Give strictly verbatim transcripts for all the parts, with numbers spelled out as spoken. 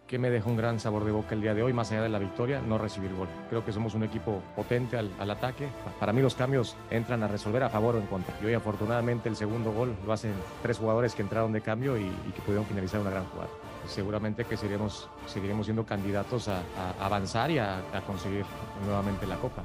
que me dejó un gran sabor de boca el día de hoy, más allá de la victoria, no recibir gol. Creo que somos un equipo potente al, al ataque. Para mí los cambios entran a resolver a favor o en contra. Y hoy afortunadamente el segundo gol lo hacen tres jugadores que entraron de cambio y, y que pudieron finalizar una gran jugada. Seguramente que seguiremos, seguiremos siendo candidatos a, a avanzar y a, a conseguir nuevamente la Copa.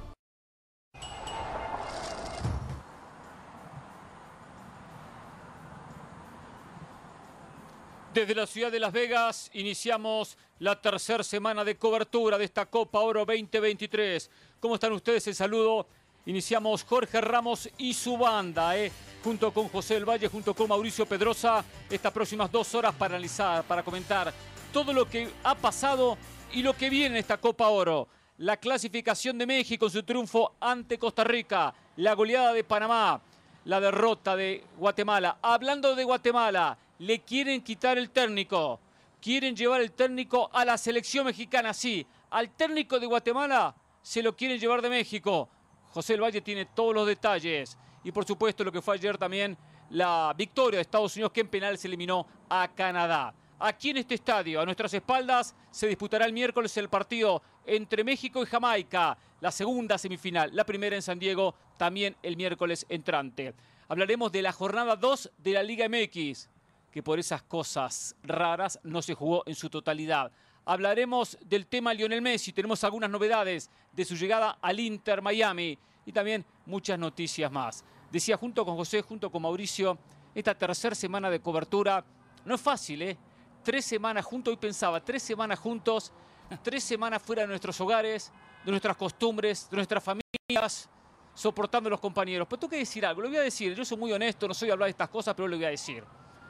Desde la ciudad de Las Vegas iniciamos la tercera semana de cobertura de esta Copa Oro veinte veintitrés. ¿Cómo están ustedes? El saludo. Iniciamos Jorge Ramos y su banda, ¿eh? junto con José del Valle, junto con Mauricio Pedrosa, estas próximas dos horas para analizar, para comentar todo lo que ha pasado y lo que viene en esta Copa Oro. La clasificación de México, su triunfo ante Costa Rica, la goleada de Panamá, la derrota de Guatemala. Hablando de Guatemala, le quieren quitar el técnico. Quieren llevar el técnico a la selección mexicana, sí. Al técnico de Guatemala se lo quieren llevar de México. José del Valle tiene todos los detalles. Y por supuesto lo que fue ayer también la victoria de Estados Unidos que en penales eliminó a Canadá. Aquí en este estadio, a nuestras espaldas, se disputará el miércoles el partido entre México y Jamaica. La segunda semifinal, la primera en San Diego, también el miércoles entrante. Hablaremos de la jornada dos de la Liga M X, que por esas cosas raras no se jugó en su totalidad. Hablaremos del tema Lionel Messi, tenemos algunas novedades de su llegada al Inter Miami y también muchas noticias más. Decía junto con José, junto con Mauricio, esta tercera semana de cobertura no es fácil, ¿eh? Tres semanas juntos, hoy pensaba, tres semanas juntos, tres semanas fuera de nuestros hogares, de nuestras costumbres, de nuestras familias, soportando a los compañeros. Pero tengo que decir algo, lo voy a decir, yo soy muy honesto, no soy a hablar de estas cosas, pero lo voy a decir.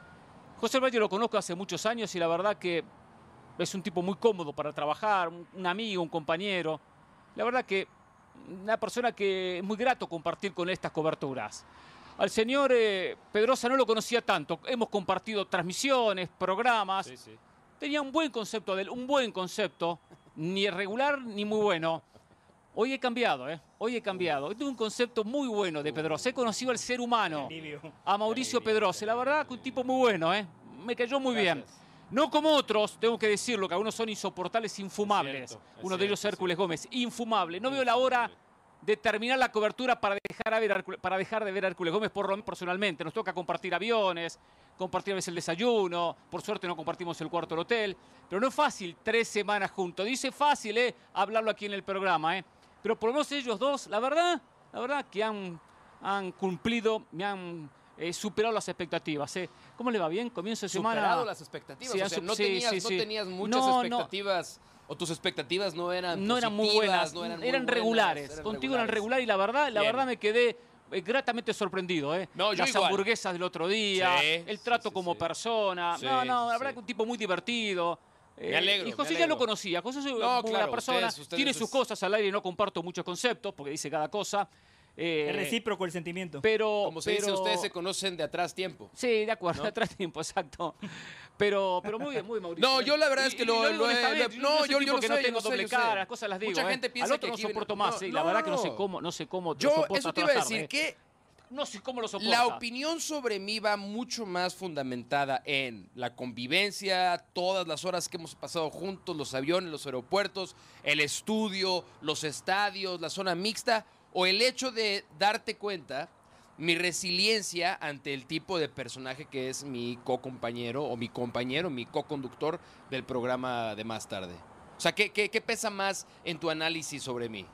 José Valle lo conozco hace muchos años y la verdad que es un tipo muy cómodo para trabajar, un amigo, un compañero. La verdad que una persona que es muy grato compartir con estas coberturas. Al señor eh, Pedrosa no lo conocía tanto. Hemos compartido transmisiones, programas. Sí, sí. Tenía un buen concepto de él, un buen concepto, ni regular ni muy bueno. Hoy he cambiado, ¿eh? Hoy he cambiado. Hoy tengo un concepto muy bueno de Pedrosa. He conocido al ser humano, a Mauricio Pedrosa. La verdad que un tipo muy bueno, ¿eh? Me cayó muy Gracias. bien. No como otros, tengo que decirlo, que algunos son insoportables, infumables. Es cierto, es Uno de ellos, cierto, Hércules Gómez, infumable. No veo la hora de terminar la cobertura para dejar, a ver, para dejar de ver a Hércules Gómez, por lo menos personalmente. Nos toca compartir aviones, compartir a veces el desayuno. Por suerte no compartimos el cuarto del hotel. Pero no es fácil tres semanas juntos. Dice fácil, ¿eh? Hablarlo aquí en el programa, ¿eh? Pero por lo menos ellos dos, la verdad, la verdad que han, han cumplido, me han eh, superado las expectativas. ¿eh? ¿Cómo le va? ¿Bien? Comienzo de semana. Superado las expectativas. Sí, o sea, no, sí, tenías, sí, sí. no tenías muchas no, expectativas. No. O tus expectativas no eran No eran muy buenas, no eran, muy eran regulares. Eran Contigo regulares. eran regulares y la verdad, la verdad me quedé eh, gratamente sorprendido. ¿eh? No, Las igual. hamburguesas del otro día, sí, el trato sí, sí, como sí. persona. Sí, no, no, la sí. verdad que un tipo muy divertido. Me alegro, y José me ya alegro. lo conocía. José es no, una claro, persona, ustedes, ustedes, tiene ustedes... sus cosas al aire y no comparto muchos conceptos porque dice cada cosa. Eh, es recíproco el sentimiento. Pero, Como se pero... dice, ustedes se conocen de atrás tiempo. Sí, de acuerdo, ¿no? de atrás tiempo, exacto. Pero, pero muy bien, muy bien, Mauricio. No, yo la verdad es que y, lo, y lo, lo he... Yo no, yo, yo yo que lo no sé, tengo yo doble sé, cara, las cosas las digo. Mucha ¿eh? gente piensa Al otro que no aquí soporto viene... más, no, ¿eh? no, la verdad no, que no sé no. cómo, no sé cómo Yo, lo soporta eso te toda iba a la tarde, decir, ¿eh? que... No sé cómo lo soporta. La opinión sobre mí va mucho más fundamentada en la convivencia, todas las horas que hemos pasado juntos, los aviones, los aeropuertos, el estudio, los estadios, la zona mixta, o el hecho de darte cuenta mi resiliencia ante el tipo de personaje que es mi co-compañero o mi compañero, mi co-conductor del programa de más tarde. O sea, ¿qué, qué, qué pesa más en tu análisis sobre mí?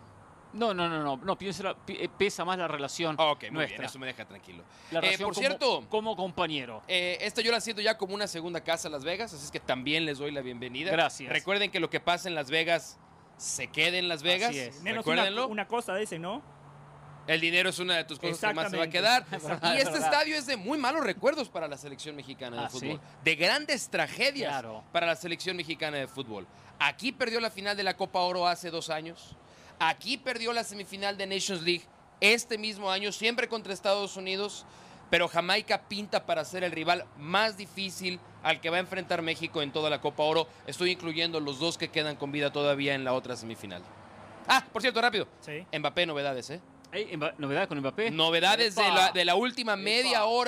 No, no, no, no, no piensa, pesa más la relación oh, ok, muy nuestra. bien, eso me deja tranquilo. La relación eh, por como, cierto, como compañero. Eh, esta yo la siento ya como una segunda casa a Las Vegas, así es que también les doy la bienvenida. Gracias. Recuerden que lo que pasa en Las Vegas se quede en Las Vegas. Así es. Menos una, una cosa de ese, ¿no? El dinero es una de tus cosas que más se va a quedar. Y este estadio es de muy malos recuerdos para la selección mexicana de ah, fútbol. ¿sí? De grandes tragedias claro. para la selección mexicana de fútbol. Aquí perdió la final de la Copa Oro hace dos años. Aquí perdió la semifinal de Nations League este mismo año, siempre contra Estados Unidos. Pero Jamaica pinta para ser el rival más difícil al que va a enfrentar México en toda la Copa Oro. Estoy incluyendo los dos que quedan con vida todavía en la otra semifinal. Ah, por cierto, rápido. Sí. Mbappé, novedades, ¿eh? ¿Hay ¿Novedades con Mbappé? Novedades de la, de la última media Epa. hora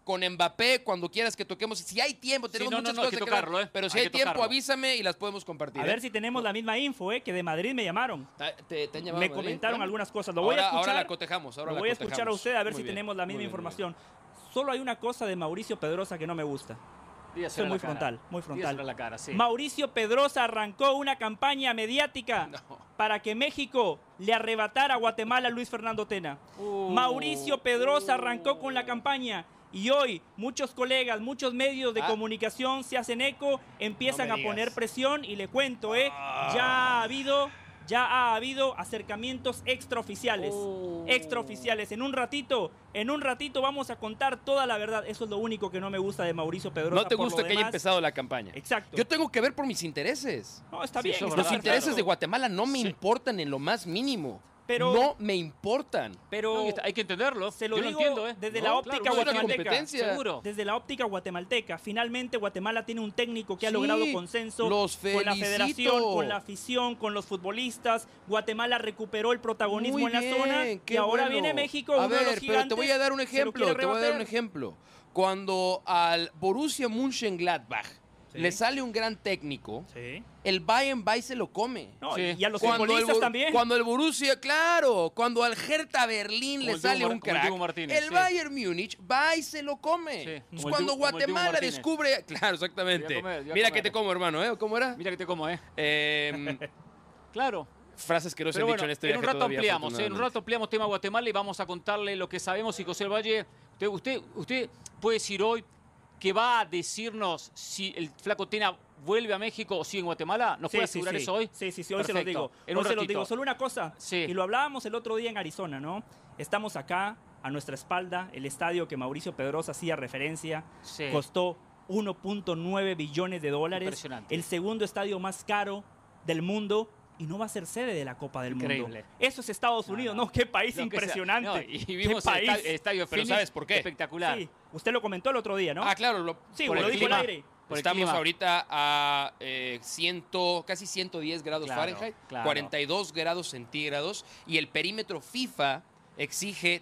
con Mbappé, cuando quieras que toquemos. Si hay tiempo, tenemos Sí, no, muchas no, no, hay cosas que que hablar, tocarlo, ¿eh? pero si Hay hay, que tiempo, tocarlo. avísame y las podemos compartir. A ¿eh? ver si tenemos la misma info, ¿eh? Que de Madrid me llamaron. ¿Te, te han llamado Me a Madrid? comentaron Bueno, algunas cosas. Lo voy ahora, a escuchar. Ahora la cotejamos. Ahora Lo la voy a escuchar a cotejamos. usted a ver Muy si bien, tenemos la muy misma bien, muy bien. información. Solo hay una cosa de Mauricio Pedrosa que no me gusta. Dígaselo Soy a muy la cara. frontal, muy frontal. Dígaselo a la cara, sí. Mauricio Pedrosa arrancó una campaña mediática No. para que México le arrebatara a Guatemala a Luis Fernando Tena. Uh, Mauricio Pedrosa arrancó con la campaña y hoy muchos colegas, muchos medios de Ah. comunicación se hacen eco, empiezan No me a poner digas. presión y le cuento, ¿eh? Ya ha habido... Ya ha habido acercamientos extraoficiales. Oh. Extraoficiales. En un ratito, en un ratito vamos a contar toda la verdad. Eso es lo único que no me gusta de Mauricio Pedrosa. No te Por gusta lo que haya demás, empezado la campaña. Exacto. Yo tengo que ver por mis intereses. No, está Sí, bien. eso es está Los verdad, intereses perfecto. de Guatemala no me Sí. importan en lo más mínimo. Pero- no me importan. Pero No, y está- hay que entenderlo. se lo Yo digo entiendo, ¿eh? desde No, la claro, óptica no, es una guatemalteca. competencia. Seguro. Desde la óptica guatemalteca, finalmente Guatemala tiene un técnico que ha Sí, logrado consenso los con la felicito. federación, con la afición, con los futbolistas. Guatemala recuperó el protagonismo Muy en la bien, zona qué y ahora bueno. viene México, A uno ver, de los pero gigantes. te voy a dar un se lo ejemplo, quiere te voy a dar un rebater. ejemplo. Cuando al Borussia Mönchengladbach Sí. le sale un gran técnico, Sí. el Bayern va y se lo come. No, Sí. y a los Cuando el, futbolistas Bor- también. cuando el Borussia, claro, cuando al Hertha Berlín Como le el Dibu sale Mar- un como el crack, Dibu Martínez, el sí. Bayern Múnich va y se lo come. Sí, Entonces, como el cuando Dibu- como el Dibu Guatemala Martínez. descubre, claro, exactamente. Voy a comer, voy a Mira comer. que te como, hermano, ¿eh? ¿Cómo era? Mira que te como, ¿eh? Eh, Claro. frases que no se Pero han bueno, dicho en este en viaje un rato todavía, ampliamos, ¿eh? En un afortunadamente. rato ampliamos tema Guatemala y vamos a contarle lo que sabemos. Y José del Valle, usted, usted, usted puede decir hoy que va a decirnos si el Flaco Tena vuelve a México o sigue en Guatemala. ¿Nos Sí, puede sí, asegurar sí. eso hoy? Sí, sí, sí, hoy se Perfecto. los digo. En Hoy un se los ratito. digo. Solo una cosa, Sí. y lo hablábamos el otro día en Arizona, ¿no? Estamos acá, a nuestra espalda, el estadio que Mauricio Pedrosa hacía referencia, Sí. costó uno punto nueve billones de dólares, Impresionante. el segundo estadio más caro del mundo, y no va a ser sede de la Copa del Increíble. Mundo. Eso es Estados No, Unidos, no. ¿no? Qué país Lo que sea. impresionante. No, y Qué vimos el país. estadio, el estadio Pero Phoenix, ¿sabes por qué? Espectacular. Sí, usted lo comentó el otro día, ¿no? Ah, claro, lo, sí, por lo el dijo al clima. aire. Por el estamos clima. ahorita a eh, cien, casi ciento diez grados Claro, Fahrenheit, claro. cuarenta y dos grados centígrados, y el perímetro FIFA exige,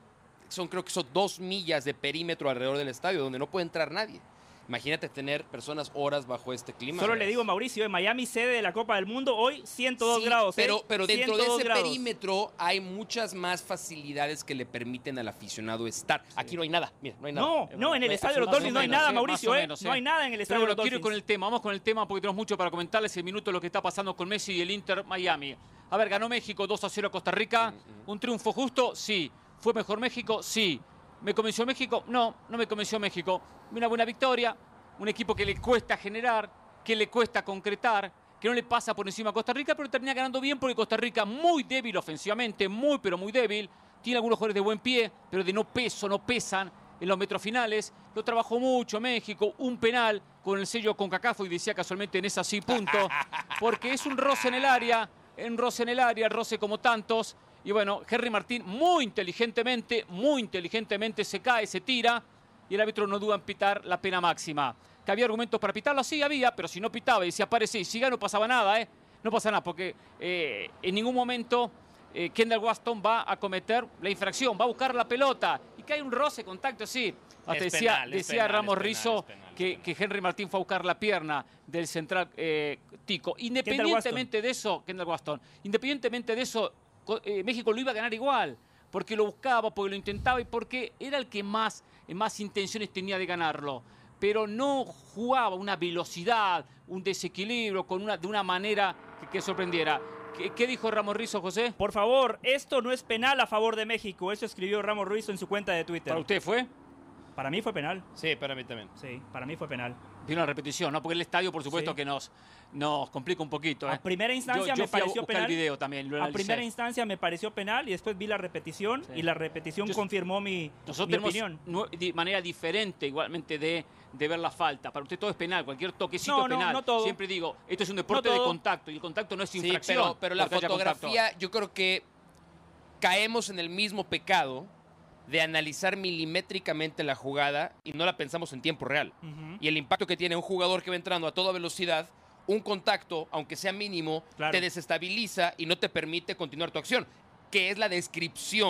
son creo que son dos millas de perímetro alrededor del estadio, donde no puede entrar nadie. Imagínate tener personas horas bajo este clima. Solo le digo, Mauricio, en Miami, sede de la Copa del Mundo, hoy ciento dos Sí, grados. ¿eh? Pero, pero dentro de ciento dos ese grados. perímetro hay muchas más facilidades que le permiten al aficionado estar. Aquí no hay nada, mira, no hay nada. No, Es no, verdad. en el Más estadio de los o Dolphins no hay menos, nada, ¿eh? Mauricio, Más o ¿eh? menos, No hay ¿eh? nada en el Pero estadio bueno, de los quiero ir con Dolphins. el tema. Vamos con el tema porque tenemos mucho para comentarles. El minuto de lo que está pasando con Messi y el Inter Miami. A ver, ganó México dos a cero a Costa Rica. ¿Un triunfo justo? Sí. ¿Fue mejor México? Sí. ¿Me convenció México? No, no me convenció México. Una buena victoria. Un equipo que le cuesta generar, que le cuesta concretar, que no le pasa por encima a Costa Rica, pero termina ganando bien porque Costa Rica muy débil ofensivamente, muy pero muy débil. Tiene algunos jugadores de buen pie, pero de no peso, no pesan en los metros finales. Lo trabajó mucho México, un penal con el sello CONCACAF y decía casualmente en esa sí punto, porque es un roce en el área, un roce en el área, roce como tantos. Y bueno, Henry Martín muy inteligentemente, muy inteligentemente se cae, se tira y el árbitro no duda en pitar la pena máxima. ¿Que había argumentos para pitarlo? Sí, había, pero si no pitaba y si aparecía y siga no pasaba nada, ¿eh? No pasa nada, porque eh, en ningún momento eh, Kendall Waston va a cometer la infracción, va a buscar la pelota y que hay un roce, contacto, sí. Hasta Es decía, penal, es decía penal, Ramos es penal, Rizzo es penal, es que, penal. que Henry Martín fue a buscar la pierna del central eh, Tico. Independientemente de eso, Kendall Waston, independientemente de eso, co- eh, México lo iba a ganar igual, porque lo buscaba, porque lo intentaba y porque era el que más, eh, más intenciones tenía de ganarlo. Pero no jugaba una velocidad, un desequilibrio, con una, de una manera que, que sorprendiera. ¿Qué, qué dijo Ramos Rizzo, José? Por favor, esto no es penal a favor de México. Eso escribió Ramos Ruiz en su cuenta de Twitter. ¿Para usted fue? Para mí fue penal. Sí, para mí también. Sí, para mí fue penal. Vino la repetición, ¿no? Porque el estadio, por supuesto, Sí. que nos, nos complica un poquito. ¿eh? A primera instancia yo, yo me fui a pareció buscar penal. el video también. Lo A analicé. primera instancia me pareció penal y después vi la repetición Sí. y la repetición Yo- confirmó mi, Nosotros mi tenemos opinión. nue- di- manera diferente igualmente de, de ver la falta. Para usted todo es penal, cualquier toquecito No, es no, penal. no todo. Siempre digo, esto es un deporte de todo. contacto y el contacto no es Sí, infracción. pero, pero la porque haya contacto. fotografía, yo creo que caemos en el mismo pecado de analizar milimétricamente la jugada y no la pensamos en tiempo real. Ujú. Y el impacto que tiene un jugador que va entrando a toda velocidad, un contacto, aunque sea mínimo, Claro. te desestabiliza y no te permite continuar tu acción, que es la descripción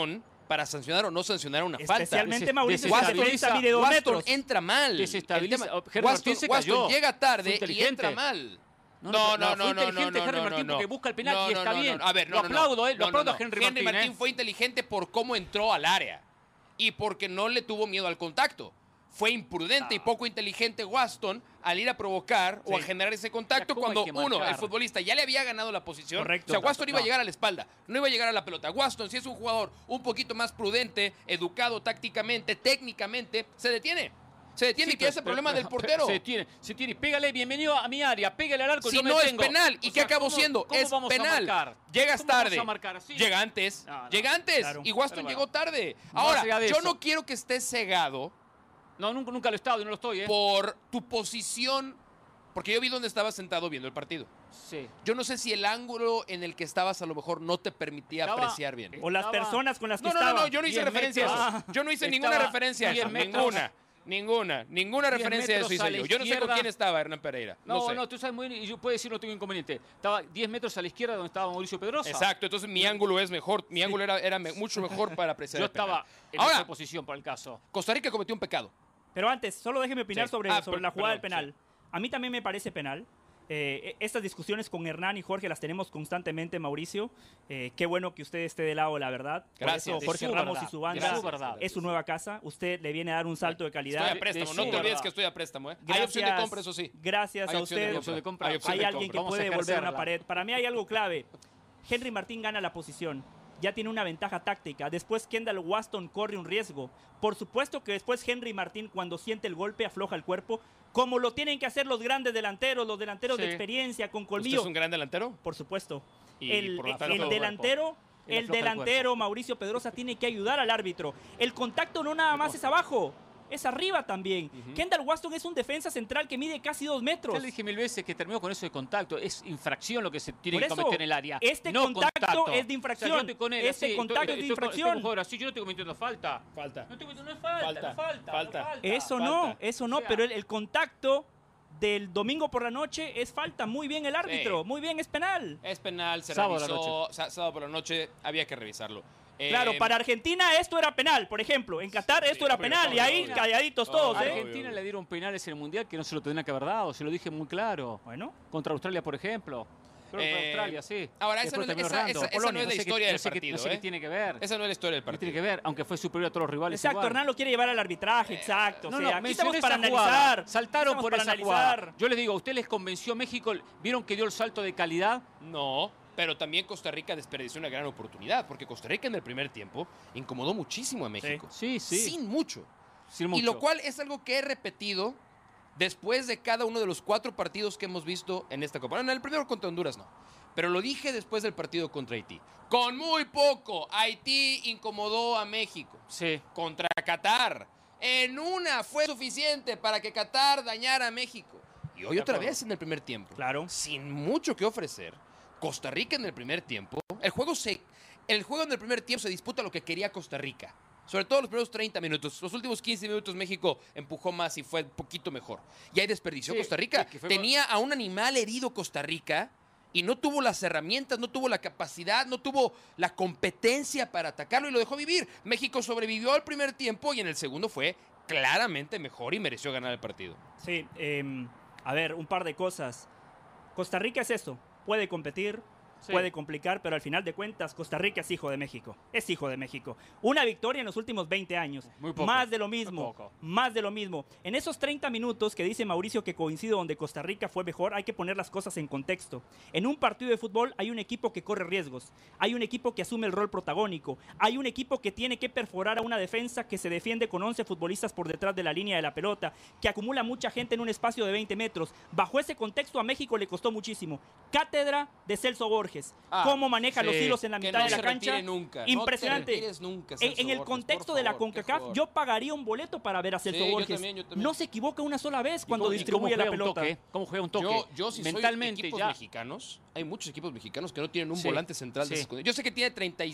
para sancionar o no sancionar una falta. Especialmente Des- Mauricio, Waston, esa defensa mide dos Waston metros. entra mal. Desestabiliza- El tema- Henry Waston, Martín se Waston cayó. llega Fue tarde y inteligente. entra mal. No, No, no, no, no, fue no, no, inteligente no, Henry no, Martín no, porque no. busca el penal No, y no, está no, bien. no. A ver, no, lo no, no. aplaudo, eh, lo No, no, aplaudo no. a Henry Martín. Martín eh. fue inteligente por cómo entró al área y porque no le tuvo miedo al contacto. Fue imprudente y poco inteligente Waston al ir a provocar o a Sí. generar ese contacto Ya, ¿cómo hay cuando que uno, marcar? el futbolista, ya le había ganado la posición. Correcto. O sea, Waston iba a No. llegar a la espalda, no iba a llegar a la pelota. Waston, si es un jugador un poquito más prudente, educado tácticamente, técnicamente, se detiene. Se detiene Sí, y que pero- es el pero- problema pero- del portero. Se detiene, se tiene. Pégale, bienvenido a mi área, pégale al arco. Si yo me no es tengo. penal, ¿y O qué sea, acabó ¿cómo- siendo? cómo Es vamos a penal. marcar? Llegas ¿Cómo vamos tarde. a marcar así? Llega antes. No, no. Llega antes. Claro. Y Waston Pero bueno. llegó tarde. Más Ahora, allá de yo eso. no quiero que estés cegado No, nunca, nunca lo he estado y no lo estoy, ¿eh? por tu posición, porque yo vi dónde estabas sentado viendo el partido. Sí. Yo no sé si el ángulo en el que estabas a lo mejor no te permitía Estaba- apreciar bien. O las Estaba- personas con las que No, no, no, estaba. no, yo no hice diez referencia a eso. metros. Yo no hice Estaba ninguna referencia a diez eso. metros. Ninguna. Ninguna, ninguna diez referencia a eso metros hice a la yo. Yo no sé con izquierda. quién estaba Hernán Pereira. No, No, sé. no, tú sabes muy bien, y yo puedo decir no tengo inconveniente. Estaba diez metros a la izquierda donde estaba Mauricio Pedrosa. Exacto, entonces mi ángulo es mejor. Mi ángulo era, era me- mucho mejor para apreciar Yo el penal. estaba en Ahora, esa posición para el caso. Costa Rica cometió un pecado. Pero antes, solo déjeme opinar Sí. sobre, Ah, sobre per- la jugada perdón, del penal. A mí también me parece penal. Eh, estas discusiones con Hernán y Jorge las tenemos constantemente, Mauricio. Eh, qué bueno que usted esté de lado, la verdad. Por Gracias. eso De Jorge su Ramos verdad, y su de banda su verdad. es su nueva casa. Usted le viene a dar un salto de calidad. Estoy a de- préstamo, de no su te olvides verdad. que estoy a préstamo. ¿eh? Hay Gracias, opción de compra, eso sí. Gracias Hay a opción de usted. opción de compra. Hay opción Hay de alguien que compra. Vamos a puede volver a una ejercerla. pared. Para mí hay algo clave. Henry Martín gana la posición. Ya tiene una ventaja táctica. Después Kendall Waston corre un riesgo. Por supuesto que después Henry Martín, cuando siente el golpe, afloja el cuerpo, como lo tienen que hacer los grandes delanteros, los delanteros de Sí. experiencia, con ¿Usted colmillo. es un gran delantero? Por supuesto. Y El, por lo el tanto- el delantero, Él el afloja el delantero Mauricio Pedrosa tiene que ayudar al árbitro. El contacto no nada más es abajo, es arriba también. Kendall Waston es un defensa central que mide casi dos metros. Ya le dije mil veces que terminó con eso de contacto. Es infracción lo que se tiene Por que eso, cometer en el área. este no contacto es de infracción. O sea, yo estoy con él, Este así, contacto estoy- es de estoy con- infracción. estoy con jugador así, yo no estoy cometiendo falta. Falta. No estoy cometiendo no es falta, Falta, no falta, falta. no falta. Eso falta. no, eso no, O sea, pero el, el contacto del domingo por la noche es falta. Muy bien el árbitro, Sí. muy bien, es penal. Es penal, se Sábado a la revisó. sa- Sábado por la noche, había que revisarlo. Claro, Eh, para Argentina esto era penal, por ejemplo. En Qatar esto era obvio, penal y obvio, ahí obvio. calladitos todos, Obvio, ¿eh? obvio. Argentina le dieron penales en el Mundial que no se lo tendrían que haber dado, se lo dije muy claro. Bueno, Contra Australia, por ejemplo. Creo que Eh, fue Australia, sí. ahora, esa Después no es- terminó esa- errando. esa- esa Polonia, no es la sé qué- historia del no sé qué- partido, No sé qué ¿eh? tiene que ver. Esa no es la historia del ¿Qué partido. tiene que ver? Aunque fue superior a todos los rivales. exacto, igual. Hernán lo quiere llevar al arbitraje, exacto. No, o no, sea, aquí mencioné estamos para esa jugada. analizar. Saltaron Estamos por para esa analizar. jugada. Yo les digo, ¿a usted les convenció México? ¿Vieron que dio el salto de calidad? No, pero también Costa Rica desperdició una gran oportunidad, porque Costa Rica en el primer tiempo incomodó muchísimo a México. Sí, sí. Sin mucho. Sin Y mucho. lo cual es algo que he repetido después de cada uno de los cuatro partidos que hemos visto en esta Copa. En el primero contra Honduras no, pero lo dije después del partido contra Haití. Con muy poco, Haití incomodó a México. Sí. Contra Qatar. En una fue suficiente para que Qatar dañara a México. Y hoy De otra acuerdo. vez en el primer tiempo. Claro. Sin mucho que ofrecer, Costa Rica en el primer tiempo, el juego se el juego en el primer tiempo se disputa lo que quería Costa Rica. Sobre todo los primeros treinta minutos. Los últimos quince minutos México empujó más y fue un poquito mejor. Y ahí desperdició Sí, Costa Rica. que- que fue- Tenía a un animal herido Costa Rica y no tuvo las herramientas, no tuvo la capacidad, no tuvo la competencia para atacarlo y lo dejó vivir. México sobrevivió al primer tiempo y en el segundo fue claramente mejor y mereció ganar el partido. Sí, eh, a ver, un par de cosas. Costa Rica es eso, puede competir, Sí. puede complicar, pero al final de cuentas Costa Rica es hijo de México, es hijo de México. Una victoria en los últimos veinte años, Muy poco, más de lo muy mismo, poco. más de lo mismo. En esos treinta minutos que dice Mauricio que coincido donde Costa Rica fue mejor, hay que poner las cosas en contexto. En un partido de fútbol hay un equipo que corre riesgos, hay un equipo que asume el rol protagónico, hay un equipo que tiene que perforar a una defensa que se defiende con once futbolistas por detrás de la línea de la pelota, que acumula mucha gente en un espacio de veinte metros. Bajo ese contexto a México le costó muchísimo. Cátedra de Celso Borges. Ah, Cómo maneja sí. los hilos en la Que mitad no de la se cancha. retire nunca. Impresionante. No te retires nunca, En, Celso en el Borges, contexto por de la favor, qué CONCACAF, jugador. yo pagaría un boleto para ver a Celso Sí, yo Borges. también, yo también. No se equivoca una sola vez ¿Y cuando cómo- y cómo distribuye la juega un pelota. toque? ¿Cómo juega un toque? Yo, yo si Mentalmente soy equipos ya. mexicanos, hay muchos equipos mexicanos que no tienen un Sí, volante central de sí. esas condiciones. Yo sé que tiene treinta y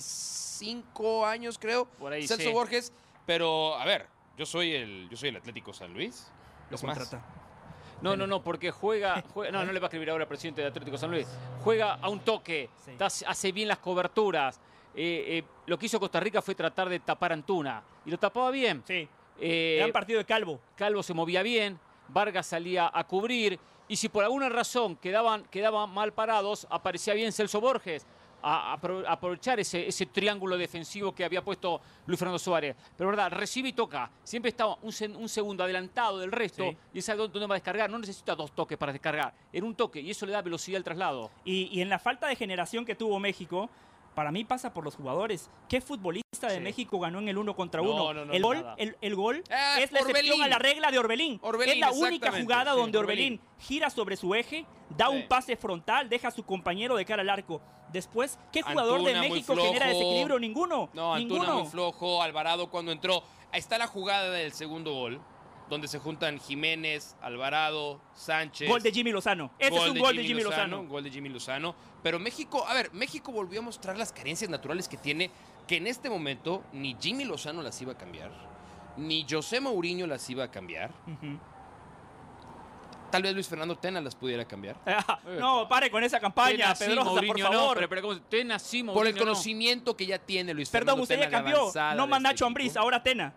cinco años, creo, Por ahí, Celso sí. Borges, pero a ver, yo soy el yo soy el Atlético San Luis. Lo Es más, contrata. No, no, no, porque juega, juega- no, no le va a escribir ahora al presidente de Atlético San Luis. Juega a un toque, Sí. da- hace bien las coberturas, eh, eh, lo que hizo Costa Rica fue tratar de tapar a Antuna. Y lo tapaba bien. Sí. Eh, Gran partido de Calvo. Calvo se movía bien, Vargas salía a cubrir. Y si por alguna razón quedaban, quedaban mal parados, aparecía bien Celso Borges a, a aprovechar ese, ese triángulo defensivo que había puesto Luis Fernando Suárez. Pero verdad, recibe y toca. Siempre estaba un, un segundo adelantado del resto, sí. y sabe dónde va a descargar. No necesita dos toques para descargar. Era un toque y eso le da velocidad al traslado. Y, y en la falta de generación que tuvo México, para mí pasa por los jugadores. ¿Qué futbolista de Sí. México ganó en el uno contra No, uno? no, no, el, gol, nada. el, el gol Ah, es la excepción Orbelín. a la regla de Orbelín. Orbelín, es la única exactamente. jugada Sí, donde Orbelín. Orbelín gira sobre su eje, da Sí. un pase frontal, deja a su compañero de cara al arco. Después, ¿qué jugador Antuna de muy México genera flojo. desequilibrio? Ninguno. No, Antuna Ninguno. muy flojo, Alvarado cuando entró. Ahí está la jugada del segundo gol, donde se juntan Jiménez, Alvarado, Sánchez. Gol de Jimmy Lozano. Ese es un gol de Jimmy Lozano. Un gol de Jimmy Lozano. Pero México, a ver, México volvió a mostrar las carencias naturales que tiene, que en este momento ni Jimmy Lozano las iba a cambiar, ni José Mourinho las iba a cambiar. Ujú. Tal vez Luis Fernando Tena las pudiera cambiar. No, pare con esa campaña, Tena sí, Pedrosa, por Mourinho no, favor. pero, pero ¿cómo? Tena sí, Por el Mourinho no. conocimiento que ya tiene Luis Perdón, Fernando usted Tena ya de cambió. avanzada No de más este Nacho equipo. Ambriz, ahora Tena.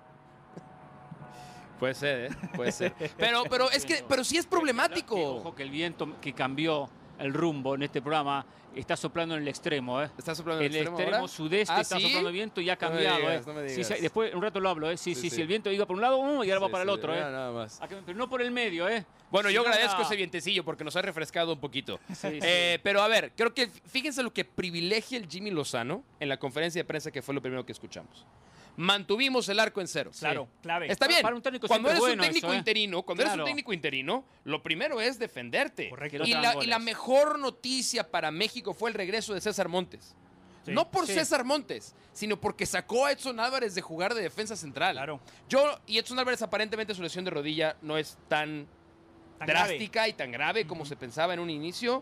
Puede ser, ¿eh? Puede ser. Pero, pero es que, pero sí es problemático. Ojo que el viento que cambió el rumbo en este programa está soplando en el extremo, ¿eh? ¿Está soplando En en el extremo extremo ahora? sudeste ¿Ah, está sí? soplando viento y ha No me cambiado, digas, ¿eh? no me Sí, digas. sí, después, en un rato lo hablo, ¿eh? Sí, Sí, sí, sí. si el viento iba por un lado, um, y ahora va Sí, para el sí, otro, mira, ¿eh? nada más. Acá- Pero no por el medio, ¿eh? Bueno, yo Si no, agradezco la- ese vientecillo porque nos ha refrescado un poquito. Sí, sí. Eh, pero a ver, creo que fíjense lo que privilegia el Jimmy Lozano en la conferencia de prensa que fue lo primero que escuchamos. Mantuvimos el arco en cero. Claro, clave. Está bien. Para un técnico Cuando siempre eres es bueno un técnico eso, ¿eh? interino, cuando eres Claro. un técnico interino, lo primero es defenderte. Correcto. Y Que no la, te hagan y la goles. mejor noticia para México fue el regreso de César Montes. Sí. No por Sí. César Montes, sino porque sacó a Edson Álvarez de jugar de defensa central. Claro. Yo, y Edson Álvarez aparentemente su lesión de rodilla no es tan, Tan drástica y tan grave como se pensaba en un inicio.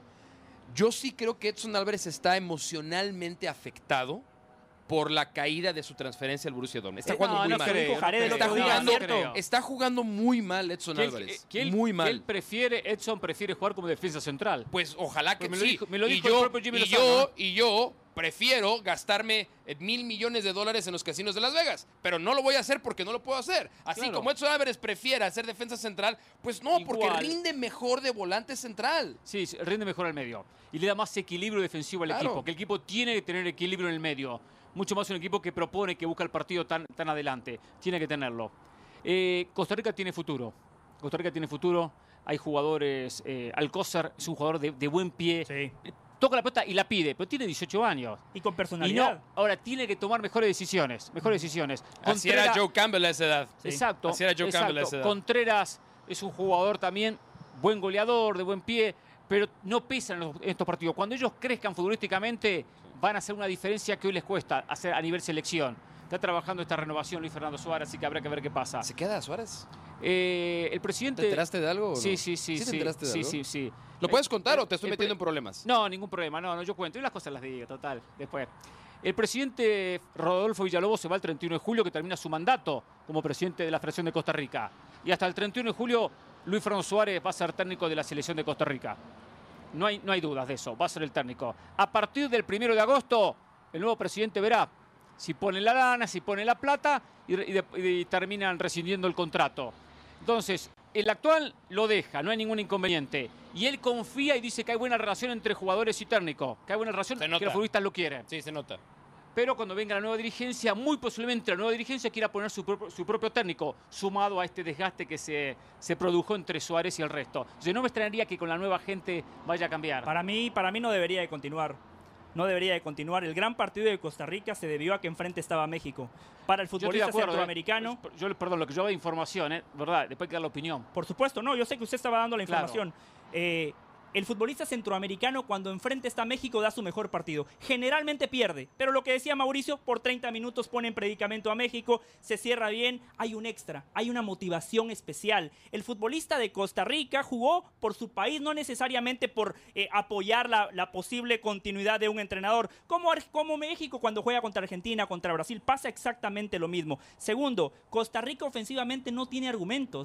Yo sí creo que Edson Álvarez está emocionalmente afectado por la caída de su transferencia al Borussia Dortmund. Está Eh, jugando no, muy no mal. creo, Dijo Jared el Está otro día, jugando, ¿cierto? está jugando muy mal Edson Que él- Álvarez. que él- muy que mal. él prefiere, Edson prefiere jugar como defensa central. Pues ojalá que Pues me lo sí. dijo- me lo y dijo el yo, propio Jimmy y Lozano, yo, y yo prefiero gastarme eh, mil millones de dólares en los casinos de Las Vegas, pero no lo voy a hacer porque no lo puedo hacer. Así Claro. como Edson Álvarez prefiere hacer defensa central, pues no, porque Igual. rinde mejor de volante central. Sí, sí, rinde mejor al medio. Y le da más equilibrio defensivo al Claro. equipo. Que el equipo tiene que tener equilibrio en el medio. Mucho más un equipo que propone, que busca el partido tan, tan adelante. Tiene que tenerlo. Eh, Costa Rica tiene futuro. Costa Rica tiene futuro. Hay jugadores. Eh, Alcózar es un jugador de, de buen pie. Sí. Toca la pelota y la pide, pero tiene dieciocho años. Y con Y personalidad. no, ahora tiene que tomar mejores decisiones. Mejores decisiones. Así era Contreras- Joe Campbell a esa edad. Sí. Exacto. Así era Joe exacto. Campbell a esa edad. Contreras es un jugador también, buen goleador, de buen pie, pero no pesan en, los- en estos partidos. Cuando ellos crezcan futbolísticamente, van a hacer una diferencia que hoy les cuesta hacer a nivel selección. Está trabajando esta renovación Luis Fernando Suárez, así que habrá que ver qué pasa. ¿Se queda Suárez? Eh, el presidente... ¿Te enteraste de algo? o no? Sí, sí, sí. ¿Sí te sí, enteraste de sí, algo? sí, sí. ¿Lo puedes Eh, contar el- o te estoy el metiendo pre- en problemas? No, ningún problema. No, no, yo cuento. Y las cosas las digo, total. Después. El presidente Rodolfo Villalobos se va el treinta y uno de julio, que termina su mandato como presidente de la Federación de Costa Rica. Y hasta el treinta y uno de julio, Luis Fernando Suárez va a ser técnico de la selección de Costa Rica. No hay, no hay dudas de eso. Va a ser el técnico. A partir del primero de agosto, el nuevo presidente verá si pone la lana, si pone la plata y, y de- y terminan rescindiendo el contrato. Entonces, el actual lo deja, no hay ningún inconveniente. Y él confía y dice que hay buena relación entre jugadores y técnicos, que hay buena relación, Se que nota. los futbolistas lo quieren. Sí, se nota. Pero cuando venga la nueva dirigencia, muy posiblemente la nueva dirigencia quiera poner su, propio- su propio técnico, sumado a este desgaste que se, se produjo entre Suárez y el resto. Yo no me extrañaría que con la nueva gente vaya a cambiar. Para mí, para mí no debería de continuar. No debería de continuar. El gran partido de Costa Rica se debió a que enfrente estaba México. Para el Yo estoy de futbolista acuerdo, ¿eh? centroamericano, Yo, perdón, lo que yo veo de información, ¿eh? ¿Verdad? Después hay que dar la opinión. por supuesto, no, yo sé que usted estaba dando la Claro. información. Eh, el futbolista centroamericano cuando enfrente está México da su mejor partido. Generalmente pierde, pero lo que decía Mauricio, por treinta minutos pone en predicamento a México, se cierra bien, hay un extra, hay una motivación especial. El futbolista de Costa Rica jugó por su país, no necesariamente por eh, apoyar la, la posible continuidad de un entrenador. Como, Ar- como México cuando juega contra Argentina, contra Brasil, pasa exactamente lo mismo. Segundo, Costa Rica ofensivamente no tiene argumentos.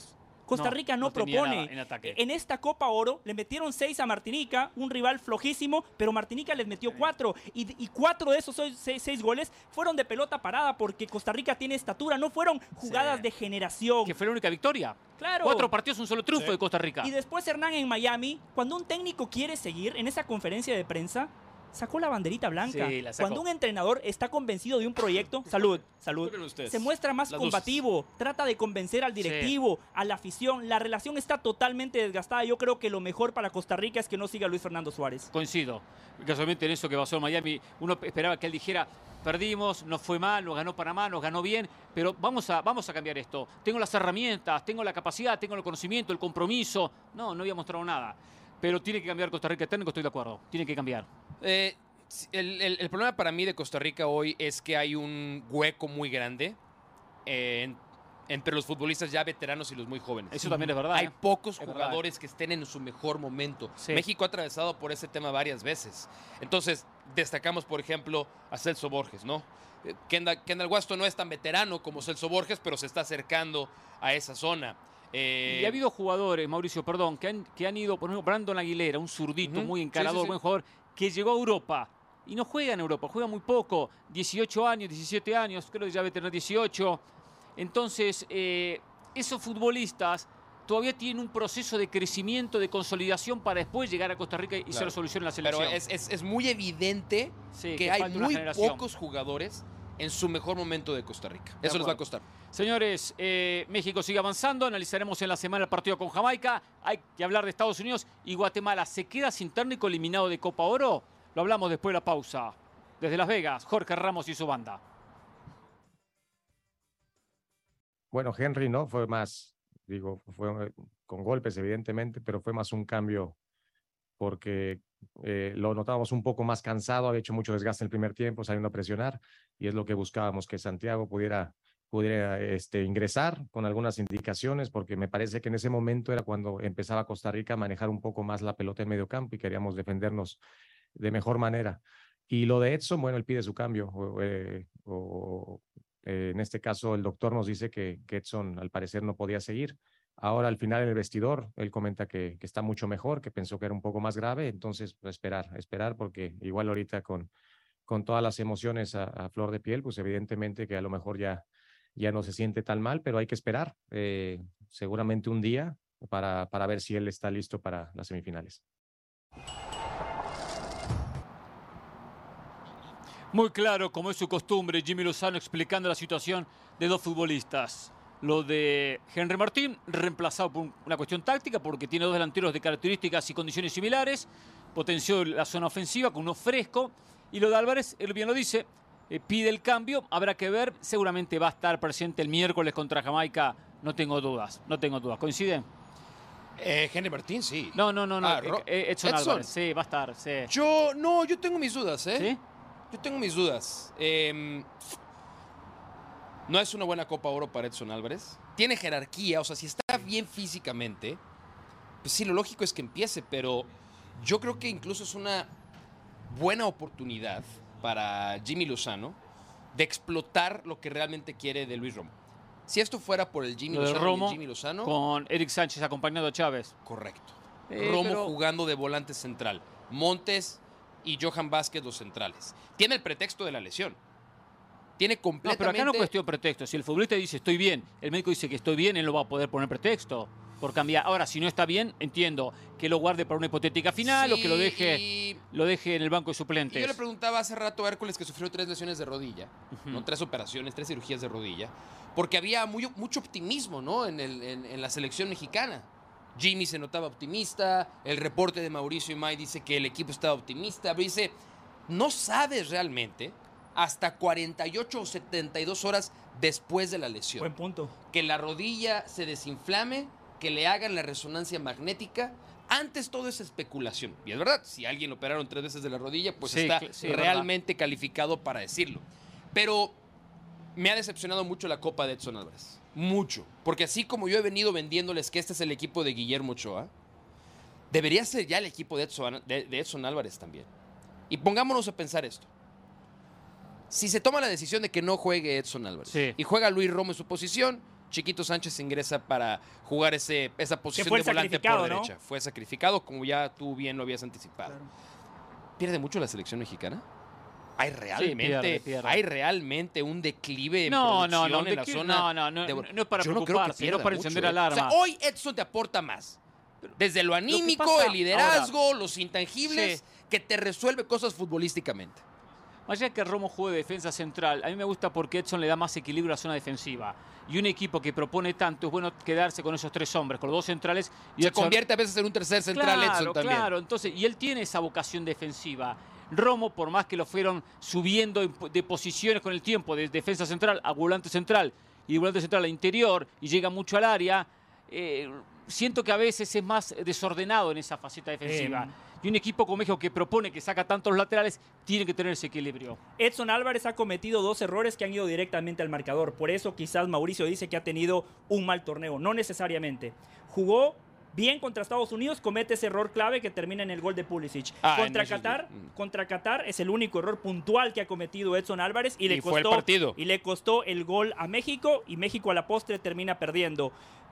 Costa No, Rica no, no tenía propone. nada en ataque. En esta Copa Oro le metieron seis a Martinica, un rival flojísimo, pero Martinica les metió cuatro. Y, y cuatro de esos seis, seis goles fueron de pelota parada porque Costa Rica tiene estatura, no fueron jugadas Sí. de generación. Que fue la única victoria. Claro. Cuatro partidos, un solo triunfo Sí. de Costa Rica. Y después Hernán en Miami, cuando un técnico quiere seguir en esa conferencia de prensa, sacó la banderita blanca. Sí, la sacó. Cuando un entrenador está convencido de un proyecto, salud, salud, Miren ustedes, se muestra más las combativo, trata de convencer al directivo, a la afición. La relación está totalmente desgastada. Yo creo que lo mejor para Costa Rica es que no siga Luis Fernando Suárez. Coincido. Casualmente en eso que pasó en Miami, uno esperaba que él dijera, perdimos, nos fue mal, nos ganó Panamá, nos ganó bien, pero vamos a, vamos a cambiar esto. Tengo las herramientas, tengo la capacidad, tengo el conocimiento, el compromiso. No, no había mostrado nada. Pero tiene que cambiar Costa Rica técnico, estoy de acuerdo. Tiene que cambiar. Eh, el, el- el problema para mí de Costa Rica hoy es que hay un hueco muy grande eh, en- entre los futbolistas ya veteranos y los muy jóvenes. Eso también es verdad. Hay ¿eh? pocos Es jugadores que estén en su mejor momento. Sí. México ha atravesado por ese tema varias veces. Entonces, destacamos, por ejemplo, a Celso Borges, ¿no? Eh, Kendall, Kendall Waston no es tan veterano como Celso Borges, pero se está acercando a esa zona. Eh, Y ha habido jugadores, Mauricio, perdón, que han, que han ido, por ejemplo, Brandon Aguilera, un zurdito Ujú. muy Sí, encarador, sí, sí. buen jugador, que llegó a Europa y no juega en Europa, juega muy poco, dieciocho años, diecisiete años, creo que ya debe tener dieciocho. Entonces, eh, esos futbolistas todavía tienen un proceso de crecimiento, de consolidación para después llegar a Costa Rica y Claro. ser solución en la pero selección. es, es- es muy evidente Sí, que, que hay falta una muy generación. pocos jugadores en su mejor momento de Costa Rica. De Eso les va a acuerdo. costar. Señores, eh, México sigue avanzando, analizaremos en la semana el partido con Jamaica, hay que hablar de Estados Unidos y Guatemala. ¿Se queda sin técnico eliminado de Copa Oro? Lo hablamos después de la pausa. Desde Las Vegas, Jorge Ramos y su banda. Bueno, Henry no, fue más, digo, fue eh, con golpes evidentemente, pero fue más un cambio porque eh, lo notábamos un poco más cansado, había hecho mucho desgaste en el primer tiempo, saliendo a presionar, y es lo que buscábamos, que Santiago pudiera, pudiera este, ingresar con algunas indicaciones, porque me parece que en ese momento era cuando empezaba Costa Rica a manejar un poco más la pelota en medio campo y queríamos defendernos de mejor manera. Y lo de Edson, bueno, él pide su cambio, o, eh, o eh, en este caso el doctor nos dice que, que Edson al parecer no podía seguir. Ahora al final en el vestidor, él comenta que, que está mucho mejor, que pensó que era un poco más grave, entonces pues, esperar, esperar, porque igual ahorita con, con todas las emociones a, a flor de piel, pues evidentemente que a lo mejor ya, ya no se siente tan mal, pero hay que esperar eh, seguramente un día para, para ver si él está listo para las semifinales. Muy claro, como es su costumbre, Jimmy Lozano explicando la situación de dos futbolistas. Lo de Henry Martín, reemplazado por una cuestión táctica, porque tiene dos delanteros de características y condiciones similares, potenció la zona ofensiva con uno fresco. Y lo de Álvarez, él bien lo dice, eh, pide el cambio, habrá que ver, seguramente va a estar presente el miércoles contra Jamaica, no tengo dudas, no tengo dudas. ¿Coinciden? Eh, Henry Martín, sí. No, no, no, no, Ah, eh, Ro- eh, Edson, Edson. Álvarez, sí, va a estar, sí. Yo, no, yo tengo mis dudas, ¿eh? ¿Sí? Yo tengo mis dudas. Eh, no es una buena Copa Oro para Edson Álvarez. Tiene jerarquía, o sea, si está bien físicamente, pues sí, lo lógico es que empiece, pero yo creo que incluso es una buena oportunidad para Jimmy Lozano de explotar lo que realmente quiere de Luis Romo. Si esto fuera por el Jimmy Lo de Lozano y Romo el Jimmy Lozano, con Eric Sánchez acompañando a Chávez. correcto. Eh, Romo pero- jugando de volante central. Montes y Johan Vázquez los centrales. Tiene el pretexto de la lesión. Tiene No, completamente... pero acá no cuestión pretexto. Si el futbolista dice estoy bien, el médico dice que estoy bien, él no va a poder poner pretexto por cambiar. Ahora, si no está bien, entiendo que lo guarde para una hipotética final o que lo Sí, deje, y- lo deje en el banco de y suplentes. yo le preguntaba hace rato a Hércules, que sufrió tres lesiones de rodilla, Ujú. ¿no? Tres operaciones, tres cirugías de rodilla, porque había muy- mucho optimismo, ¿no? en, el- en- en la selección mexicana. Jimmy se notaba optimista, el reporte de Mauricio Imay dice que el equipo estaba optimista, pero dice, no sabes realmente hasta cuarenta y ocho o setenta y dos horas después de la lesión. Buen punto. Que la rodilla se desinflame, que le hagan la resonancia magnética. Antes todo es especulación. Y es verdad, si alguien lo operaron tres veces de la rodilla, pues Sí, está cl- sí, es realmente calificado para decirlo. Pero me ha decepcionado mucho la Copa de Edson Álvarez. Mucho. Porque así como yo he venido vendiéndoles que este es el equipo de Guillermo Ochoa, debería ser ya el equipo de Edson, de, de Edson Álvarez también. Y pongámonos a pensar esto. Si se toma la decisión de que no juegue Edson Álvarez Sí. y juega Luis Romo en su posición, Chiquito Sánchez ingresa para jugar ese, esa posición fue de volante por sacrificado, derecha. ¿no? Fue sacrificado, como ya tú bien lo habías anticipado. Claro. ¿Pierde mucho la selección mexicana? ¿Hay realmente, pierde, pierde. ¿hay realmente un declive en No, no, producción no, en de la que- zona? no, no, no, de- no es para Yo no creo que preocuparse, no pierda para mucho, encender ¿eh? alarma. O sea, hoy Edson te aporta más. Desde lo anímico, pasa el liderazgo, los intangibles, Sí. que te resuelve cosas futbolísticamente. Más allá que Romo juegue de defensa central, a mí me gusta porque Edson le da más equilibrio a la zona defensiva. Y un equipo que propone tanto, es bueno quedarse con esos tres hombres, con los dos centrales. Y Se Edson- convierte a veces en un tercer central claro, Edson también. Claro, entonces, y él tiene esa vocación defensiva. Romo, por más que lo fueron subiendo en- de posiciones con el tiempo, de defensa central a volante central y de volante central a interior, y llega mucho al área, eh, siento que a veces es más desordenado en esa faceta defensiva. Eh, Y un equipo como México que propone, que saca tantos laterales, tiene que tener ese equilibrio. Edson Álvarez ha cometido dos errores que han ido directamente al marcador. Por eso quizás Mauricio dice que ha tenido un mal torneo. No necesariamente. Jugó bien contra Estados Unidos, comete ese error clave que termina en el gol de Pulisic. Ah, contra en eso sí. Qatar, Mm. contra Qatar es el único error puntual que ha cometido Edson Álvarez y, le Y fue el costó partido. y le costó el gol a México y México a la postre termina perdiendo.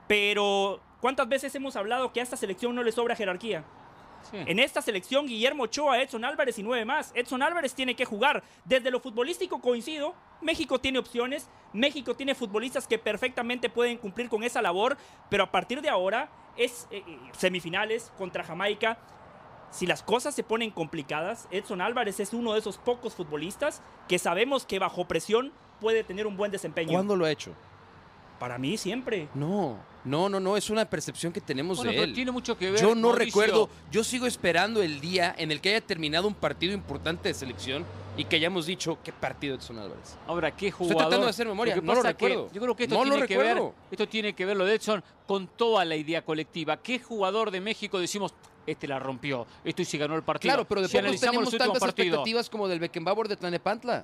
Pero ¿cuántas veces hemos hablado que a esta selección no le sobra jerarquía? Sí. En esta selección, Guillermo Ochoa, Edson Álvarez y nueve más. Edson Álvarez tiene que jugar. Desde lo futbolístico coincido. México tiene opciones. México tiene futbolistas que perfectamente pueden cumplir con esa labor. Pero a partir de ahora es eh, semifinales contra Jamaica. Si las cosas se ponen complicadas, Edson Álvarez es uno de esos pocos futbolistas que sabemos que bajo presión puede tener un buen desempeño. ¿Cuándo lo ha hecho? Para mí siempre. No, no, no, no, es una percepción que tenemos Bueno, de pero él. tiene mucho que ver. Yo no Mauricio. recuerdo, yo sigo esperando el día en el que haya terminado un partido importante de selección y que hayamos dicho qué partido Edson Álvarez. Ahora, ¿qué jugador? tratando de hacer memoria, Lo que no lo pasa que recuerdo. yo creo que esto, No lo tiene que ver, recuerdo. esto tiene que ver lo de Edson con toda la idea colectiva. ¿Qué jugador de México decimos, este la rompió, esto y se ganó el partido? Claro, pero de si pocos analizamos teníamos los últimos tantas partidos. expectativas como del Beckenbauer de Tlanepantla.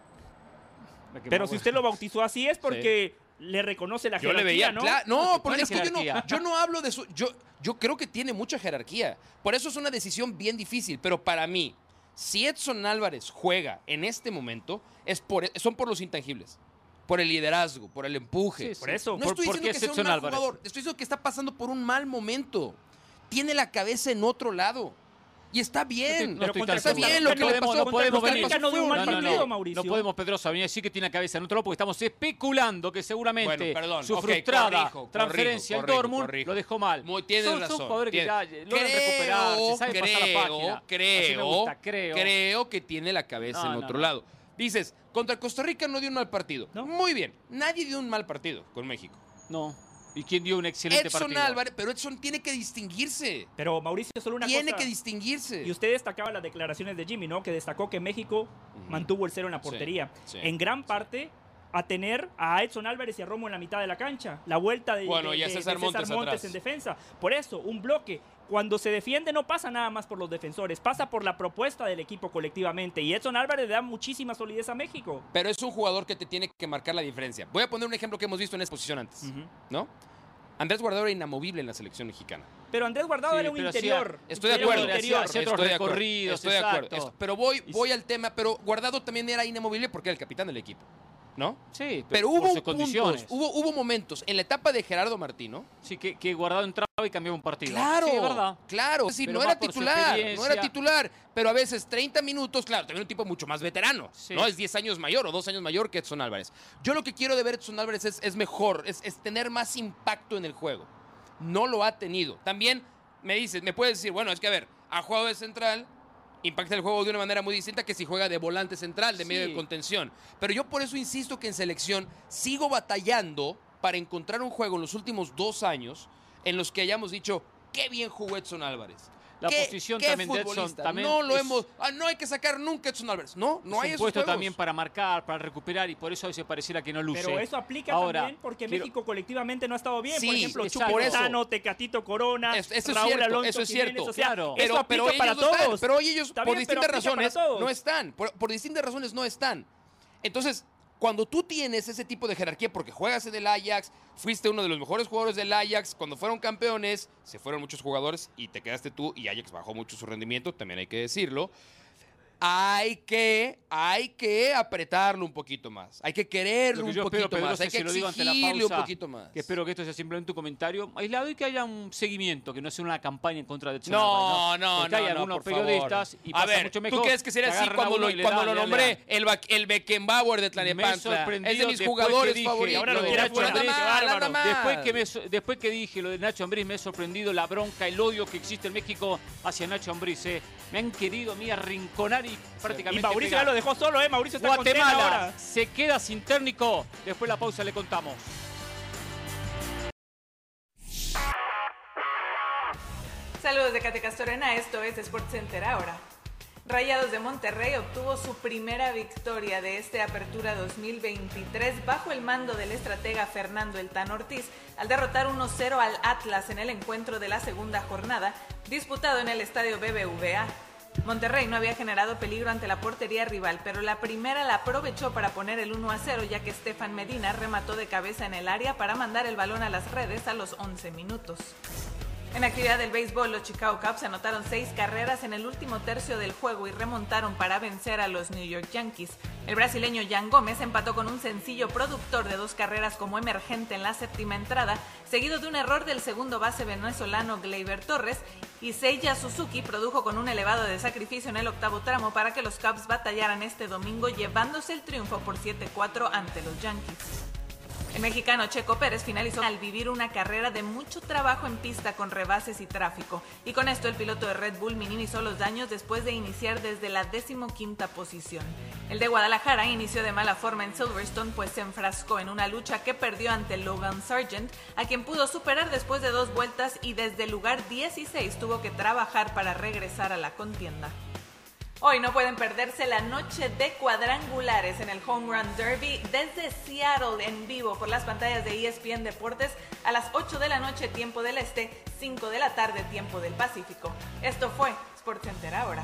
Pero si usted lo bautizó así es porque le reconoce la Yo jerarquía, le veía, ¿no? cla- no, ¿Cuál porque es es que yo no, jerarquía? yo no hablo de su, yo, yo creo que tiene mucha jerarquía. Por eso es una decisión bien difícil, pero para mí, si Edson Álvarez juega en este momento, es por, son por los intangibles. Por el liderazgo, por el empuje. Sí, Por eso. No ¿Por- estoy por diciendo qué que es sea un Edson mal Álvarez? jugador, estoy diciendo que está pasando por un mal momento. Tiene la cabeza en otro lado. Y está bien. No Pero estoy contra tan está seguro. bien Costa lo Rica que le no pasó. no podemos Costa venir. Rica no dio un mal No, no, partido, no. Mauricio. No podemos, Pedrosa, venir a decir que tiene la cabeza en otro lado porque estamos especulando que seguramente Bueno, perdón. su Ok, frustrada corrijo, transferencia corrijo, al Dortmund corrijo. lo dejó mal. Muy, tienes son, razón. Son jugadores que tienes- ya logran recuperarse, saben pasar la página. creo, Así me creo, gusta, creo. creo que tiene la cabeza No, en no, otro no. lado. Dices, contra Costa Rica no dio un mal partido. ¿No? Muy bien. Nadie dio un mal partido con México. No. ¿Y quién dio un excelente Edson partido? Álvarez, pero Edson tiene que distinguirse. Pero Mauricio, solo una Tiene cosa. que distinguirse. Y usted destacaba las declaraciones de Jimmy, ¿no? Que destacó que México Ujú. mantuvo el cero en la Sí, portería. sí, en gran sí. parte a tener a Edson Álvarez y a Romo en la mitad de la cancha. La vuelta de, Bueno, de- y a de- César de Montes atrás. en defensa. Por eso, un bloque. Cuando se defiende no pasa nada más por los defensores, pasa por la propuesta del equipo colectivamente. Y Edson Álvarez le da muchísima solidez a México. Pero es un jugador que te tiene que marcar la diferencia. Voy a poner un ejemplo que hemos visto en esta posición antes, Ujú. ¿no? Andrés Guardado era inamovible en la selección mexicana. Pero Andrés Guardado Sí, era un pero hacía- interior. Estoy de Era un acuerdo. interior. Hacía otros Estoy de acuerdo, recorridos, Estoy de acuerdo. exacto. Est- Pero voy, Y voy al tema, pero Guardado también era inamovible porque era el capitán del equipo, ¿no? Sí, Pero por hubo sus puntos, condiciones. hubo, hubo momentos en la etapa de Gerardo Martino. Sí, que, que Guardado entraba y cambiaba un partido. Claro, Sí, es verdad. claro. Es decir, Pero no más era por su titular, no era experiencia. titular. Pero a veces treinta minutos, claro, también un tipo mucho más veterano, Sí. ¿no? Es diez años mayor o dos años mayor que Edson Álvarez. Yo lo que quiero de ver Edson Álvarez es, es mejor, es, es tener más impacto en el juego. No lo ha tenido. También me dices, me puedes decir, bueno, es que a ver, ha jugado de central, impacta el juego de una manera muy distinta que si juega de volante central, de Sí. medio de contención. Pero yo por eso insisto que en selección sigo batallando para encontrar un juego en los últimos dos años en los que hayamos dicho, qué bien jugó Edson Álvarez. La ¿Qué- posición qué también de Edson futbolista? también no lo es- hemos, ah, no hay que sacar nunca a Edson Álvarez. No, no es hay un esos puesto juegos. también para marcar, para recuperar y por eso a veces pareciera que no luce. Pero eso aplica Ahora, también porque quiero- México colectivamente no ha estado bien. Sí, por ejemplo, exacto. Chucky Por eso. Lozano, Tecatito Corona, Es- eso es Raúl cierto, Alonso eso es Jiménez, cierto. o sea, Claro. eso Pero, aplica pero ellos para no están, todos. pero ellos Está por bien, pero distintas aplica para razones todos. no están. Por, por distintas razones no están. Entonces, cuando tú tienes ese tipo de jerarquía, porque juegas en el Ajax, fuiste uno de los mejores jugadores del Ajax, cuando fueron campeones, se fueron muchos jugadores y te quedaste tú y Ajax bajó mucho su rendimiento, también hay que decirlo. hay que, hay que apretarlo un poquito más. Hay que quererlo Lo que un yo poquito espero, Pedro, más. Hay se que lo digo ante la exigirle pausa, un poquito más. que espero que esto sea simplemente un comentario aislado y que haya un seguimiento, que no sea una campaña en contra de Edson No, Álvarez, no, Porque no, hay no, algunos por periodistas favor. y A pasa ver, mucho mejor. ¿tú crees que sería que así agarran a cuando uno lo, y le cuando dan, lo le dan, nombré? le dan? El, Ba- el Beckenbauer de Me he Tlalnepantla. sorprendido Es de mis después que jugadores dije, favoritos. ahora lo de Anda Nacho Ambriz, mal, anda Álvaro. mal. Después que, me, después que dije lo de Nacho Ambriz, me he sorprendido la bronca, el odio que existe en México hacia Nacho Ambriz. Eh. Me han querido a mí arrinconar y prácticamente Y Mauricio pegar. ya lo dejó solo, ¿eh? Mauricio está contento Guatemala ahora. se queda sin técnico. Después de la pausa le contamos. Saludos de Cate Castorena, esto es SportsCenter ahora. Rayados de Monterrey obtuvo su primera victoria de este Apertura dos mil veintitrés bajo el mando del estratega Fernando El Tan Ortiz al derrotar uno cero al Atlas en el encuentro de la segunda jornada disputado en el estadio B B V A. Monterrey no había generado peligro ante la portería rival, pero la primera la aprovechó para poner el uno a cero, ya que Stefan Medina remató de cabeza en el área para mandar el balón a las redes a los once minutos. En actividad del béisbol, los Chicago Cubs anotaron seis carreras en el último tercio del juego y remontaron para vencer a los New York Yankees. El brasileño Yan Gómez empató con un sencillo productor de dos carreras como emergente en la séptima entrada, seguido de un error del segundo base venezolano Gleyber Torres, y Seiya Suzuki produjo con un elevado de sacrificio en el octavo tramo para que los Cubs batallaran este domingo, llevándose el triunfo por siete cuatro ante los Yankees. El mexicano Checo Pérez finalizó al vivir una carrera de mucho trabajo en pista con rebases y tráfico, y con esto el piloto de Red Bull minimizó los daños después de iniciar desde la decimoquinta posición. El de Guadalajara inició de mala forma en Silverstone, pues se enfrascó en una lucha que perdió ante Logan Sargent, a quien pudo superar después de dos vueltas y desde el lugar dieciséis tuvo que trabajar para regresar a la contienda. Hoy no pueden perderse la noche de cuadrangulares en el Home Run Derby desde Seattle en vivo por las pantallas de E S P N Deportes a las ocho de la noche tiempo del Este, cinco de la tarde tiempo del Pacífico. Esto fue SportsCenter ahora.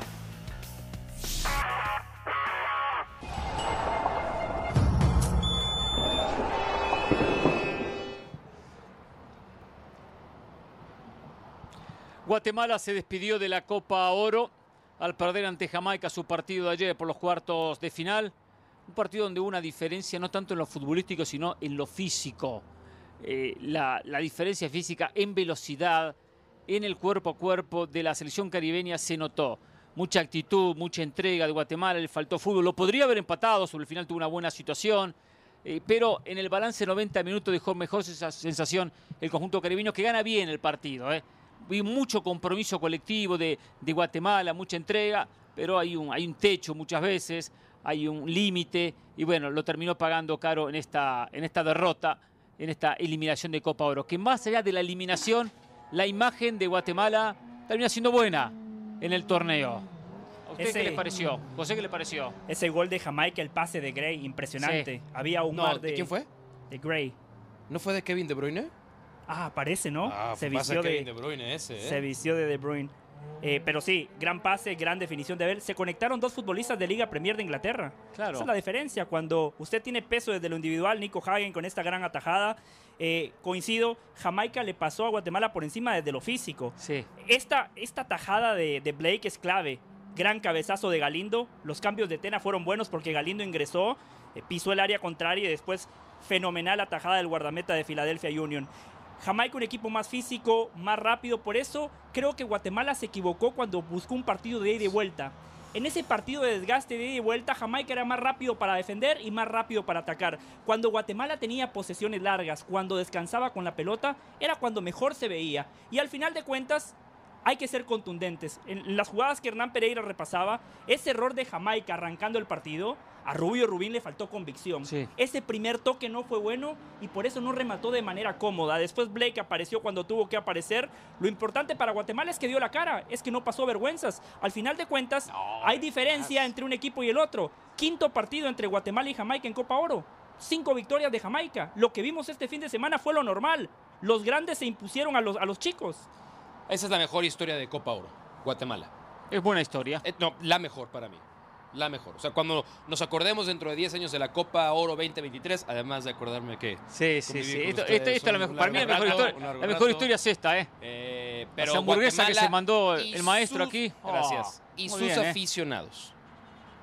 Guatemala se despidió de la Copa Oro al perder ante Jamaica su partido de ayer por los cuartos de final. Un partido donde hubo una diferencia no tanto en lo futbolístico, sino en lo físico. Eh, la, la diferencia física en velocidad, en el cuerpo a cuerpo de la selección caribeña se notó. Mucha actitud, mucha entrega de Guatemala, le faltó fútbol. Lo podría haber empatado, sobre el final tuvo una buena situación. Eh, pero en el balance noventa minutos dejó mejor esa sensación el conjunto caribeño, que gana bien el partido, ¿eh? Vi mucho compromiso colectivo de, de Guatemala, mucha entrega, pero hay un, hay un techo muchas veces, hay un límite, y bueno, lo terminó pagando caro en esta, en esta derrota, en esta eliminación de Copa Oro. Que más allá de la eliminación, la imagen de Guatemala termina siendo buena en el torneo. ¿A usted Ese- qué le pareció? José, ¿qué le pareció? Ese gol de Jamaica, el pase de Gray, impresionante. Sí. Había un No, mar de... ¿de quién fue? De Gray. ¿No fue de Kevin De Bruyne? Ah, parece, ¿no? Ah, se, pasa vistió Kevin de, De Bruyne ese, ¿eh? se vistió de De Bruyne. Eh, pero sí, gran pase, gran definición de Abel. Se conectaron dos futbolistas de Liga Premier de Inglaterra. Claro. Esa es la diferencia. Cuando usted tiene peso desde lo individual, Nico Hagen con esta gran atajada, eh, coincido, Jamaica le pasó a Guatemala por encima desde lo físico. Sí. Esta, esta tajada de, de Blake es clave. Gran cabezazo de Galindo. Los cambios de Tena fueron buenos porque Galindo ingresó, eh, pisó el área contraria y después fenomenal atajada del guardameta de Philadelphia Union. Jamaica un equipo más físico, más rápido. Por eso creo que Guatemala se equivocó cuando buscó un partido de ida y vuelta. En ese partido de desgaste de ida y vuelta, Jamaica era más rápido para defender y más rápido para atacar. Cuando Guatemala tenía posesiones largas, cuando descansaba con la pelota, era cuando mejor se veía. Y al final de cuentas, hay que ser contundentes. En las jugadas que Hernán Pereira repasaba, ese error de Jamaica arrancando el partido, a Rubio Rubín le faltó convicción. Sí. Ese primer toque no fue bueno y por eso no remató de manera cómoda. Después Blake apareció cuando tuvo que aparecer. Lo importante para Guatemala es que dio la cara, es que no pasó vergüenzas. Al final de cuentas, No, hay diferencia entre un equipo y el otro. Quinto partido entre Guatemala y Jamaica en Copa Oro. Cinco victorias de Jamaica. Lo que vimos este fin de semana fue lo normal. Los grandes se impusieron a los, a los chicos. Esa es la mejor historia de Copa Oro, Guatemala. Es buena historia. Eh, no, la mejor para mí. La mejor. O sea, cuando nos acordemos dentro de diez años de la Copa Oro veinte veintitrés, además de acordarme que... Sí, sí, convivir sí. con Esto, ustedes esto- esto es la un mejor. Para mí la largo mejor, rato, historia, un largo la mejor rato. historia es esta, ¿eh? Eh, Esa pero hamburguesa que Guatemala se mandó el y maestro sus- aquí. Gracias. Oh, y muy sus bien, ¿eh? aficionados.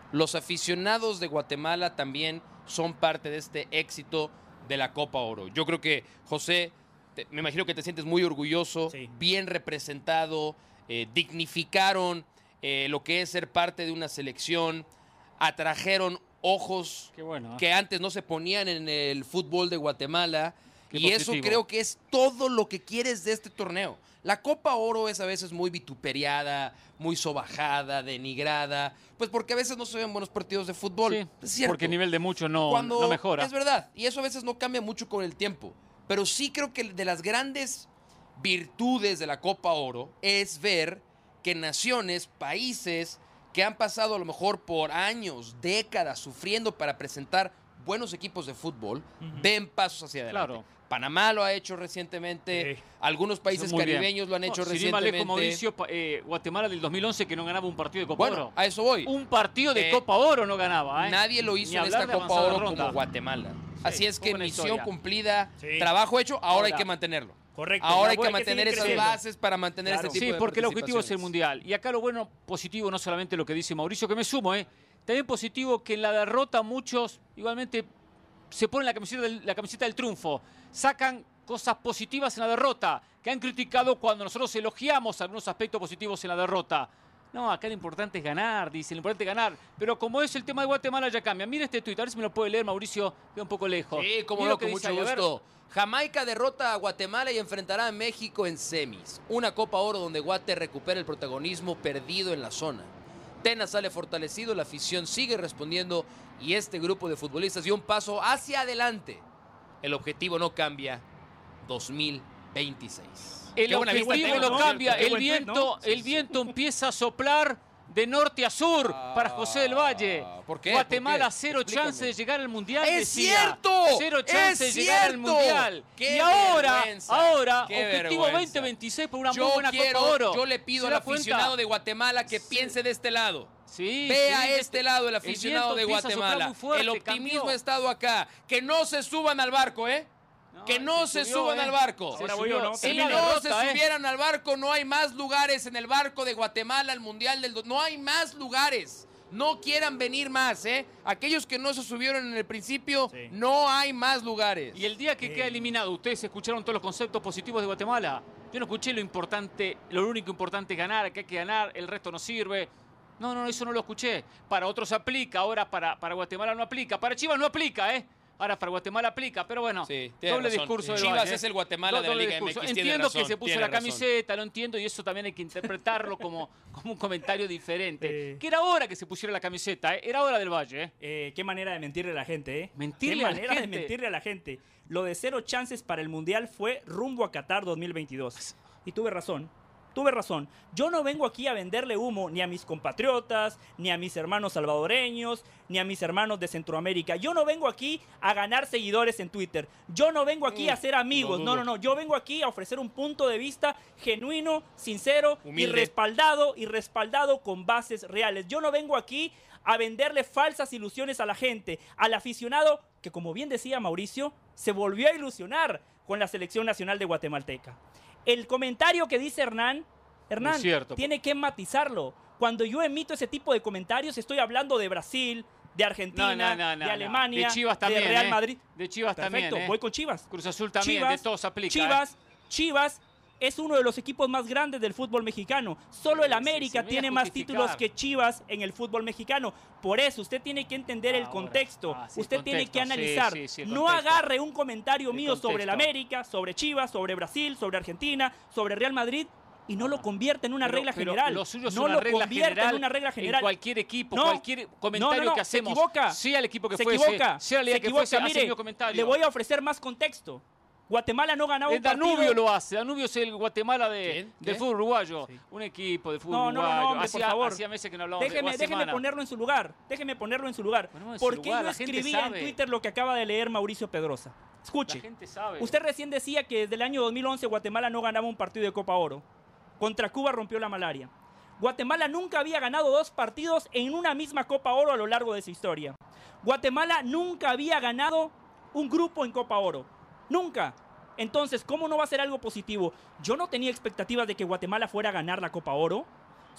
Los aficionados de Guatemala también son parte de este éxito de la Copa Oro. Yo creo que, José, te, me imagino que te sientes muy orgulloso, Sí. bien representado, eh, dignificaron eh, lo que es ser parte de una selección, atrajeron ojos Qué bueno. ¿eh? que antes no se ponían en el fútbol de Guatemala. Qué y eso positivo. creo que es todo lo que quieres de este torneo. La Copa Oro es a veces muy vituperiada, muy sobajada, denigrada, pues porque a veces no se ven buenos partidos de fútbol. Sí, Es cierto. porque el nivel de muchos no, Cuando no mejora. Es verdad, y eso a veces no cambia mucho con el tiempo. Pero sí creo que de las grandes virtudes de la Copa Oro es ver que naciones, países que han pasado a lo mejor por años, décadas sufriendo para presentar buenos equipos de fútbol, Ujú. ven pasos hacia adelante. Claro. Panamá lo ha hecho recientemente, Sí. algunos países Eso muy bien. caribeños lo han hecho No, sin ir más lejos, recientemente. Mauricio, pa- eh, Guatemala del dos mil once que no ganaba un partido de Copa Bueno, Oro. a eso voy. Un partido de Eh, Copa Oro no ganaba. ¿eh? Nadie lo Ni hizo en hablar esta de Copa avanzada Oro ronda. como Guatemala. Así es fue que buena misión historia. cumplida, Sí. trabajo hecho, ahora, hay Ahora. que mantenerlo. Correcto. Ahora hay Ahora que mantener seguir esas creciendo. bases para mantener Claro. este tipo Sí, de porque el objetivo es el participaciones. Mundial. Y acá lo bueno, positivo, no solamente lo que dice Mauricio, que me sumo, ¿eh? También positivo que en la derrota muchos igualmente se ponen la camiseta del, la camiseta del triunfo. Sacan cosas positivas en la derrota, que han criticado cuando nosotros elogiamos algunos aspectos positivos en la derrota. No, acá lo importante es ganar, dice, lo importante es ganar. Pero como es el tema de Guatemala, ya cambia. Mira este tuit, a ver si me lo puede leer, Mauricio, queda un poco lejos. Sí, como Mira no, lo que con dice mucho ahí, a ver. gusto. Jamaica derrota a Guatemala y enfrentará a México en semis. Una Copa Oro donde Guate recupera el protagonismo perdido en la zona. Tena sale fortalecido, la afición sigue respondiendo y este grupo de futbolistas dio un paso hacia adelante. El objetivo no cambia. dos mil veintiséis. El Qué buena vista objetivo tengo, no ¿no? cambia, Qué el buen tuit, viento, ¿no? el viento empieza a soplar de norte a sur para José del Valle. ¿Por qué? Guatemala ¿Por qué? cero Explícame. chance de llegar al mundial. ¡Es decía. cierto! Cero chance ¡Es de llegar al cierto! mundial. ¡Qué Y ahora, vergüenza! ahora, ¡Qué objetivo vergüenza! veinte veintiséis por una Yo muy buena quiero, Copa Oro. yo le pido ¿Se al da cuenta? aficionado de Guatemala que piense de este lado. Sí, Ve sí, a este- este lado el el aficionado de viento empieza a soplar Guatemala. muy fuerte, El optimismo cambió. ha estado acá. Que no se suban al barco, ¿eh? No, que no se, subió, suban ¿eh? al barco. Se Ahora voy subió. yo, ¿no? Si En la no derrota, se ¿eh? subieran al barco, no hay más lugares en el barco de Guatemala al Mundial del... do- No hay más lugares. No quieran venir más, ¿eh? Aquellos que no se subieron en el principio, Sí. no hay más lugares. Y el día que Eh. queda eliminado, ustedes escucharon todos los conceptos positivos de Guatemala. Yo no escuché lo importante, lo único importante es ganar, que hay que ganar, el resto no sirve. No, no, eso no lo escuché. Para otros aplica, ahora para, para Guatemala no aplica. Para Chivas no aplica, ¿eh? Ahora para Guatemala aplica, pero bueno, Sí, tiene doble razón. discurso del Chivas Valle, es el Guatemala de la doble Liga discurso. M X, tiene Entiendo razón, que se puso tiene la razón. camiseta, lo entiendo, y eso también hay que interpretarlo como, como un comentario diferente. Eh. Que era hora que se pusiera la camiseta, ¿eh? Era hora del Valle, ¿eh? Eh, qué manera de mentirle a la gente, ¿eh? Mentirle qué a la manera de gente. mentirle a la gente. Lo de cero chances para el Mundial fue rumbo a Qatar dos mil veintidós. Y tuve razón. Tuve razón. Yo no vengo aquí a venderle humo ni a mis compatriotas, ni a mis hermanos salvadoreños, ni a mis hermanos de Centroamérica. Yo no vengo aquí a ganar seguidores en Twitter. Yo no vengo aquí a ser amigos. lo No, dudo. no, no. Yo vengo aquí a ofrecer un punto de vista genuino, sincero y Humilde. respaldado y respaldado con bases reales. Yo no vengo aquí a venderle falsas ilusiones a la gente, al aficionado que, como bien decía Mauricio, se volvió a ilusionar con la selección nacional de guatemalteca. El comentario que dice Hernán, Hernán, Muy cierto. tiene que matizarlo. Cuando yo emito ese tipo de comentarios, estoy hablando de Brasil, de Argentina, No, no, no, no, de no. Alemania, De Chivas también, de Real ¿eh? Madrid. De Chivas Perfecto, también, ¿eh? voy con Chivas. Cruz Azul también, Chivas, de todos aplica. Chivas, Chivas es uno de los equipos más grandes del fútbol mexicano. Solo el Sí, América sí, sí, tiene voy a más justificar. títulos que Chivas en el fútbol mexicano. Por eso usted tiene que entender el Ahora, contexto. ah, sí, usted el tiene que contexto, sí, analizar. sí, sí, el no contexto. agarre un comentario El mío sobre el contexto. América, sobre Chivas, sobre Brasil, sobre Argentina, sobre Real Madrid y no lo convierta en una Pero- regla pero general. Lo suyo es no una lo regla convierta general en una regla general. En cualquier equipo, No, cualquier comentario no, no, no, que se hacemos. equivoca. Sea el equipo que se fuese, equivoca, sea la liga se que equivoca. fuese, hace el Mire, mismo comentario. le voy a ofrecer más contexto. Guatemala no ganaba El un partido. Danubio lo hace. Danubio es el Guatemala de, ¿Quién? del ¿Qué? fútbol uruguayo. Sí. Un equipo de fútbol No, no, no, uruguayo. no, hombre, hacía, por favor. hacía meses que no hablábamos Déjeme, de déjeme semana. ponerlo en su lugar. Déjeme ponerlo en su lugar. Ponemos en ¿Por su qué lugar, yo la gente escribía en sabe. Twitter lo que acaba de leer Mauricio Pedrosa? Escuche. La gente sabe. Usted recién decía que desde el año dos mil once Guatemala no ganaba un partido de Copa Oro. Contra Cuba rompió la malaria. Guatemala nunca había ganado dos partidos en una misma Copa Oro a lo largo de su historia. Guatemala nunca había ganado un grupo en Copa Oro. Nunca. Entonces, ¿cómo no va a ser algo positivo? Yo no tenía expectativas de que Guatemala fuera a ganar la Copa Oro.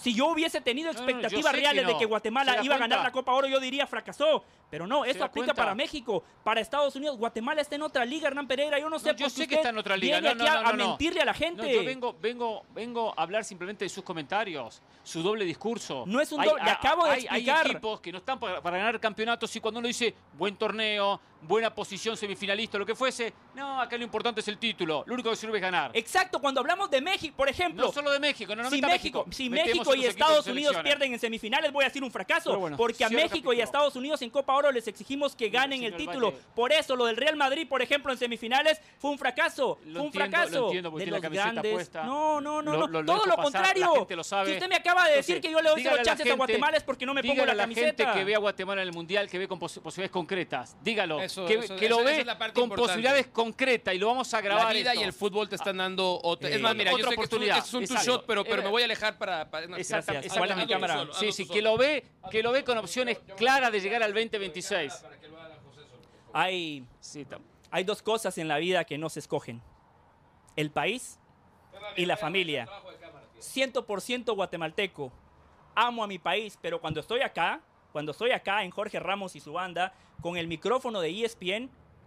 Si yo hubiese tenido No, no, expectativas yo sé que reales de no. que ¿Se Guatemala da iba a ganar cuenta? la Copa Oro, yo diría fracasó. Pero no, eso da aplica cuenta? para México, para Estados Unidos. Guatemala está en otra liga, Hernán Pereira. Yo no sé No, yo por qué sé que usted está en otra liga. viene No, aquí no, a- no, a no. mentirle a la gente. No, yo vengo, vengo, vengo a hablar simplemente de sus comentarios, su doble discurso. No es un doble, le acabo de hay, explicar. Hay equipos que no están para, para ganar campeonatos y cuando uno dice buen torneo, buena posición semifinalista, lo que fuese, no, acá lo importante es el título. Lo único que sirve es ganar. Exacto, cuando hablamos de México, por ejemplo. No solo de México, no, no si meta México, México. si Metemos México a y los equipos Estados de Unidos selecciones. pierden en semifinales, voy a decir un fracaso. Pero bueno, porque a cierra México y a capítulo. Estados Unidos en Copa Oro les exigimos que ganen señor el título. Valle. Por eso lo del Real Madrid, por ejemplo, en semifinales fue un fracaso. Lo fue un entiendo, fracaso. lo entiendo, porque de tiene los la camiseta grandes. puesta. No, no, no, Lo- no. lo Todo dejo lo pasar, contrario. la gente lo sabe. Si usted me acaba de decir Entonces, que yo le doy dígale cero a la chances a gente- Guatemala es porque no me pongo dígale la a la camiseta. gente que ve a Guatemala en el Mundial, que ve con pos- posibilidades concretas. Dígalo. Eso- que eso- que eso- lo esa ve es la parte con importante. posibilidades concretas y lo vamos a grabar. La vida esto. y el fútbol te están dando otra. Eh, es más, mira, otra yo sé que esto- oportunidad. esto es un two Exacto. shot, pero, pero Eh, me voy a alejar para. para no, Exacta- gracias. ¿Cuál es mi Hazlo cámara? solo, Sí, hazlo sí, solo. que lo ve, que lo ve con opciones claras de llegar al veinte veintiséis. Hay, Sí, tam- hay dos cosas en la vida que no se escogen. El país y la familia. cien por ciento guatemalteco. Amo a mi país, pero cuando estoy acá, cuando estoy acá en Jorge Ramos y su banda, con el micrófono de E S P N,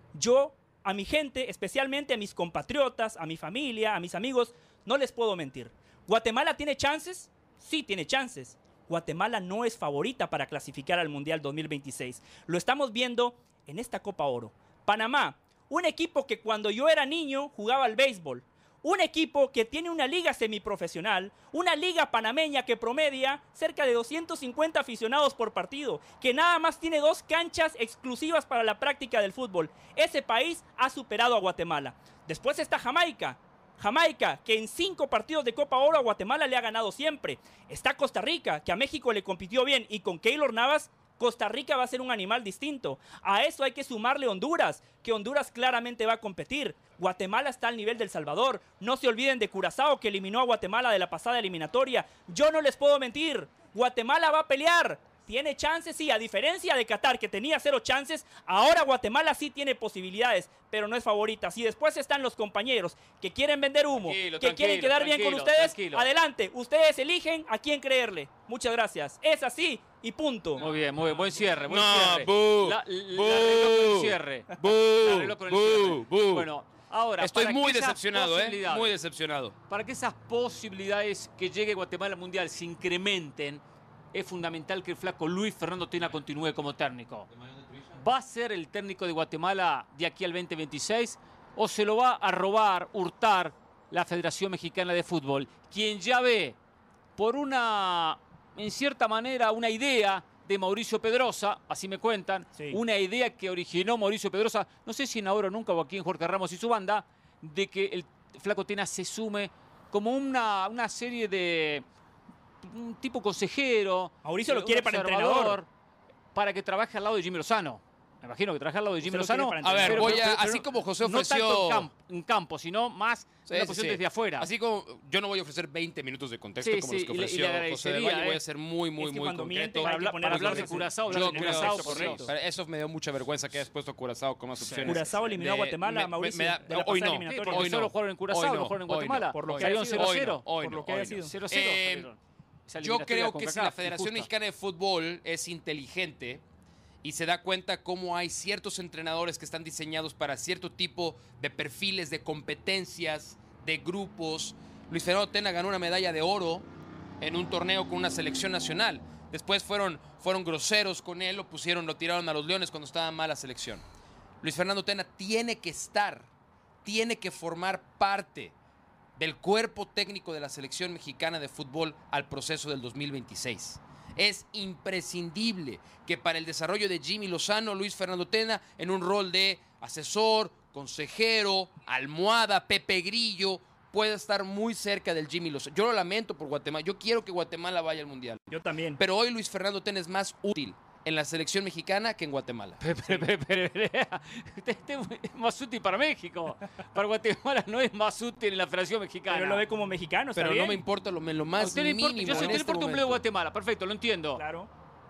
yo a mi gente, especialmente a mis compatriotas, a mi familia, a mis amigos, no les puedo mentir. ¿Guatemala tiene chances? Sí, tiene chances. Guatemala no es favorita para clasificar al Mundial dos mil veintiséis. Lo estamos viendo en esta Copa Oro. Panamá, un equipo que cuando yo era niño jugaba al béisbol. Un equipo que tiene una liga semiprofesional, una liga panameña que promedia cerca de doscientos cincuenta aficionados por partido, que nada más tiene dos canchas exclusivas para la práctica del fútbol. Ese país ha superado a Guatemala. Después está Jamaica. Jamaica, que en cinco partidos de Copa Oro a Guatemala le ha ganado siempre. Está Costa Rica, que a México le compitió bien, y con Keylor Navas, Costa Rica va a ser un animal distinto. A eso hay que sumarle Honduras, que Honduras claramente va a competir. Guatemala está al nivel del Salvador. No se olviden de Curazao, que eliminó a Guatemala de la pasada eliminatoria. Yo no les puedo mentir. Guatemala va a pelear. Tiene chances, sí, a diferencia de Qatar, que tenía cero chances, ahora Guatemala sí tiene posibilidades, pero no es favorita. Si después están los compañeros que quieren vender humo, Tranquilo, que quieren tranquilo, quedar bien con tranquilo, ustedes, tranquilo. adelante, ustedes eligen a quién creerle. Muchas gracias. Es así y punto. Muy bien, muy bien. Buen cierre, buen No, cierre. bu, la, la bu, arregló con el cierre. bu, La arregló con el bu, cierre. bu. Bueno, ahora, Estoy para muy que esas decepcionado, ¿eh? posibilidades- Muy decepcionado. Para que esas posibilidades que llegue Guatemala al Mundial se incrementen, es fundamental que el flaco Luis Fernando Tena continúe como técnico. ¿Va a ser el técnico de Guatemala de aquí al veinte veintiséis o se lo va a robar, hurtar la Federación Mexicana de Fútbol, quien ya ve por una, en cierta manera, una idea de Mauricio Pedrosa, así me cuentan, Sí. una idea que originó Mauricio Pedrosa, no sé si en Ahora o Nunca o aquí en Jorge Ramos y su banda, de que el flaco Tena se sume como una, una serie de un tipo consejero. Mauricio lo un quiere para observador, entrenador. para que trabaje al lado de Jimmy Lozano. Me imagino que trabaje al lado de Jimmy Usted lo Lozano. quiere para A ver, pero- voy pero- a. pero Así no- como José no ofreció. tanto en, camp- en campo, sino más Sí, una sí, posición sí. desde afuera. Así como yo no voy a ofrecer veinte minutos de contexto Sí, como sí, los que y le- y ofreció le José del agradecería, Valle, voy ¿eh? a ser muy, muy, Es que muy cuando concreto. miente, para, hay que hablar, poner para las hablar de cosas en- Curazao, hablar Yo de creo Curazao, que sí. correcto. Para Eso me dio mucha vergüenza que hayas puesto a Curazao como más opciones. Curazao eliminó a De- Guatemala, me- Mauricio, me da- de la hoy pasada no, eliminatoria. porque hoy solo no, jugaron en Curazao, hoy no no, jugaron en hoy Guatemala. no, Por lo que Salieron haya sido. cero hoy no, cero. hoy por no, lo que hoy haya no. sido. cero cero Eh, salieron. Esa Yo eliminatoria creo con que si CACAF, la Federación injusta. Mexicana de Fútbol es inteligente y se da cuenta cómo hay ciertos entrenadores que están diseñados para cierto tipo de perfiles, de competencias, de grupos. Luis Fernando Tena ganó una medalla de oro en un torneo con una selección nacional. Después fueron, fueron groseros con él, lo pusieron, lo tiraron a los Leones cuando estaba mal la selección. Luis Fernando Tena tiene que estar, tiene que formar parte del cuerpo técnico de la selección mexicana de fútbol al proceso del dos mil veintiséis. Es imprescindible que para el desarrollo de Jimmy Lozano, Luis Fernando Tena, en un rol de asesor, consejero, almohada, Pepe Grillo, pueda estar muy cerca del Jimmy Lozano. Yo lo lamento por Guatemala, yo quiero que Guatemala vaya al Mundial. Yo también. Pero hoy Luis Fernando Tena es más útil en la selección mexicana que en Guatemala. Pero, pero, pero, pero, este, este es más útil para México. Para Guatemala no es más útil en la Federación Mexicana. Pero él lo ve como mexicano, está Pero bien. no me importa lo, lo A más usted le importa, mínimo yo sé, en a usted le este importa un bledo momento. Guatemala, perfecto, lo entiendo. Claro.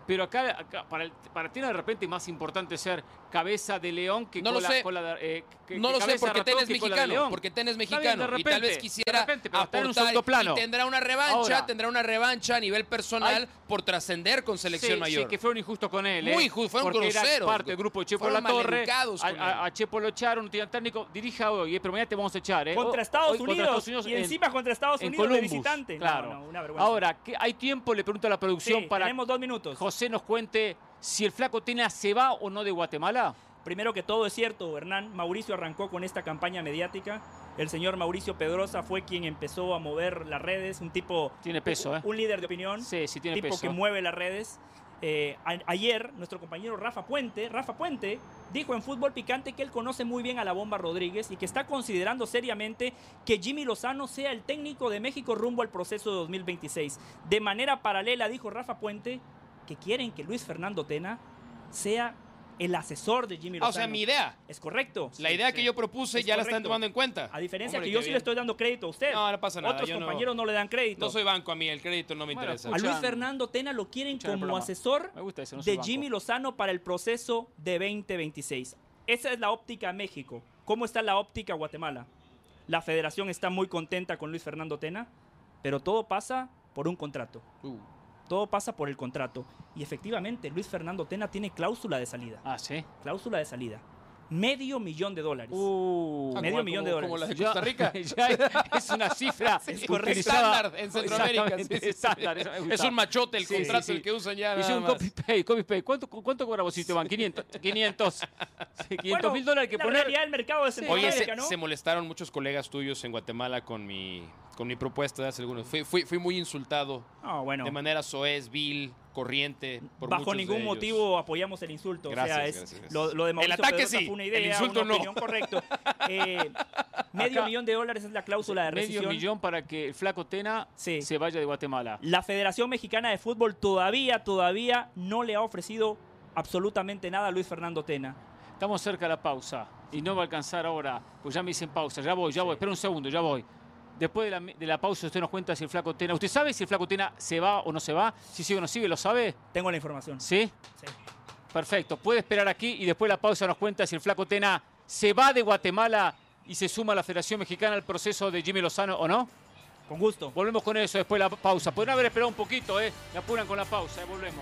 Pero acá, acá para, el, para Tena de repente es más importante ser cabeza de león que no cola, lo sé. cola de, eh, que, no que lo sé porque Tena es mexicano, porque Tena es mexicano repente, y tal vez quisiera repente, aportar en un plano. y tendrá una revancha, Ahora, tendrá una revancha a nivel personal hay, por trascender con selección sí, mayor. Sí, que fueron injustos con él. Muy eh, injustos, fueron porque groseros. Era parte del grupo de Chepo La Torre. A, a, a Chepo lo echaron, un tirán técnico, dirija hoy, eh, pero mañana te vamos a echar. Eh. Contra, Estados hoy, Unidos, contra Estados Unidos. Y en, encima contra Estados en Unidos Columbus, de visitante. Claro. No, no, una vergüenza. Ahora, ¿qué, ¿hay tiempo? Le pregunto a la producción sí, para tenemos dos minutos. José nos cuente si el Flaco Tena se va o no de Guatemala. Primero que todo es cierto, Hernán. Mauricio arrancó con esta campaña mediática. El señor Mauricio Pedrosa fue quien empezó a mover las redes. Un tipo... Tiene peso, un, ¿eh? Un líder de opinión. Sí, sí tiene tipo peso. que mueve las redes. Eh, a, ayer, nuestro compañero Rafa Puente, Rafa Puente dijo en Fútbol Picante que él conoce muy bien a la Bomba Rodríguez y que está considerando seriamente que Jimmy Lozano sea el técnico de México rumbo al proceso de dos mil veintiséis. De manera paralela, dijo Rafa Puente, que quieren que Luis Fernando Tena sea el asesor de Jimmy Lozano. Ah, o sea, mi idea. Es correcto. La idea sí, que sí. yo propuse es ya correcto. la están tomando en cuenta. A diferencia Hombre, que yo sí bien. le estoy dando crédito a usted. No, no pasa nada. Otros yo compañeros no, no le dan crédito. No soy banco a mí, el crédito no me bueno, interesa. A Luis Fernando Tena lo quieren Escuchan como asesor me gusta ese, no de Jimmy Lozano para el proceso de veinte veintiséis. Esa es la óptica México. ¿Cómo está la óptica Guatemala? La federación está muy contenta con Luis Fernando Tena, pero todo pasa por un contrato. Uh. Todo pasa por el contrato. Y efectivamente, Luis Fernando Tena tiene cláusula de salida. Ah, ¿sí? Cláusula de salida. Medio millón de dólares. Uh, Medio como, millón como, de dólares. Como la de Costa Rica. Ya, ya es una cifra es estándar en Centroamérica. Sí, sí, estándar, sí. es, es un machote el sí, contrato sí, sí. el que usan ya. Hice un copy-paste, copy-paste. ¿Cuánto, ¿Cuánto cobra vos, Esteban? quinientos. quinientos. quinientos mil dólares que la poner. realidad del mercado de Centroamérica, Oye, se, ¿no? se molestaron muchos colegas tuyos en Guatemala con mi, con mi propuesta de hace algunos. Fui, fui, fui muy insultado. Oh, bueno. De manera soez, vil, corriente. Por Bajo ningún de motivo apoyamos el insulto. Gracias, o sea, es gracias, gracias. Lo, lo de Mauricio el ataque Pedrosa sí, fue una idea, el insulto una no. opinión, correcto. Eh, medio Acá, millón de dólares es la cláusula de rescisión. Medio millón para que el Flaco Tena sí. se vaya de Guatemala. La Federación Mexicana de Fútbol todavía, todavía no le ha ofrecido absolutamente nada a Luis Fernando Tena. Estamos cerca de la pausa y no va a alcanzar ahora, pues ya me dicen pausa, ya voy, ya voy, espera un segundo, ya voy. Después de la, de la pausa usted nos cuenta si el Flaco Tena, ¿usted sabe si el Flaco Tena se va o no se va? Si sigue o no sigue, ¿lo sabe? Tengo la información. ¿Sí? Sí. Perfecto, puede esperar aquí y después de la pausa nos cuenta si el Flaco Tena se va de Guatemala y se suma a la Federación Mexicana al proceso de Jimmy Lozano o no. Con gusto. Volvemos con eso después de la pausa. Podrían haber esperado un poquito, ¿eh? Me apuran con la pausa, ¿eh? Volvemos.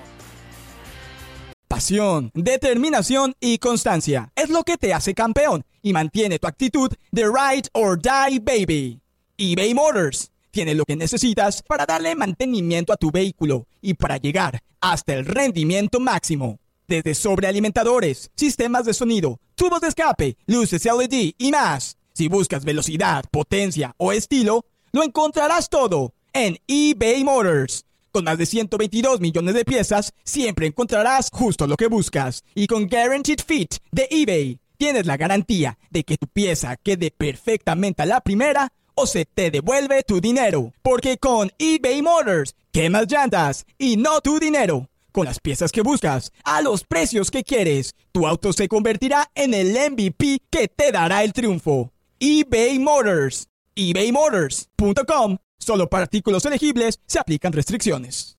Pasión, determinación y constancia es lo que te hace campeón y mantiene tu actitud de ride or die, baby. eBay Motors tiene lo que necesitas para darle mantenimiento a tu vehículo y para llegar hasta el rendimiento máximo. Desde sobrealimentadores, sistemas de sonido, tubos de escape, luces L E D y más. Si buscas velocidad, potencia o estilo, lo encontrarás todo en eBay Motors. Con más de ciento veintidós millones de piezas, siempre encontrarás justo lo que buscas. Y con Guaranteed Fit de eBay, tienes la garantía de que tu pieza quede perfectamente a la primera o se te devuelve tu dinero. Porque con eBay Motors, quemas llantas y no tu dinero. Con las piezas que buscas, a los precios que quieres, tu auto se convertirá en el M V P que te dará el triunfo. eBay Motors. ebay motors punto com. Solo para artículos elegibles se aplican restricciones.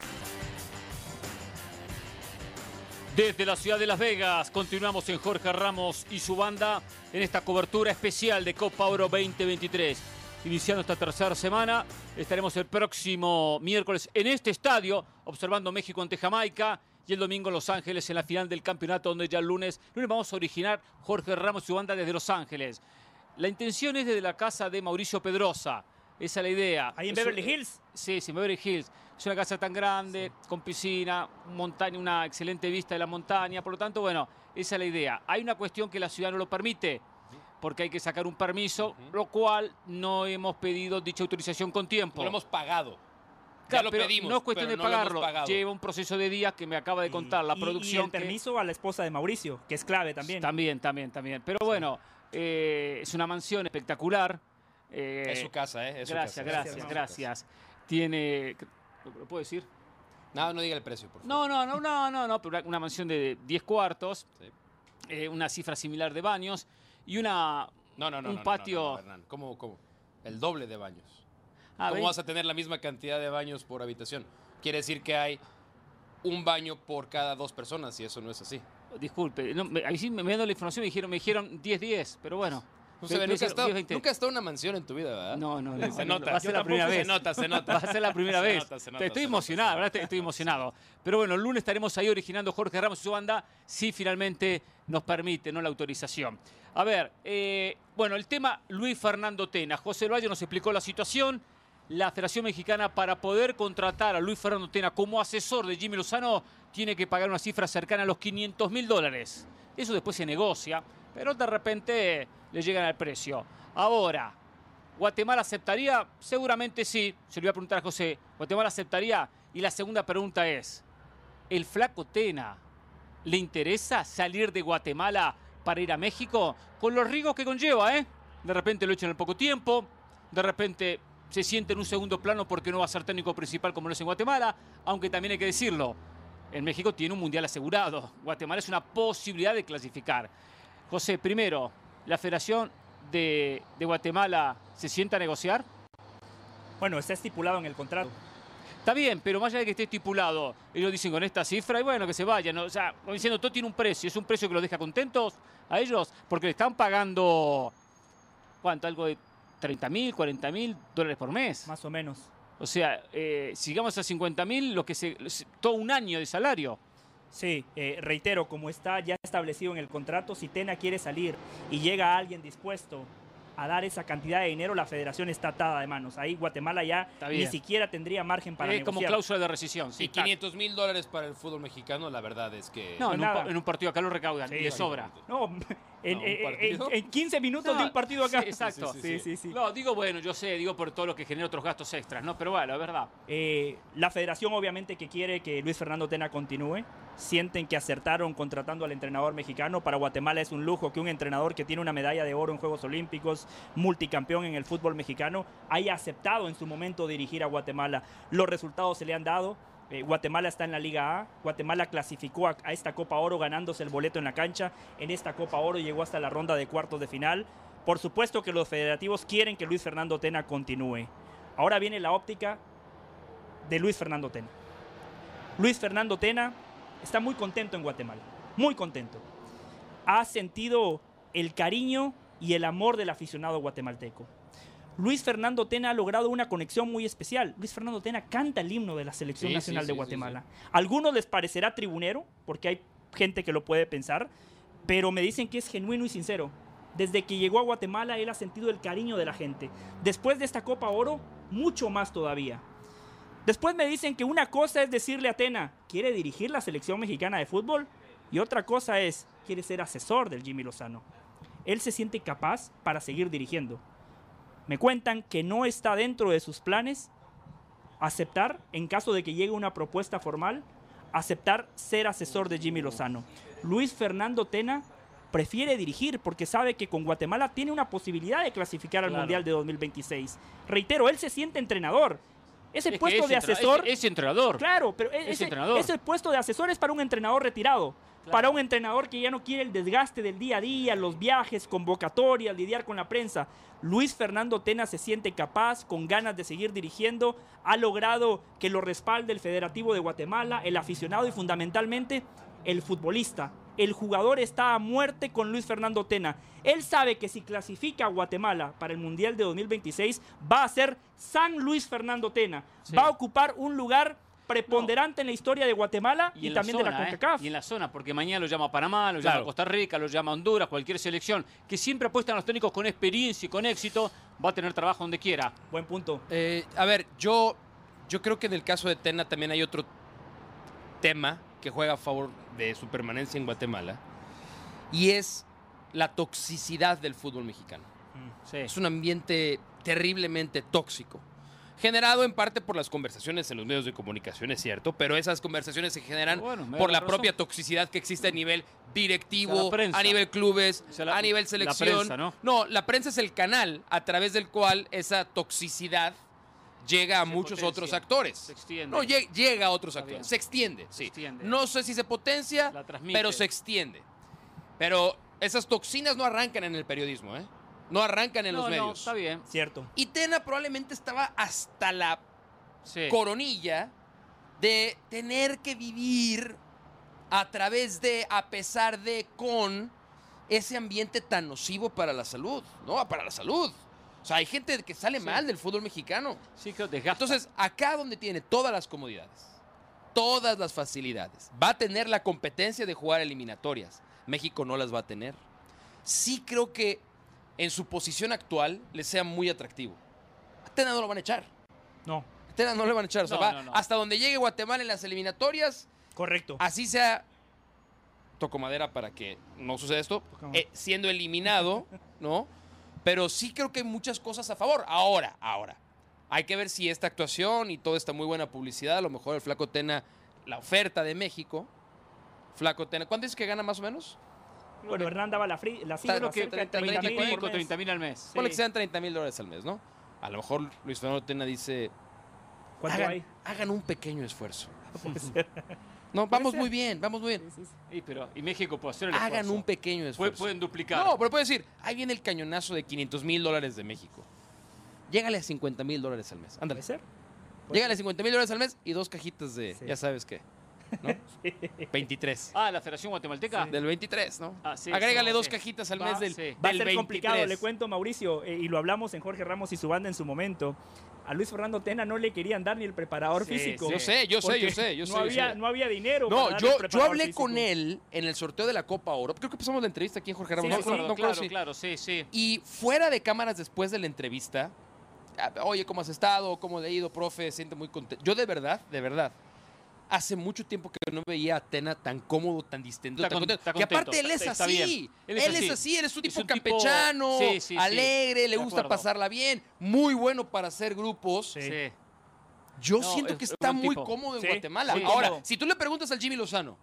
Desde la ciudad de Las Vegas, continuamos en Jorge Ramos y su banda en esta cobertura especial de Copa Oro veinte veintitrés. Iniciando esta tercera semana, estaremos el próximo miércoles en este estadio observando México ante Jamaica y el domingo Los Ángeles en la final del campeonato, donde ya el lunes, lunes vamos a originar Jorge Ramos y su banda desde Los Ángeles. La intención es desde la casa de Mauricio Pedrosa. Esa es la idea. ¿Ahí en es Beverly un, Hills? Sí, sí, en Beverly Hills. Es una casa tan grande, sí, con piscina, montaña, una excelente vista de la montaña. Por lo tanto, bueno, esa es la idea. Hay una cuestión que la ciudad no lo permite, porque hay que sacar un permiso, uh-huh, lo cual no hemos pedido dicha autorización con tiempo. No lo hemos pagado. Claro, ya lo pero pedimos, no es cuestión de no pagarlo. Lleva un proceso de días que me acaba de contar y, la y, producción. Y el permiso que... a la esposa de Mauricio, que es clave también. También, también, también. Pero bueno, eh, es una mansión espectacular. Eh, es su casa, ¿eh? Es gracias, su casa. gracias, gracias, gracias. Tiene... ¿Lo puedo decir? No, no diga el precio, por favor. No, no, no, no, no, no, pero una mansión de diez cuartos, sí, eh, una cifra similar de baños y una... No, no, no, un no, patio... no, no, no, Hernán. ¿Cómo, cómo? El doble de baños. Ah, ¿Cómo ¿ven? vas a tener la misma cantidad de baños por habitación? Quiere decir que hay un baño por cada dos personas y eso no es así. Disculpe, no, me, ahí sí me, me dando la información me dijeron me dijeron diez diez, pero bueno. O sea, Me- me nunca, has dijeron estado, diez, veinte. nunca has estado en una mansión en tu vida, ¿verdad? No, no, no. Se no, nota. Va a ser Yo la primera tampoco. vez. Se nota, se nota. Va a ser la primera Se vez. nota, se nota, Estoy se nota, emocionado, se ¿verdad? nota. Estoy emocionado. Pero bueno, el lunes estaremos ahí originando Jorge Ramos y su banda, si finalmente nos permite, ¿no?, la autorización. A ver, eh, bueno, el tema Luis Fernando Tena. José Valle nos explicó la situación. La Federación Mexicana, para poder contratar a Luis Fernando Tena como asesor de Jimmy Lozano, tiene que pagar una cifra cercana a los quinientos mil dólares. Eso después se negocia, pero de repente le llegan al precio. Ahora, ¿Guatemala aceptaría? Seguramente sí. Se lo voy a preguntar a José. ¿Guatemala aceptaría? Y la segunda pregunta es, ¿el flaco Tena le interesa salir de Guatemala para ir a México? Con los riesgos que conlleva, ¿eh? De repente lo echan en poco tiempo, de repente se siente en un segundo plano porque no va a ser técnico principal como lo es en Guatemala, aunque también hay que decirlo, en México tiene un mundial asegurado. Guatemala es una posibilidad de clasificar. José, primero, ¿la Federación de, de Guatemala se sienta a negociar? Bueno, está estipulado en el contrato. Está bien, pero más allá de que esté estipulado, ellos dicen con esta cifra, y bueno, que se vayan, ¿no? O sea, como diciendo, todo tiene un precio, es un precio que los deja contentos a ellos, porque le están pagando, ¿cuánto? Algo de treinta mil, cuarenta mil dólares por mes. Más o menos. O sea, eh, sigamos a cincuenta mil, lo que se, todo un año de salario. Sí, eh, reitero, como está ya establecido en el contrato, si Tena quiere salir y llega alguien dispuesto a dar esa cantidad de dinero, la federación está atada de manos. Ahí Guatemala ya Está bien. ni siquiera tendría margen para Es como negociar. cláusula de rescisión. Sí, Y quinientos mil dólares para el fútbol mexicano, la verdad es que... No, No, en un, nada. pa- en un partido acá lo recaudan Sí, y le sí. sobra. No, en, No, ¿un en- partido? en- en quince minutos No, de un partido acá. sí, exacto. Sí, Sí, sí, sí. No, digo, bueno, yo sé, digo por todo lo que genera otros gastos extras, ¿no? Pero bueno, es verdad. Eh, la federación obviamente que quiere que Luis Fernando Tena continúe. Sienten que acertaron contratando al entrenador mexicano. Para Guatemala es un lujo que un entrenador que tiene una medalla de oro en Juegos Olímpicos, multicampeón en el fútbol mexicano, haya aceptado en su momento dirigir a Guatemala. Los resultados se le han dado. Eh, Guatemala está en la Liga A. Guatemala clasificó a, a esta Copa Oro ganándose el boleto en la cancha. En esta Copa Oro llegó hasta la ronda de cuartos de final. Por supuesto que los federativos quieren que Luis Fernando Tena continúe. Ahora viene la óptica de Luis Fernando Tena. Luis Fernando Tena está muy contento en Guatemala, muy contento. Ha sentido el cariño y el amor del aficionado guatemalteco. Luis Fernando Tena ha logrado una conexión muy especial. Luis Fernando Tena canta el himno de la Selección Sí, Nacional sí, de sí, Guatemala. sí, A algunos les parecerá tribunero, porque hay gente que lo puede pensar, pero me dicen que es genuino y sincero. Desde que llegó a Guatemala, él ha sentido el cariño de la gente. Después de esta Copa Oro, mucho más todavía. Después me dicen que una cosa es decirle a Tena, ¿quiere dirigir la selección mexicana de fútbol? Y otra cosa es, quiere ser asesor del Jimmy Lozano. Él se siente capaz para seguir dirigiendo. Me cuentan que no está dentro de sus planes aceptar, en caso de que llegue una propuesta formal, aceptar ser asesor de Jimmy Lozano. Luis Fernando Tena prefiere dirigir porque sabe que con Guatemala tiene una posibilidad de clasificar al Claro. Mundial de dos mil veintiséis. Reitero, él se siente entrenador. Ese Es que puesto es de entra- asesor... Es, es entrenador. Claro, pero Es ese, entrenador. ese puesto de asesor es para un entrenador retirado. Claro. Para un entrenador que ya no quiere el desgaste del día a día, los viajes, convocatorias, lidiar con la prensa. Luis Fernando Tena se siente capaz, con ganas de seguir dirigiendo. Ha logrado que lo respalde el Federativo de Guatemala, el aficionado y fundamentalmente el futbolista. El jugador está a muerte con Luis Fernando Tena. Él sabe que si clasifica a Guatemala para el Mundial de dos mil veintiséis, va a ser San Luis Fernando Tena. Sí. Va a ocupar un lugar preponderante en la historia de Guatemala y, en también la de la zona, ¿eh? CONCACAF. Y en la zona, porque mañana lo llama Panamá, lo Claro. llama Costa Rica, lo llama Honduras, cualquier selección que siempre apuestan a los técnicos con experiencia y con éxito, va a tener trabajo donde quiera. Buen punto. Eh, a ver, yo, yo creo que en el caso de Tena también hay otro tema que juega a favor de su permanencia en Guatemala y es la toxicidad del fútbol mexicano. Sí. Es un ambiente terriblemente tóxico. Generado en parte por las conversaciones en los medios de comunicación, es cierto, pero esas conversaciones se generan Bueno, me da por la la razón. propia toxicidad que existe a nivel O sea, directivo, la prensa. a nivel clubes, O sea, la- a nivel la selección. prensa, ¿no? No, la prensa es el canal a través del cual esa toxicidad llega a Se muchos potencia, otros actores. se extiende. No, lle- llega a otros Está actores. bien. Se extiende, sí. extiende. No sé si se potencia, La transmite. pero se extiende. Pero esas toxinas no arrancan en el periodismo, ¿eh? No arrancan en no, los no, medios. está bien. Cierto. Y Tena probablemente estaba hasta la Sí. coronilla de tener que vivir a través de, a pesar de, con ese ambiente tan nocivo para la salud, ¿no? Para la salud. O sea, hay gente que sale sí. mal del fútbol mexicano. Sí, que desgasta. Entonces, acá donde tiene todas las comodidades, todas las facilidades, va a tener la competencia de jugar eliminatorias. México no las va a tener. Sí creo que en su posición actual le sea muy atractivo. A Tena no lo van a echar. No. A Tena no le van a echar. O sea, No, va no, no. hasta donde llegue Guatemala en las eliminatorias. Correcto. Así sea, toco madera para que no suceda esto, eh, siendo eliminado, ¿no? Pero sí creo que hay muchas cosas a favor. Ahora, ahora. Hay que ver si esta actuación y toda esta muy buena publicidad, a lo mejor el Flaco Tena, la oferta de México, Flaco Tena, ¿cuánto es que gana más o menos? Bueno, Hernán daba la, fri la cifra, Creo que cerca de treinta treinta mil mil, por mes. treinta mil al mes. Ponle Sí. que sean treinta mil dólares al mes, ¿no? A lo mejor Luis Fernando Tena dice, ¿Cuánto hagan, hay? hagan un pequeño esfuerzo. Puede ser. No, vamos ser. muy bien, vamos muy bien. Y, pero, y México puede hacer el Hagan esfuerzo. un pequeño Pueden, esfuerzo. pueden duplicar. No, pero puede decir, ahí viene el cañonazo de quinientos mil dólares de México. Llégale a cincuenta mil dólares al mes. Ándale. ¿Puede ser? Llégale a cincuenta mil dólares al mes y dos cajitas de, Sí. ya sabes qué, ¿no? veintitrés. Ah, la Federación Guatemalteca. Del veintitrés, ¿no? Ah, sí, Agrégale sí, dos sí. cajitas al Va, mes del, sí. del Va a ser veintitrés. complicado, le cuento, Mauricio, eh, y lo hablamos en Jorge Ramos y su banda en su momento. A Luis Fernando Tena no le querían dar ni el preparador Sí, físico. sí. Yo sé, yo sé, porque yo sé, yo sé. no, yo había, sé. no había dinero. No, para darle yo, el yo preparador hablé físico. con él en el sorteo de la Copa Oro. Creo que pasamos la entrevista aquí en Jorge Ramos. Sí, no, sí, no, sí, no claro, creo claro, si- claro, sí, sí. Y fuera de cámaras después de la entrevista, ah, oye, ¿cómo has estado? ¿Cómo le ha ido, profe? Siente muy contento. Yo de verdad, de verdad, hace mucho tiempo que no veía a Tena tan cómodo, tan distendido, Está tan con- contento. está Que aparte contento, él es está- está así. bien. Él es así, él es un tipo Es un tipo- campechano, Sí, sí, sí. alegre, le De gusta acuerdo. pasarla bien, muy bueno para hacer grupos. Sí. Sí. Yo No, siento es- que es está buen muy tipo. cómodo en Sí, Guatemala. sí, Ahora, cómodo. si tú le preguntas al Jimmy Lozano,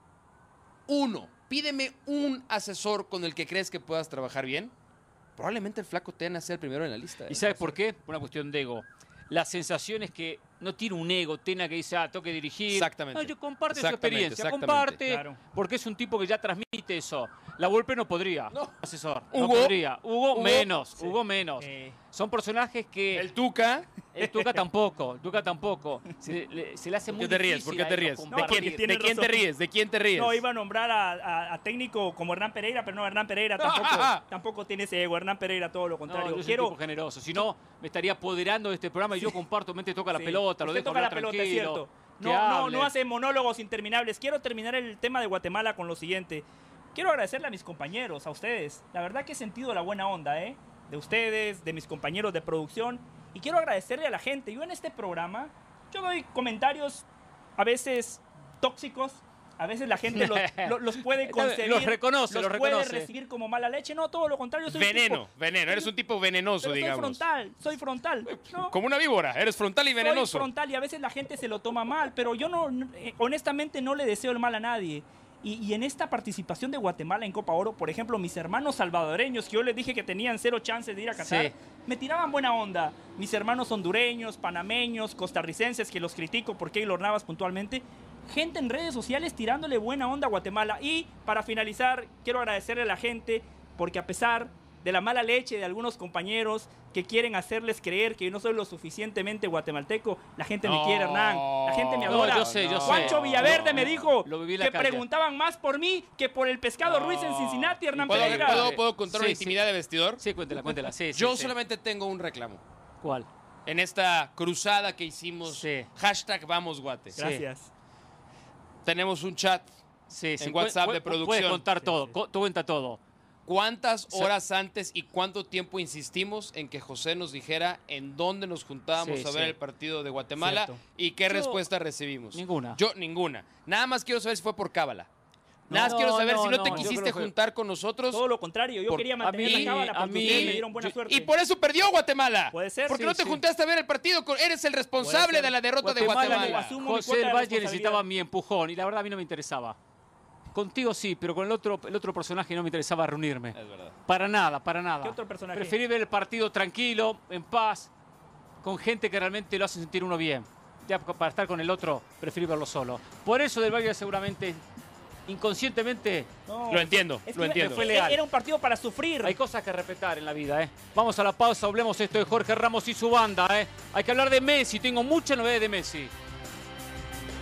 uno, pídeme un asesor con el que crees que puedas trabajar bien, probablemente el Flaco Tena sea el primero en la lista. ¿eh? ¿Y sabes por qué? Por una cuestión de ego. La sensación es que no tiene un ego, Tena que dice, ah, tengo que dirigir. Exactamente. No, yo comparte su Exactamente, experiencia, exactamente. comparte, Claro. porque es un tipo que ya transmite eso. La Volpe no podría, No. asesor, Hugo. no podría. Hugo, Hugo. menos, Sí. Hugo menos. Eh, Son personajes que... El Tuca. El Tuca tampoco, el Tuca tampoco. Se le, se le hace ¿Por muy qué te ríes? difícil ¿Por qué a te ellos ríes? ¿De compartir. quién, tiene de quién te razón. ríes? ¿De quién te ríes? no, iba a nombrar a, a- a técnico como Hernán Pereira, pero no, Hernán Pereira tampoco, tampoco tiene ese ego. Hernán Pereira, todo lo No, contrario. yo soy un Quiero, tipo generoso. Si no, me estaría apoderando de este programa y yo comparto, mente toca la Sí. pelota, lo Usted dejo toca la hablar pelota, es tranquilo, cierto. que No, no, hable. no hace monólogos interminables. Quiero terminar el tema de Guatemala con lo siguiente. Quiero agradecerle a mis compañeros, a ustedes. La verdad que he sentido la buena onda, ¿eh? De ustedes, de mis compañeros de producción. Y quiero agradecerle a la gente. Yo en este programa, yo doy comentarios a veces tóxicos. A veces la gente los, lo- los puede Está bien, concebir. los reconoce, los los puede reconoce. recibir como mala leche. No, todo lo contrario. Soy un Veneno, tipo- veneno. Eres un tipo venenoso, pero soy digamos. frontal, soy frontal. ¿no? Como una víbora. Eres frontal y venenoso. Soy frontal y a veces la gente se lo toma mal, pero yo no, eh, honestamente no le deseo el mal a nadie. Y, y en esta participación de Guatemala en Copa Oro, por ejemplo, mis hermanos salvadoreños, que yo les dije que tenían cero chances de ir a Qatar, Sí. me tiraban buena onda. Mis hermanos hondureños, panameños, costarricenses, que los critico por Keylor Navas puntualmente. Gente en redes sociales tirándole buena onda a Guatemala. Y para finalizar, quiero agradecerle a la gente porque a pesar de la mala leche de algunos compañeros que quieren hacerles creer que yo no soy lo suficientemente guatemalteco, la gente me No, quiere, Hernán. La gente me No, adora. yo sé, yo sé. Juancho Villaverde No, me no, dijo lo viví en la que calle. preguntaban más por mí que por el pescado Ruiz en Cincinnati, Hernán ¿Puedo, Pereira. ¿puedo, puedo contar una Sí, sí. intimidad de vestidor? Sí, cuéntela, cuéntela. Sí, sí, Yo sí. solamente tengo un reclamo. ¿Cuál? En esta cruzada que hicimos, Sí. hashtag Vamos Guate. Sí. Gracias. Tenemos un chat. Sí, sí. En WhatsApp Pu- de pu- producción. Puedes contar Sí, todo, sí. co- tú cuenta todo. ¿Cuántas horas antes y cuánto tiempo insistimos en que José nos dijera en dónde nos juntábamos Sí, a ver sí. el partido de Guatemala Cierto. y qué Yo- respuesta recibimos? Ninguna. Yo, ninguna. Nada más quiero saber si fue por cábala. Nada más No, quiero saber no, si no, no, te yo quisiste creo que- juntar con nosotros. Todo lo contrario, yo Por- quería a mantener mí- la cábala a porque mí- ustedes me dieron buena Yo- suerte. Y por eso perdió Guatemala. Puede ser. Porque Sí, no te sí. juntaste a ver el partido. con- Eres el responsable ser. de la derrota de Guatemala, Guatemala. asumo mi José cuota del de Valle responsabilidad. necesitaba mi empujón y la verdad a mí no me interesaba. Contigo sí, pero con el otro, el otro personaje no me interesaba reunirme. Es verdad. Para nada, para nada. ¿Qué otro personaje? Preferí ver el partido tranquilo, en paz, con gente que realmente lo hace sentir uno bien. Ya para estar con el otro, preferí verlo solo. Por eso Del Valle seguramente, inconscientemente, No, Lo entiendo, es lo que entiendo. Fue leal. Era un partido para sufrir. hay cosas que respetar en la vida, ¿eh? Vamos a la pausa, hablemos esto de Jorge Ramos y su banda, ¿eh? Hay que hablar de Messi, tengo muchas novedades de Messi.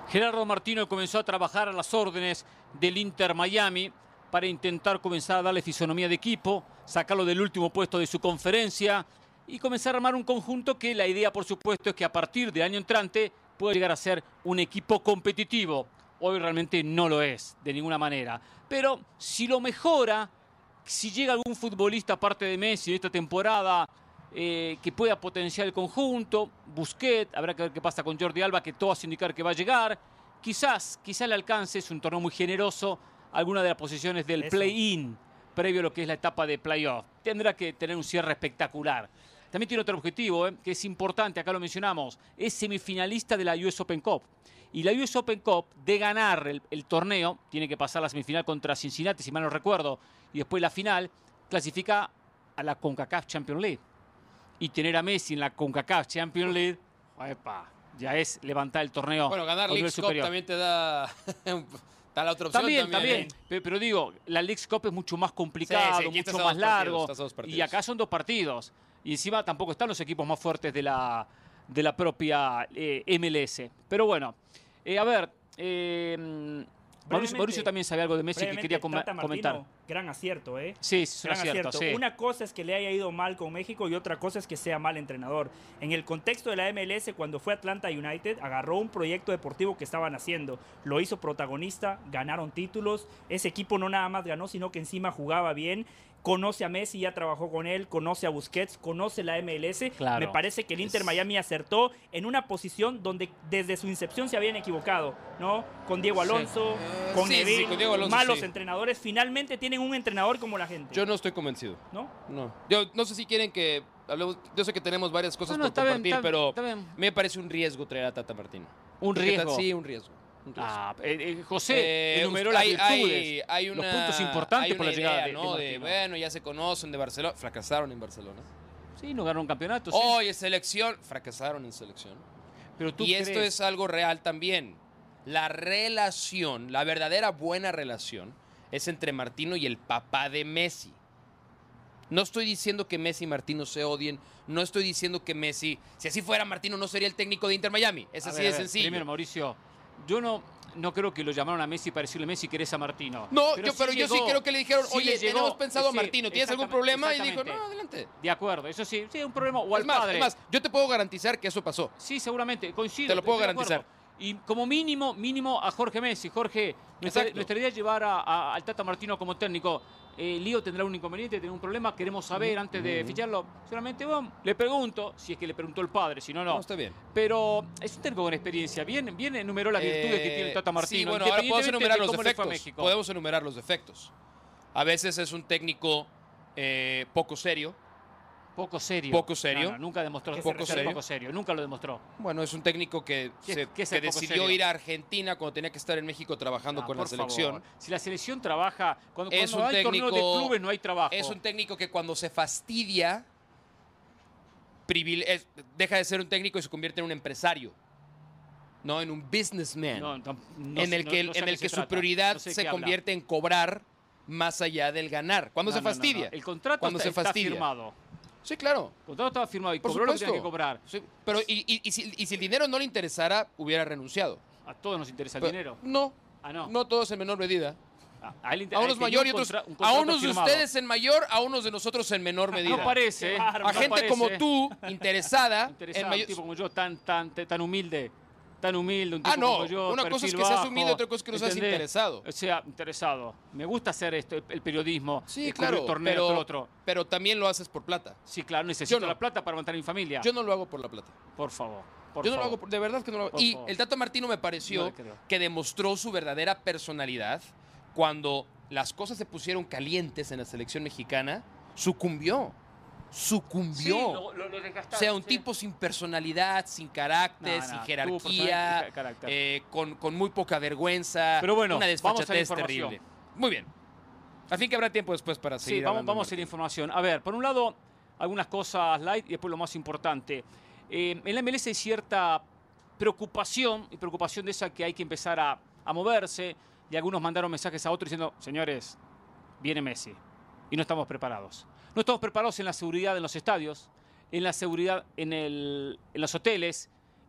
Gerardo Martino comenzó a trabajar a las órdenes del Inter Miami para intentar comenzar a darle fisonomía de equipo, sacarlo del último puesto de su conferencia y comenzar a armar un conjunto que la idea, por supuesto, es que a partir del año entrante pueda llegar a ser un equipo competitivo. Hoy realmente no lo es, de ninguna manera. Pero si lo mejora, si llega algún futbolista aparte de Messi en esta temporada eh, que pueda potenciar el conjunto, Busquets, habrá que ver qué pasa con Jordi Alba, que todo hace indicar que va a llegar. Quizás, quizás le alcance, es un torneo muy generoso, alguna de las posiciones del play-in, previo a lo que es la etapa de playoff. Tendrá que tener un cierre espectacular. También tiene otro objetivo, eh, que es importante, acá lo mencionamos, es semifinalista de la U S Open Cup. Y la U S Open Cup, de ganar el, el torneo, tiene que pasar la semifinal contra Cincinnati, si mal no recuerdo, y después la final, clasifica a la CONCACAF Champions League. Y tener a Messi en la CONCACAF Champions League, epa, ya es levantar el torneo. Bueno, ganar League Cup también te da... Está la otra opción también, también. también. Pero, pero digo, la League Cup es mucho más complicado, sí, sí, mucho más largo. Partidos, y acá son dos partidos. Y encima tampoco están los equipos más fuertes de la, de la propia eh, M L S. Pero bueno, eh, a ver, eh, Mauricio, Mauricio también sabe algo de Messi que quería com Tata comentar. Martino, gran acierto, ¿eh? Sí, es un gran acierto. acierto. Sí. Una cosa es que le haya ido mal con México y otra cosa es que sea mal entrenador. En el contexto de la M L S, cuando fue Atlanta United, agarró un proyecto deportivo que estaban haciendo. Lo hizo protagonista, ganaron títulos. Ese equipo no nada más ganó, sino que encima jugaba bien. Conoce a Messi, ya trabajó con él, conoce a Busquets, conoce la M L S. Claro. Me parece que el Inter Miami acertó en una posición donde desde su incepción se habían equivocado, ¿no? Con Diego Alonso, sí. con sí, Neville, sí, con Diego Alonso, malos sí. entrenadores. Finalmente tienen un entrenador como la gente. Yo no estoy convencido. ¿No? No. Yo no sé si quieren que hablemos. Yo sé que tenemos varias cosas No, no, por compartir, bien, está, pero está bien. me parece un riesgo traer a Tata Martino. ¿Un riesgo? Sí, un riesgo. Ah, eh, eh, José eh, enumeró hay, las virtudes, hay, hay una, los puntos importantes hay por la una llegada idea, de, ¿no? de, de bueno, ya se conocen de Barcelona. Fracasaron en Barcelona. Sí, no ganaron un campeonato. Sí. Hoy es selección. Fracasaron en selección. Pero tú y crees... esto es algo real también. La relación, la verdadera buena relación, es entre Martino y el papá de Messi. No estoy diciendo que Messi y Martino se odien. No estoy diciendo que Messi... Si así fuera, Martino no sería el técnico de Inter Miami. Es a así ver, de ver, sencillo. Primero, Mauricio, yo no, no creo que lo llamaron a Messi para decirle Messi querés a Martino. No, pero yo, sí pero llegó, yo sí creo que le dijeron, sí oye, le llegó, tenemos pensado sí, a Martino, ¿tienes algún problema? Y dijo, no, adelante. De acuerdo, eso sí, sí, un problema. O al Es más, padre. es más, yo te puedo garantizar que eso pasó. Sí, seguramente, coincido. Te lo puedo estoy de garantizar. acuerdo. Y como mínimo, mínimo a Jorge Messi. Jorge, nuestra, Exacto. nuestra idea es llevar a, a, al Tata Martino como técnico. Eh, Lío tendrá un inconveniente, tendrá un problema. Queremos saber antes de Mm. ficharlo. Solamente bueno, le pregunto, si es que le preguntó el padre, si no, no. No, está bien. Pero es un técnico con experiencia. Bien, bien enumeró las virtudes Eh, que tiene el Tata Martino. Sí, bueno, ahora podemos independientemente enumerar de los cómo le fue a defectos. México. Podemos enumerar los defectos. A veces es un técnico eh, poco serio. Poco serio. Poco serio. No, no, nunca demostró ¿Qué se poco refiere? serio. Poco serio. Nunca lo demostró. Bueno, es un técnico que, ¿Qué- se- qué es que el poco decidió serio? ir a Argentina cuando tenía que estar en México trabajando Ah, con la por selección. favor. Si la selección trabaja, cuando, Es cuando un hay torneos de técnico- clubes no hay trabajo. Es un técnico que cuando se fastidia, privile- es- deja de ser un técnico y se convierte en un empresario. No, en un businessman. No, tam- no en sé- el no- que, no sé en a qué el se que su trata. prioridad No sé de se qué habla. convierte en cobrar más allá del ganar. ¿Cuándo No, se no, no, fastidia? no. El contrato Cuando está, se está fastidia. firmado. Sí, claro. El contrato estaba firmado y Por cobró lo que supuesto. tenía que cobrar. Sí, pero y, y- y si, y si el dinero no le interesara, hubiera renunciado. A todos nos interesa el Pero- dinero. No, Ah, no. no todos en menor medida. A, a él inter- A él unos tenía mayor y un otros. contra- un A contrato unos de firmado. ustedes en mayor, a unos de nosotros en menor medida. No parece, ¿eh? bárbaro. A No gente parece. como tú, interesada, Interesado, en mayor. un tipo como yo, tan, tan, tan humilde. Tan humilde, un tipo Ah, no. como yo. Una cosa es perfil que seas bajo, humilde, otra cosa es que no seas ¿entendés? interesado. O sea, interesado. Me gusta hacer esto, el, el periodismo. Sí, el cubrir claro. torneo, pero, esto, lo otro. pero también lo haces por plata. Sí, claro, necesito Yo no. la plata para mantener a mi familia. Yo no lo hago por la plata. Por favor. Por Yo no lo favor. hago, por- de verdad que no lo hago. Por Y favor. el Tata Martino me No pareció le creo. que demostró su verdadera personalidad cuando las cosas se pusieron calientes en la selección mexicana, sucumbió. Sucumbió. Sí, lo, lo, lo desgastaron, O sea, un sí. tipo sin personalidad, sin carácter, No, sin no, tuvo jerarquía, personalidad y carácter. eh, con, con muy poca vergüenza. Pero bueno, una vamos a la desfachatez información. terrible. Muy bien. Al fin que habrá tiempo después para seguir Sí, vamos, hablando de vamos a hacer información. A ver, por un lado, algunas cosas light y después lo más importante. Eh, en la M L S hay cierta preocupación, y preocupación de esa que hay que empezar a, a moverse, y algunos mandaron mensajes a otros diciendo, señores, viene Messi, y no estamos preparados. No estamos preparados en la seguridad en los estadios, en la seguridad en, el, en los hoteles,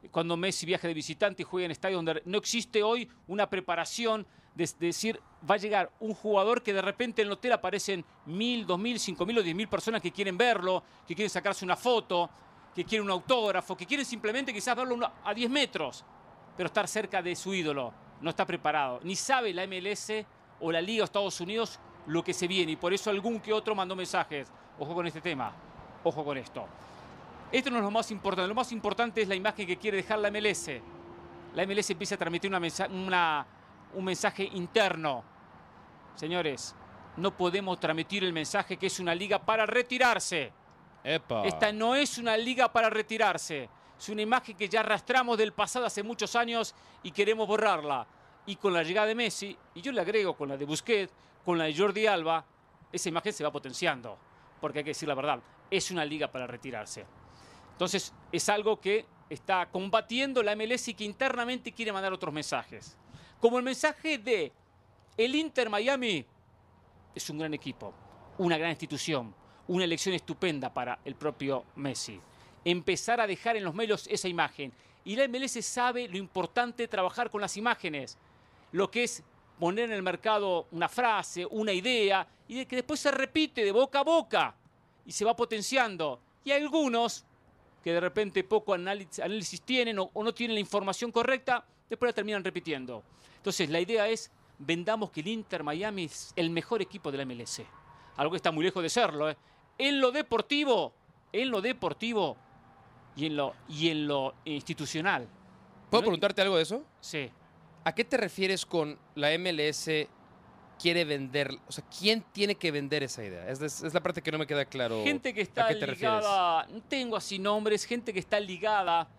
cuando Messi viaja de visitante y juega en estadios donde no existe hoy una preparación de, de decir, va a llegar un jugador que de repente en el hotel aparecen mil, dos mil, cinco mil o diez mil personas que quieren verlo, que quieren sacarse una foto, que quieren un autógrafo, que quieren simplemente quizás verlo a diez metros, pero estar cerca de su ídolo. No está preparado, ni sabe la M L S o la Liga de Estados Unidos lo que se viene, y por eso algún que otro mandó mensajes. Ojo con este tema, ojo con esto. Esto no es lo más importante, lo más importante es la imagen que quiere dejar la M L S. La M L S empieza a transmitir una mensa una, un mensaje interno. Señores, no podemos transmitir el mensaje que es una liga para retirarse. Epa. Esta no es una liga para retirarse. Es una imagen que ya arrastramos del pasado hace muchos años y queremos borrarla. Y con la llegada de Messi, y yo le agrego con la de Busquets, con la de Jordi Alba, esa imagen se va potenciando. Porque hay que decir la verdad, es una liga para retirarse. Entonces, es algo que está combatiendo la M L S y que internamente quiere mandar otros mensajes. Como el mensaje de el Inter Miami es un gran equipo, una gran institución, una elección estupenda para el propio Messi. Empezar a dejar en los medios esa imagen. Y la M L S sabe lo importante de trabajar con las imágenes, lo que es poner en el mercado una frase, una idea, y de que después se repite de boca a boca y se va potenciando. Y hay algunos que de repente poco análisis, análisis tienen o, o no tienen la información correcta, después la terminan repitiendo. Entonces la idea es, vendamos que el Inter Miami es el mejor equipo de la M L S. Algo que está muy lejos de serlo, ¿eh? En lo deportivo, en lo deportivo y en lo, y en lo institucional. ¿Puedo ¿No? preguntarte algo de eso? Sí. ¿A qué te refieres con la M L S quiere vender? O sea, ¿quién tiene que vender esa idea? Es, es, es la parte que no me queda claro. Gente que ¿A está qué te ligada, no tengo así nombres, gente que está ligada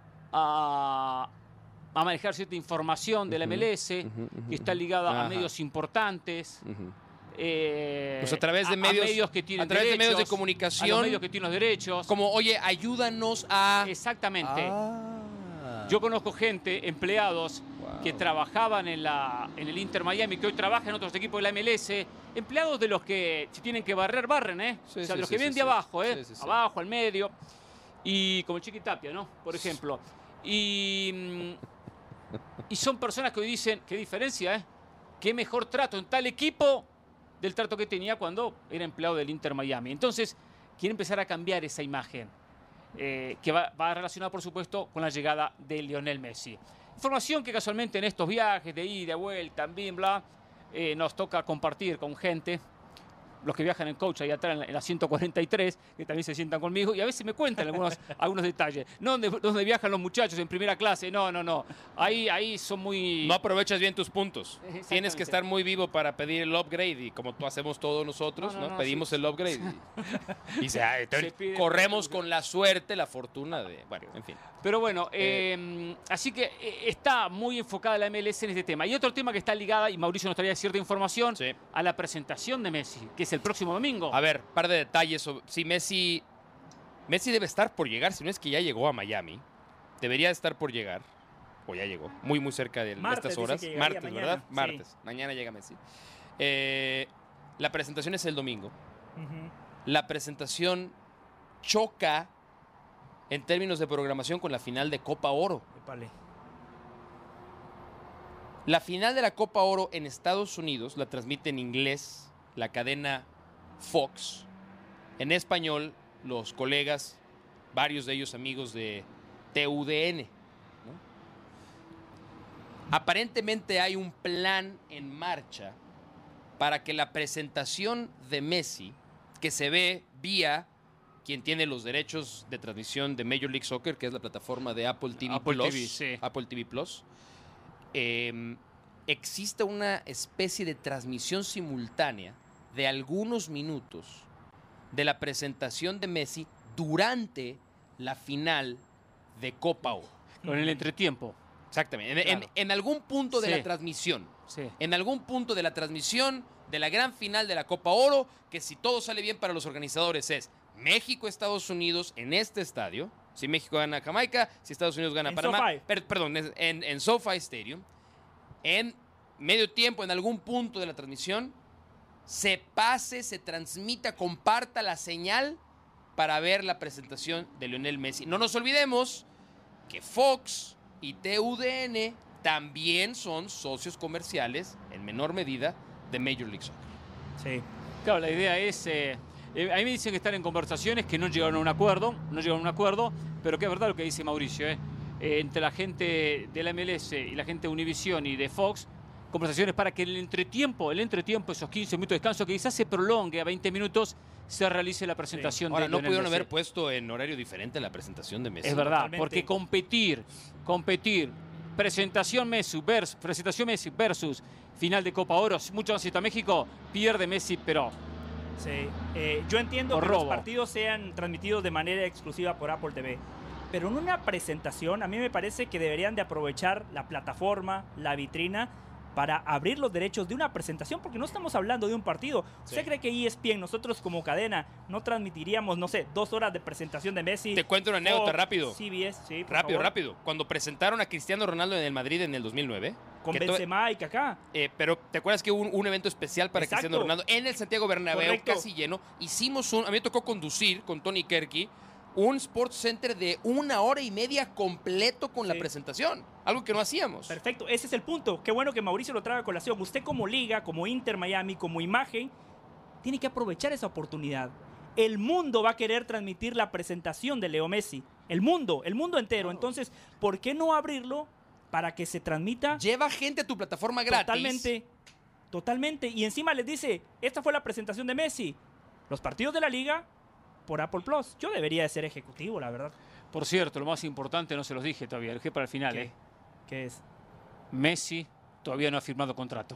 a, a manejar cierta información de la M L S, Ujú, ujú, que está ujú. ligada Ajá. a medios importantes. Ujú. eh, Pues a través de a- medios- a medios que tienen a través de derechos, medios de a comunicación. los medios que tienen los derechos. Como, oye, ayúdanos a... Exactamente. Ah. Yo conozco gente, empleados, Wow. que trabajaban en, la, en el Inter Miami, que hoy trabajan en otros equipos de la M L S, empleados de los que si tienen que barrer, barren, ¿eh? Sí, o sea, sí, de los sí, que sí, ven de sí. abajo, ¿eh? Sí, sí, sí. Abajo, al medio. Y como el Chiqui Tapia, ¿no? Por ejemplo. Y, mm, y son personas que hoy dicen, qué diferencia, ¿eh? Qué mejor trato en tal equipo del trato que tenía cuando era empleado del Inter Miami. Entonces, quiere empezar a cambiar esa imagen, eh, que va, va relacionada, por supuesto, con la llegada de Lionel Messi. Información que casualmente en estos viajes de ida, de vuelta, también, bla, eh, nos toca compartir con gente. Los que viajan en coach ahí atrás en la, en la ciento cuarenta y tres, que también se sientan conmigo, y a veces me cuentan algunos, algunos detalles. No donde, donde viajan los muchachos en primera clase, no, no, no. Ahí, ahí son muy... No aprovechas bien tus puntos. Exactamente. Tienes que estar muy vivo para pedir el upgrade y como tú hacemos todos nosotros, No, ¿no? no, no, Pedimos sí. el upgrade. Y, y se- ah, entonces, Se pide corremos por- con la suerte, la fortuna de... Bueno, en fin. Pero bueno, eh, así que eh, está muy enfocada la M L S en este tema. Y otro tema que está ligada, y Mauricio nos traía cierta información, Sí. a la presentación de Messi, que es el próximo domingo. A ver, par de detalles. Sobre, si Messi... Messi debe estar por llegar, si no es que ya llegó a Miami. Debería estar por llegar. O ya llegó. Muy, muy cerca de, de Martes estas dice horas. que llegaría Martes, mañana, ¿verdad? sí. Martes. Mañana llega Messi. Eh, la presentación es el domingo. Ujú. La presentación choca en términos de programación con la final de Copa Oro. Épale. La final de la Copa Oro en Estados Unidos la transmite en inglés la cadena Fox. En español, los colegas, varios de ellos amigos de T U D N. ¿no? Aparentemente hay un plan en marcha para que la presentación de Messi, que se ve vía quien tiene los derechos de transmisión de Major League Soccer, que es la plataforma de Apple T V Apple Plus, T V, sí. Apple T V Plus, eh, existe una especie de transmisión simultánea de algunos minutos de la presentación de Messi durante la final de Copa Oro. Con el entretiempo. Exactamente. En, en- Claro. en algún punto de Sí. la transmisión, Sí. en algún punto de la transmisión de la gran final de la Copa Oro, que si todo sale bien para los organizadores es México-Estados Unidos en este estadio. Si México gana Jamaica, si Estados Unidos gana En Panamá. SoFi. Per- perdón, en, en SoFi Stadium. En medio tiempo, en algún punto de la transmisión, se pase, se transmita, comparta la señal para ver la presentación de Lionel Messi. No nos olvidemos que Fox y T U D N también son socios comerciales, en menor medida, de Major League Soccer. Sí. Claro, la idea es... Eh, eh, a mí me dicen que están en conversaciones, que no llegaron a un acuerdo, no llegaron a un acuerdo, pero que es verdad lo que dice Mauricio, ¿eh? Eh, entre la gente de la M L S y la gente de Univision y de Fox, conversaciones para que el entretiempo, el entretiempo, esos quince minutos de descanso, que quizás se prolongue a veinte minutos, se realice la presentación Sí. Ahora, de no Lionel pudieron Messi. haber puesto en horario diferente la presentación de Messi. Es verdad, Totalmente. porque competir, competir, presentación Messi versus, presentación Messi versus final de Copa Oro, mucho éxito a México, pierde Messi, pero Sí. Eh, yo entiendo Por que robo. los partidos sean transmitidos de manera exclusiva por Apple T V, pero en una presentación a mí me parece que deberían de aprovechar la plataforma, la vitrina, para abrir los derechos de una presentación, porque no estamos hablando de un partido. ¿Usted Sí. cree que E S P N, nosotros como cadena, no transmitiríamos, no sé, dos horas de presentación de Messi? Te cuento una anécdota Fox, rápido. C B S, sí, por Rápido, favor. rápido. Cuando presentaron a Cristiano Ronaldo en el Madrid en el dos mil nueve. Con que to- Benzema y Kaká. eh, pero ¿te acuerdas que hubo un, un evento especial para Exacto. Cristiano Ronaldo en el Santiago Bernabéu, Correcto. casi lleno? Hicimos un... A mí me tocó conducir con Tony Kerky un Sports Center de una hora y media completo con la Sí. presentación. Algo que no hacíamos. Perfecto, ese es el punto. Qué bueno que Mauricio lo trae a colación. Usted como liga, como Inter Miami, como imagen, tiene que aprovechar esa oportunidad. El mundo va a querer transmitir la presentación de Leo Messi. El mundo, el mundo entero. Entonces, ¿por qué no abrirlo para que se transmita Lleva gente a tu plataforma gratis. totalmente? Totalmente. Y encima les dice, esta fue la presentación de Messi. Los partidos de la liga por Apple Plus. Yo debería de ser ejecutivo, la verdad. por cierto, lo más importante no se los dije todavía, lo dejé para el final. ¿Qué? ¿eh? ¿Qué es? Messi todavía no ha firmado contrato.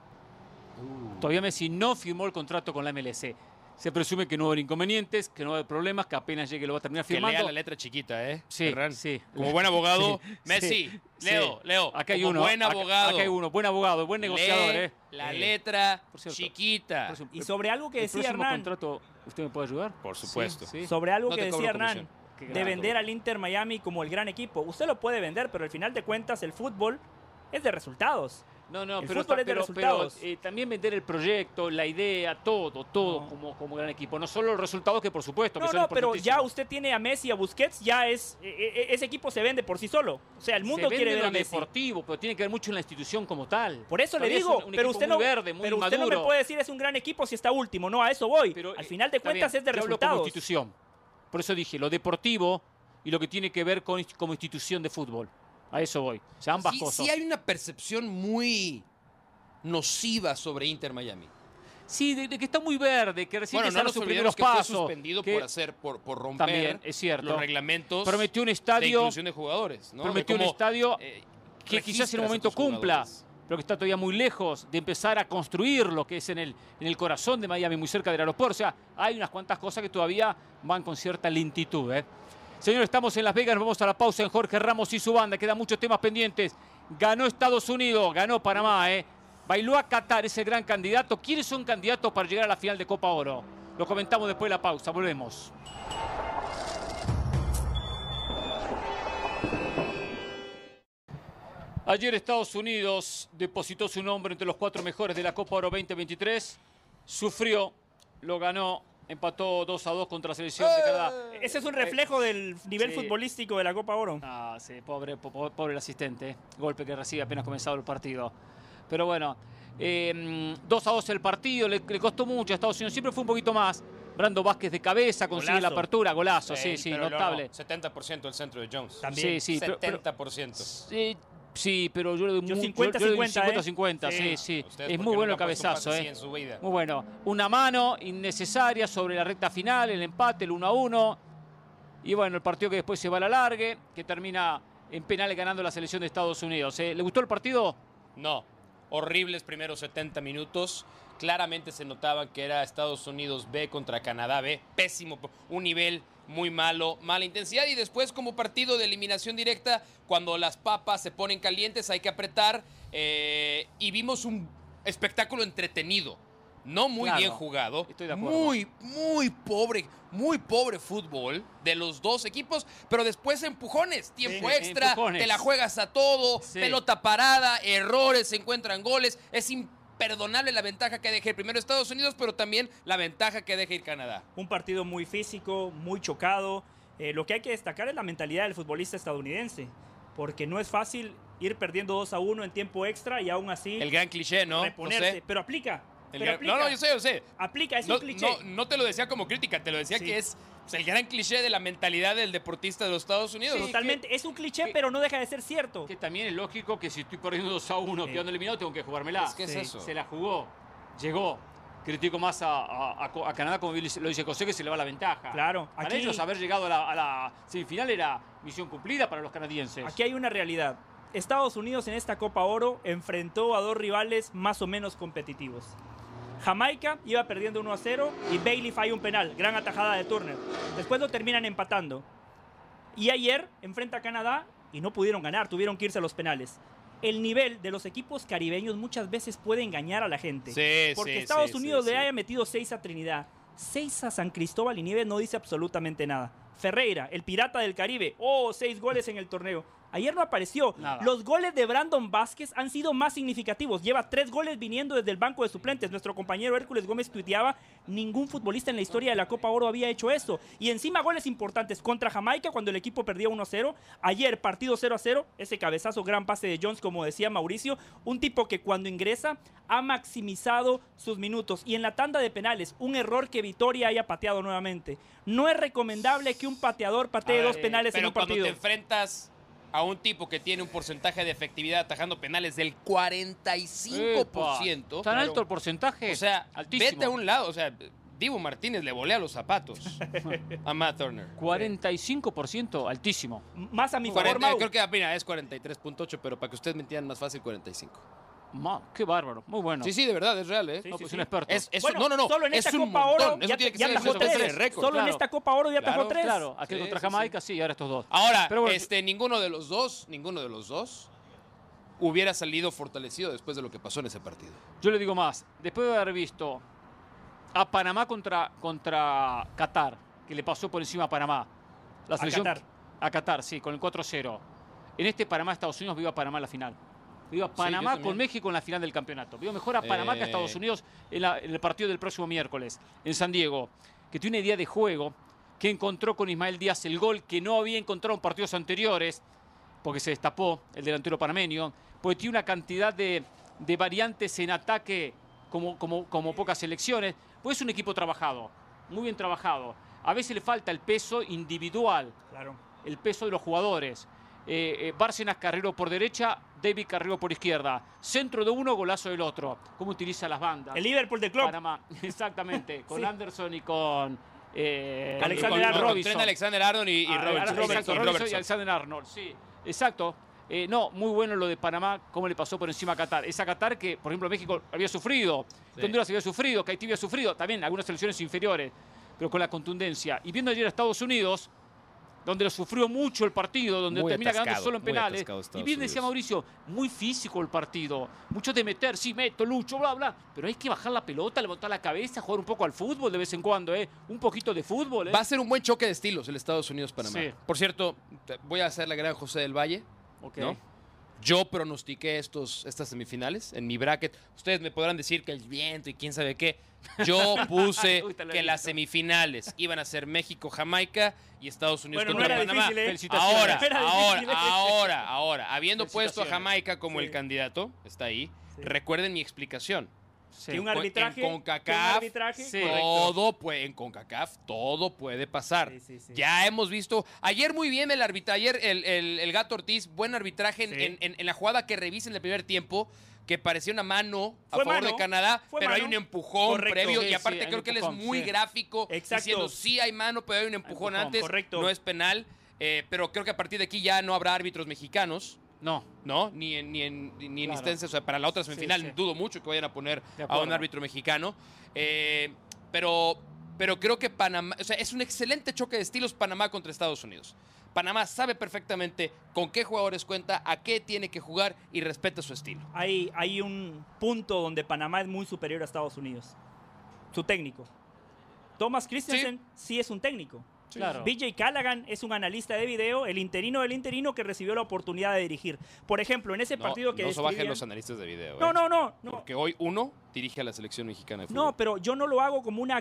Todavía Messi no firmó el contrato con la M L S. Se presume que no va a haber inconvenientes, que no va a haber problemas, que apenas llegue lo va a terminar Que firmando. lea la letra chiquita, ¿eh? Sí, Ferran. sí. Como buen abogado, Sí, Messi, sí, Leo, sí. Leo, Acá hay como uno. buen acá- abogado. Acá hay uno, buen abogado, buen negociador, lee ¿eh? la Eh, letra por cierto, chiquita. por eso- Y sobre algo que el decía próximo Hernán, contrato, ¿usted me puede ayudar? Por supuesto. Sí, sí. sobre algo No que te cobro decía Hernán, comisión. Qué de grato. vender al Inter Miami como el gran equipo. Usted lo puede vender, pero al final de cuentas el fútbol es de resultados. No, no, El pero, fútbol es de pero- resultados. pero, eh, también vender el proyecto, la idea, todo, todo No. como, como gran equipo. No solo los resultados que por supuesto que No, son no, pero ya importantísimos. usted tiene a Messi y a Busquets, ya es e- e- ese equipo se vende por sí solo. O sea, el mundo Se quiere vende ver a lo Messi. deportivo, pero tiene que ver mucho en la institución como tal. Por eso le Todavía es digo, un- un pero equipo usted muy no, verde, muy pero usted no me maduro. puede decir es un gran equipo si está último. No, a eso voy. Pero, Al eh, final de está cuentas bien, es de yo hablo resultados. como institución. Por eso dije, lo deportivo y lo que tiene que ver con inst- como institución de fútbol. A eso voy. O sea, ambas Sí, cosas. sí hay una percepción muy nociva sobre Inter Miami. Sí, de, de que está muy verde, que recién Bueno, que no salen nos sus olvidemos primeros que fue pasos. suspendido que por hacer, por, por romper También, es cierto. los reglamentos Prometió un de estadio, inclusión de jugadores. ¿no? prometió De un cómo, estadio eh, que quizás en registras un a momento tus cumpla, jugadores. pero que está todavía muy lejos de empezar a construir lo que es en el, en el corazón de Miami, muy cerca del aeropuerto. O sea, hay unas cuantas cosas que todavía van con cierta lentitud. ¿eh? Señores, estamos en Las Vegas, nos vamos a la pausa en Jorge Ramos y su banda. Quedan muchos temas pendientes. Ganó Estados Unidos, ganó Panamá. ¿eh? Bailó a Qatar, ese gran candidato. ¿Quiénes son candidatos para llegar a la final de Copa Oro? Lo comentamos después de la pausa. Volvemos. Ayer Estados Unidos depositó su nombre entre los cuatro mejores de la Copa Oro veinte veintitrés. Sufrió, lo ganó, empató dos a dos contra la selección de Canadá. Ese es un reflejo del nivel sí. futbolístico de la Copa Oro. Ah, sí, pobre, po- po- pobre el asistente. eh. Golpe que recibe apenas comenzado el partido. Pero bueno, eh, dos a dos el partido, le, le costó mucho a Estados Unidos. Siempre fue un poquito más. Brando Vázquez de cabeza consigue Golazo. la apertura, golazo, sí, sí, pero no, notable. no, setenta por ciento del centro de Jones. También. Sí, sí, pero- pero- setenta por ciento. Sí, sí, pero yo le doy Yo mu- cincuenta yo le doy cincuenta, ¿eh? cincuenta, Sí. sí, sí. Ustedes, Es ¿por muy qué bueno nunca el han puesto un cabezazo, pase así ¿eh? en su vida? Muy bueno. Una mano innecesaria sobre la recta final, el empate, el uno a uno. Y bueno, el partido que después se va a la largue, que termina en penales ganando la selección de Estados Unidos. ¿eh? ¿Le gustó el partido? No, horribles primeros setenta minutos. Claramente se notaba que era Estados Unidos B contra Canadá B. Pésimo, un nivel muy malo, mala intensidad. Y después como partido de eliminación directa, cuando las papas se ponen calientes hay que apretar. eh, y vimos un espectáculo entretenido. No muy Claro, bien jugado. estoy de acuerdo. Muy, muy pobre, muy pobre fútbol de los dos equipos. Pero después empujones, tiempo Sí, extra, empujones. te la juegas a todo, Sí. pelota parada, errores, se encuentran goles. Es imperdonable la ventaja que deja ir primero Estados Unidos, pero también la ventaja que deja ir Canadá. Un partido muy físico, muy chocado. Eh, lo que hay que destacar es la mentalidad del futbolista estadounidense, porque no es fácil ir perdiendo dos a uno en tiempo extra y aún así El gran cliché, ¿no? reponerse. José? Pero aplica. El pero gran- aplica. No, no, yo sé, yo sé. Aplica, es No, un cliché. no, no te lo decía como crítica, te lo decía Sí. que es pues, el gran cliché de la mentalidad del deportista de los Estados Unidos. Sí, Totalmente. Es un cliché, que- pero no deja de ser cierto. Que también es lógico que si estoy perdiendo dos a uno, Sí. quedando eliminado, tengo que jugármela. Es que es Sí. eso. Se la jugó, llegó. Critico más a, a- a- a Canadá, como lo dice José, que se le va la ventaja. Claro, Para aquí- ellos haber llegado a la, a la semifinal era misión cumplida para los canadienses. Aquí hay una realidad. Estados Unidos en esta Copa Oro enfrentó a dos rivales más o menos competitivos. Jamaica iba perdiendo uno a cero y Bailey falla un penal, gran atajada de Turner. Después lo terminan empatando. Y ayer enfrenta a Canadá y no pudieron ganar, tuvieron que irse a los penales. El nivel de los equipos caribeños muchas veces puede engañar a la gente. Sí, Porque sí, Estados sí, Unidos sí, le sí. haya metido seis a Trinidad, seis a San Cristóbal y Nieves no dice absolutamente nada. Ferreira, el pirata del Caribe, oh, seis goles en el torneo. Ayer no apareció. Nada. Los goles de Brandon Vázquez han sido más significativos. Lleva tres goles viniendo desde el banco de suplentes. Nuestro compañero Hércules Gómez tuiteaba, ningún futbolista en la historia de la Copa Oro había hecho eso. Y encima goles importantes contra Jamaica cuando el equipo perdía uno a cero. Ayer partido cero a cero, ese cabezazo, gran pase de Jones, como decía Mauricio. Un tipo que cuando ingresa ha maximizado sus minutos. Y en la tanda de penales, un error que Vitoria haya pateado nuevamente. No es recomendable que un pateador patee A ver, dos penales en pero un cuando partido. te enfrentas a un tipo que tiene un porcentaje de efectividad atajando penales del cuarenta y cinco por ciento. ¿Tan Claro. alto el porcentaje? O sea, altísimo. vete a un lado. O sea, Dibu Martínez le volea los zapatos a Matt Turner. cuarenta y cinco por ciento, altísimo. Más a mi favor, cuarenta, Mau. creo que mira, es cuarenta y tres punto ocho, pero para que ustedes me entiendan más fácil, cuarenta y cinco. Ma, qué bárbaro, muy bueno. Sí, sí, de verdad, es real, ¿eh? Sí, No, sí, pues sí. un experto. Es, es- Bueno, no, no, no. solo en es esta un Copa Oro montón. Eso ya, tiene que ya ser atajó eso tiene que tres. ser récord. Solo en claro. esta Copa Oro ya atajó Claro, tres. Claro, aquel Sí, contra sí, Jamaica, sí. ahora estos dos. Ahora, Pero bueno, este, ninguno de los dos, ninguno de los dos hubiera salido fortalecido después de lo que pasó en ese partido. Yo le digo más, después de haber visto a Panamá contra, contra Qatar, que le pasó por encima a Panamá. La A selección, Qatar. A Qatar, sí, con el cuatro cero. En este Panamá-Estados Unidos viva Panamá en la final. Viva yo Panamá también. con México en la final del campeonato. Vivo mejor a Panamá que a Eh. Estados Unidos en, la- en el partido del próximo miércoles, en San Diego. Que tiene una idea de juego, que encontró con Ismael Díaz el gol que no había encontrado en partidos anteriores, porque se destapó el delantero panameño, porque tiene una cantidad de, de variantes en ataque como, como, como pocas selecciones. Pues es un equipo trabajado, muy bien trabajado. A veces le falta el peso individual, Claro. el peso de los jugadores. Eh, eh, Bárcenas Carrero por derecha, David Carrero por izquierda. Centro de uno, golazo del otro. ¿Cómo utiliza las bandas? El Liverpool de Klopp. Panamá, exactamente. Con Sí. Anderson y con... eh, Con Alexander y con Arnold. Robinson. Trent Alexander-Arnold y, y Ah, Robertson. exacto, y Robinson y Robertson. Alexander Arnold, sí. Exacto. Eh, no, muy bueno lo de Panamá, cómo le pasó por encima a Qatar. Esa Qatar que, por ejemplo, México había sufrido, Sí. Honduras había sufrido, que Haití había sufrido, también algunas selecciones inferiores, pero con la contundencia. Y viendo ayer a Estados Unidos, donde lo sufrió mucho el partido, donde Muy termina ganando atascado, solo en muy penales. atascado Y Estados bien decía Unidos. Mauricio, muy físico el partido. Mucho de meter, sí, meto, lucho, bla, bla. Pero hay que bajar la pelota, levantar la cabeza, jugar un poco al fútbol de vez en cuando, ¿eh? Un poquito de fútbol, ¿eh? Va a ser un buen choque de estilos el Estados Unidos-Panamá. Sí. Por cierto, te- voy a hacer la gran José del Valle. Ok. ¿no? Yo pronostiqué estos, estas semifinales en mi bracket. Ustedes me podrán decir que el viento y quién sabe qué. Yo puse Uy, te lo he que las visto. semifinales iban a ser México, Jamaica y Estados Unidos Bueno, no contra era Panamá. difícil, ¿eh? Felicitaciones. Ahora, Era ahora, difícil, ¿eh? ahora, ahora, habiendo puesto a Felicitaciones. Jamaica como Sí. el candidato, está ahí. Sí. Recuerden mi explicación. Sí. Que un En arbitraje. CONCACAF, que un arbitraje. sí. correcto. Todo puede, en CONCACAF, todo puede pasar. Sí, sí, sí. Ya hemos visto. Ayer muy bien el arbitraje. Ayer el, el- el Gato Ortiz, buen arbitraje en, Sí. en- en- en la jugada que revisa en el primer tiempo, que parecía una mano a Fue favor mano, de Canadá, fue pero hay mano. un empujón Correcto. previo. Sí, y aparte sí, hay creo un que él es empujón, muy sí. gráfico, Exacto. diciendo sí hay mano, pero hay un empujón, empujón, antes. correcto. No es penal. eh, pero creo que a partir de aquí ya no habrá árbitros mexicanos. No. ¿No? Ni en, ni en, ni en Claro. instancias, o sea, para la otra semifinal Sí, sí. dudo mucho que vayan a poner De a acuerdo. un árbitro mexicano. Eh, pero, pero creo que Panamá, o sea, es un excelente choque de estilos Panamá contra Estados Unidos. Panamá sabe perfectamente con qué jugadores cuenta, a qué tiene que jugar y respeta su estilo. Hay, hay un punto donde Panamá es muy superior a Estados Unidos. Su técnico. Thomas Christensen sí, es un técnico. Claro. B J Callaghan es un analista de video, el interino del interino que recibió la oportunidad de dirigir. Por ejemplo, en ese No, partido que no se bajen describían- los analistas de video. No, ¿eh? no, no, no. Porque hoy uno dirige a la selección mexicana de fútbol. No, pero yo no lo hago como una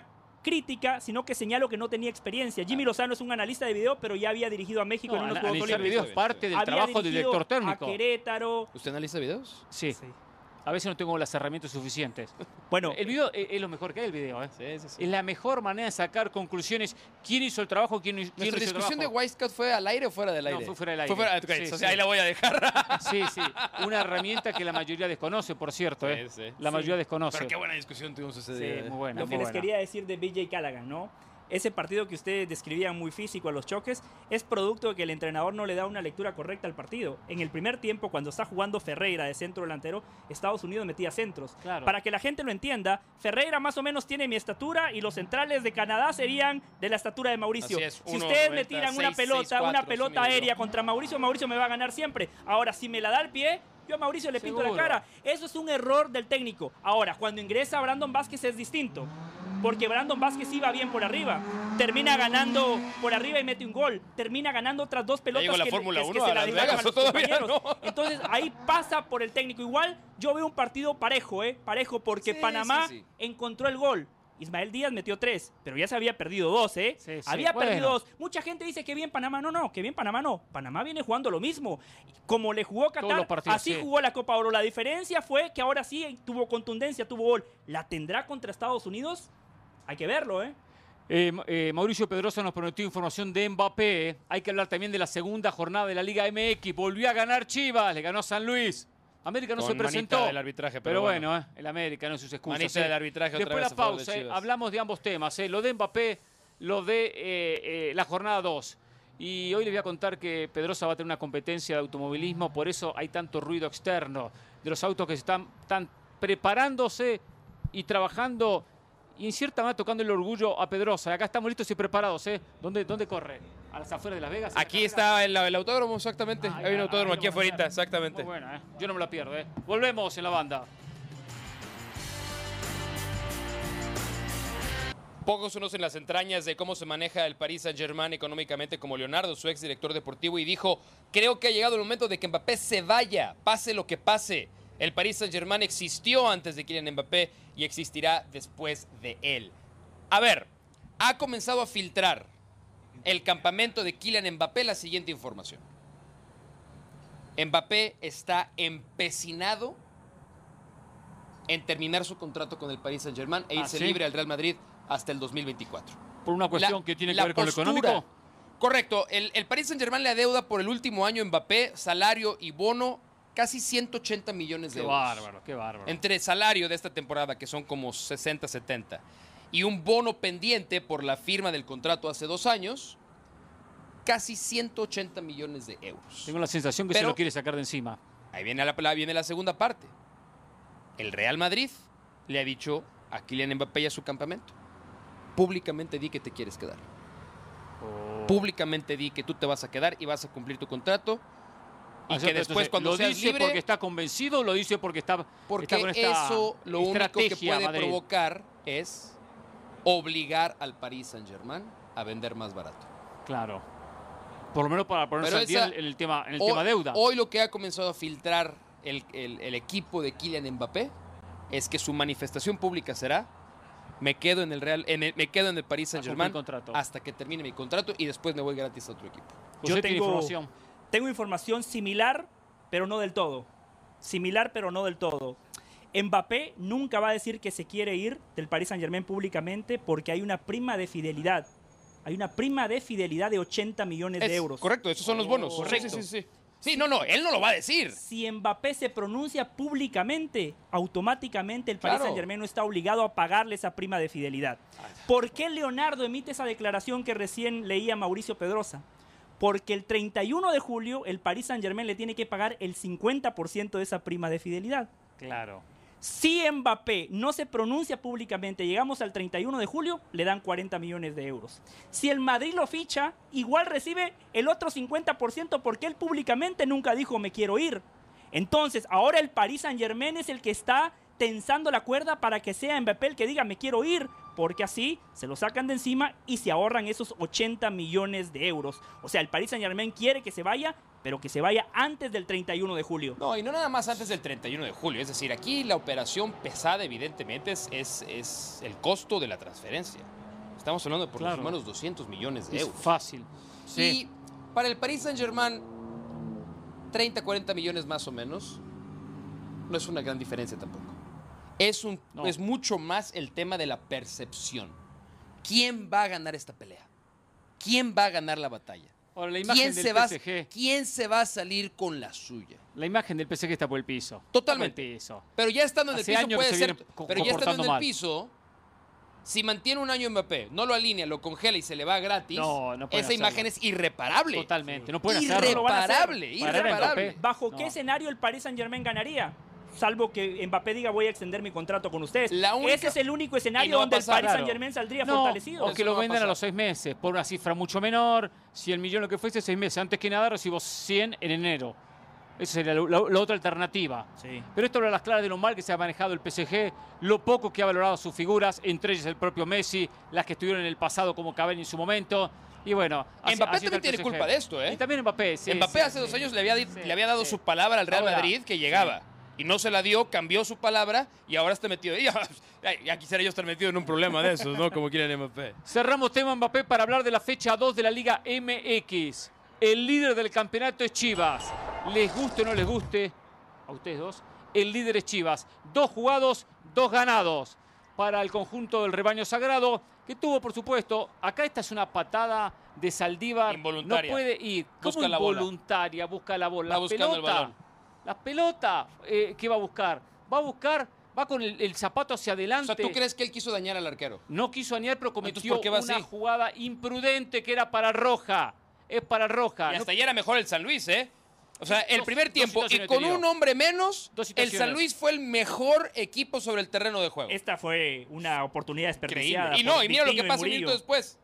crítica, sino que señalo que no tenía experiencia. Jimmy Lozano es un analista de video, pero ya había dirigido a México No, en unos ana- Juegos analizar Olímpicos. videos es parte del Había trabajo del dirigido director técnico. A Querétaro. ¿Usted analiza videos? Sí. Sí. A veces no tengo las herramientas suficientes. Bueno, El video es, es lo mejor que hay, el video. ¿eh? Sí, sí, sí. Es la mejor manera de sacar conclusiones. ¿Quién hizo el trabajo? ¿Quién, quién ¿Nuestra hizo el discusión de trabajo? Wisecout fue al aire o fuera del No, aire? fue fuera del aire. Fue fuera, ok, Sí, o sea, sí. ahí la voy a dejar. Sí, sí. Una herramienta que la mayoría desconoce, por cierto. ¿eh? Sí, sí. La mayoría Sí. desconoce. Pero qué buena discusión tuvimos ese Sí, día. ¿eh? muy buena, lo que muy les buena. quería decir de B J Callaghan, ¿no? Ese partido que ustedes describían muy físico a los choques es producto de que el entrenador no le da una lectura correcta al partido. En el primer tiempo, cuando está jugando Ferreira de centro delantero, Estados Unidos metía centros. Claro. Para que la gente lo entienda, Ferreira más o menos tiene mi estatura y los centrales de Canadá serían de la estatura de Mauricio. Así es, si uno ustedes me noventa, tiran una seis, pelota, seis, cuatro, una pelota son aérea contra Mauricio, Mauricio me va a ganar siempre. Ahora, si me la da al pie, yo a Mauricio le pinto la Seguro. cara. Eso es un error del técnico. Ahora, cuando ingresa Brandon Vázquez es distinto. Porque Brandon Vázquez iba bien por arriba. Termina ganando por arriba y mete un gol. Termina ganando otras dos pelotas llegó la que, Fórmula que- que uno se a la Las dejaron Vegas, a los ¿o todavía compañeros. no? Entonces ahí pasa por el técnico. Igual yo veo un partido parejo, ¿eh? Parejo porque Sí, Panamá sí, sí. encontró el gol. Ismael Díaz metió tres, pero ya se había perdido dos, ¿eh? Sí, sí. Había Bueno. perdido dos. Mucha gente dice que bien Panamá. No, no, que bien Panamá no. Panamá viene jugando lo mismo. Como le jugó Todos Qatar, los partidos, así sí. jugó la Copa Oro. La diferencia fue que ahora sí tuvo contundencia, tuvo gol. ¿La tendrá contra Estados Unidos? Hay que verlo, ¿eh? Eh, eh, Mauricio Pedrosa nos prometió información de Mbappé. ¿eh? Hay que hablar también de la segunda jornada de la Liga M X. Volvió a ganar Chivas, le ganó a San Luis. América no Con se presentó. manita del arbitraje, pero pero bueno. bueno, ¿eh? el América no es sus excusas. Manita ¿eh? del arbitraje otra Después vez la a favor de pausa, ¿eh? Chivas. hablamos de ambos temas. ¿eh? Lo de Mbappé, lo de eh, eh, la jornada dos. Y hoy les voy a contar que Pedrosa va a tener una competencia de automovilismo, por eso hay tanto ruido externo de los autos que están, están preparándose y trabajando y en cierta manera tocando el orgullo a Pedrosa. Acá estamos listos y preparados. ¿eh? ¿Dónde, ¿Dónde corre? ¿A las afueras de Las Vegas? Aquí está el, el autódromo, exactamente. Ah, Hay un ahí- autódromo ahí aquí lo vamos a afuera, hacer. exactamente. Muy buena, ¿eh? Yo no me la pierdo. ¿eh? Volvemos en la banda. Pocos conocen las entrañas de cómo se maneja el Paris Saint-Germain económicamente como Leonardo, su ex director deportivo, y dijo, creo que ha llegado el momento de que Mbappé se vaya, pase lo que pase. El Paris Saint-Germain existió antes de Kylian Mbappé y existirá después de él. A ver, ha comenzado a filtrar el campamento de Kylian Mbappé la siguiente información. Mbappé está empecinado en terminar su contrato con el Paris Saint-Germain e ¿Ah, irse sí? libre al Real Madrid hasta el dos mil veinticuatro. Por una cuestión La- que tiene que la ver con postura. lo económico. Correcto. El, el Paris Saint-Germain le adeuda por el último año a Mbappé, salario y bono, casi ciento ochenta millones de Qué euros. bárbaro, qué bárbaro. Entre salario de esta temporada, que son como sesenta, setenta, y un bono pendiente por la firma del contrato hace dos años, casi ciento ochenta millones de euros. Tengo la sensación que se Pero- lo quiere sacar de encima. Ahí viene la, la- viene la segunda parte. El Real Madrid le ha dicho a Kylian Mbappé y a su campamento, públicamente di que te quieres quedar. Oh. Públicamente di que tú te vas a quedar y vas a cumplir tu contrato y Ah, que pero después entonces, cuando ¿lo seas dice libre, porque está convencido o lo dice porque está, porque está con esta eso lo único que estrategia puede Madrid? provocar es obligar al Paris Saint-Germain a vender más barato. Claro. Por lo menos para ponerse Pero al día esa- en el tema, en el hoy, tema deuda. Hoy lo que ha comenzado a filtrar el, el- el equipo de Kylian Mbappé es que su manifestación pública será me quedo en el Real, en el- me quedo en el Paris A cumplir Saint-Germain contrato. hasta que termine mi contrato y después me voy gratis a otro equipo. José Yo tiene tengo- información. Tengo información similar, pero no del todo. Similar, pero no del todo. Mbappé nunca va a decir que se quiere ir del Paris Saint-Germain públicamente porque hay una prima de fidelidad. Hay una prima de fidelidad de ochenta millones de Es euros. Correcto, esos son los bonos. Correcto. Sí, sí, sí, sí. Sí, no, no, él no lo va a decir. Si Mbappé se pronuncia públicamente, automáticamente el Paris Claro. Saint-Germain no está obligado a pagarle esa prima de fidelidad. ¿Por qué Leonardo emite esa declaración que recién leía Mauricio Pedrosa? Porque el treinta y uno de julio el Paris Saint-Germain le tiene que pagar el cincuenta por ciento de esa prima de fidelidad. Claro. Si Mbappé no se pronuncia públicamente, llegamos al treinta y uno de julio, le dan cuarenta millones de euros. Si el Madrid lo ficha, igual recibe el otro cincuenta por ciento porque él públicamente nunca dijo me quiero ir. Entonces, ahora el Paris Saint-Germain es el que está tensando la cuerda para que sea Mbappé el que diga me quiero ir, porque así se lo sacan de encima y se ahorran esos ochenta millones de euros. O sea, el Paris Saint-Germain quiere que se vaya, pero que se vaya antes del treinta y uno de julio. No, y no nada más antes del treinta y uno de julio. Es decir, aquí la operación pesada, evidentemente, es, es, es el costo de la transferencia. Estamos hablando de por Claro. lo menos doscientos millones de Es euros. fácil. Sí. Y para el Paris Saint-Germain, treinta, cuarenta millones más o menos, no es una gran diferencia tampoco. Es, un, No. es mucho más el tema de la percepción. ¿Quién va a ganar esta pelea? ¿Quién va a ganar la batalla? Ahora, la ¿Quién imagen se, del va, P S G. ¿Quién se va a salir con la suya? La imagen del P S G está por el piso. Totalmente. Está por el piso. Pero ya estando en el Hace piso años puede que se ser. viene co- Pero ya estando en comportando el mal. piso, si mantiene un año Mbappé, no lo alinea, lo congela y se le va gratis, No, no pueden esa imagen hacerlo. es irreparable. Totalmente. No pueden hacerlo. Irreparable, Para irreparable. Mbappé. ¿Bajo No. qué escenario el Paris Saint-Germain ganaría? Salvo que Mbappé diga voy a extender mi contrato con ustedes. La única- Ese es el único Y escenario no va a donde pasar, el Paris claro. Saint-Germain saldría No, fortalecido. o Eso que no lo va a vendan a pasar. los seis meses, por una cifra mucho menor. Si el millón lo que fuese seis meses, antes que nada recibo cien en enero. Esa sería la, la- la otra alternativa. Sí. Pero esto habla a las claras de lo mal que se ha manejado el P S G, lo poco que ha valorado sus figuras, entre ellas el propio Messi, las que estuvieron en el pasado como Cavani en su momento. Y bueno, así- Mbappé así está también el tiene P S G. culpa de esto, ¿eh? Y también Mbappé, sí. Mbappé sí, hace dos sí. años le había, di- Sí, le había dado sí. su palabra al Real Ahora, Madrid que llegaba. Y no se la dio, cambió su palabra y ahora está metido. Ya, ya quisiera yo estar metido en un problema de esos, ¿no? Como quieren Mbappé. Cerramos tema Mbappé para hablar de la fecha dos de la Liga M X. El líder del campeonato es Chivas. Les guste o no les guste, a ustedes dos, el líder es Chivas. Dos jugados, dos ganados para el conjunto del rebaño sagrado, que tuvo, por supuesto, acá esta es una patada de Saldívar. Involuntaria. No puede ir. ¿Cómo Busca la bola. involuntaria? Busca la bola. Va La buscando el pelota. balón. La pelota, eh, ¿qué va a buscar? Va a buscar, va con el, el zapato hacia O adelante. sea, ¿tú crees que él quiso dañar al arquero? No quiso añar, pero Entonces, cometió ¿por qué va una así? jugada imprudente que era para Roja. Es para Roja. Y No- hasta ayer era mejor el San Luis, ¿eh? O sea, el Dos- primer dos tiempo y situaciones con te digo. un hombre menos, Dos el situaciones. San Luis fue el mejor equipo sobre el terreno de juego. Esta fue una oportunidad desperdiciada. Increíble. Y no, por y mira lo que Vitinho y pasa un Murillo. minuto después.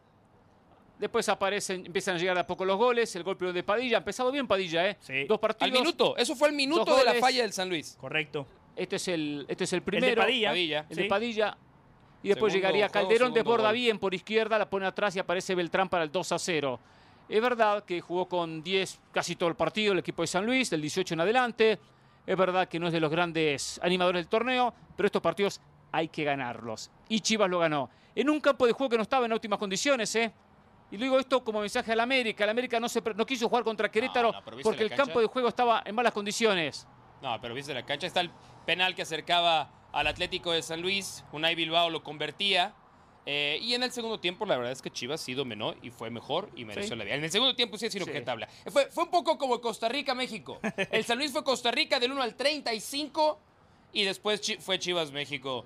Después aparecen, empiezan a llegar de a poco los goles. El golpe de Padilla. Ha empezado bien Padilla, ¿eh? Sí. Dos partidos. Al minuto. Eso fue el minuto dos de la goles. falla del San Luis. Correcto. Este es el, este es el El primero. de Padilla. Padilla. El Sí. de Padilla. Y después Segundo llegaría juego, Calderón, segundo desborda gol. bien por izquierda, la pone atrás y aparece Beltrán para el dos a cero. Es verdad que jugó con diez casi todo el partido el equipo de San Luis, del dieciocho en adelante. Es verdad que no es de los grandes animadores del torneo, pero estos partidos hay que ganarlos. Y Chivas lo ganó. En un campo de juego que no estaba en óptimas condiciones, ¿eh? Y le digo esto como mensaje al América. El América no, se, pre- no quiso jugar contra Querétaro no, pero ¿viste porque la el cancha? campo de juego estaba en malas condiciones. No, pero viste la cancha. Está el penal que acercaba al Atlético de San Luis. Unai Bilbao lo convertía. Eh, y en el segundo tiempo, la verdad es que Chivas sí dominó y fue mejor y mereció Sí. la vida. En el segundo tiempo sí es Sí. inobjetable. Fue, fue un poco como Costa Rica-México. El San Luis fue Costa Rica del uno al treinta y cinco y después Chi- fue Chivas-México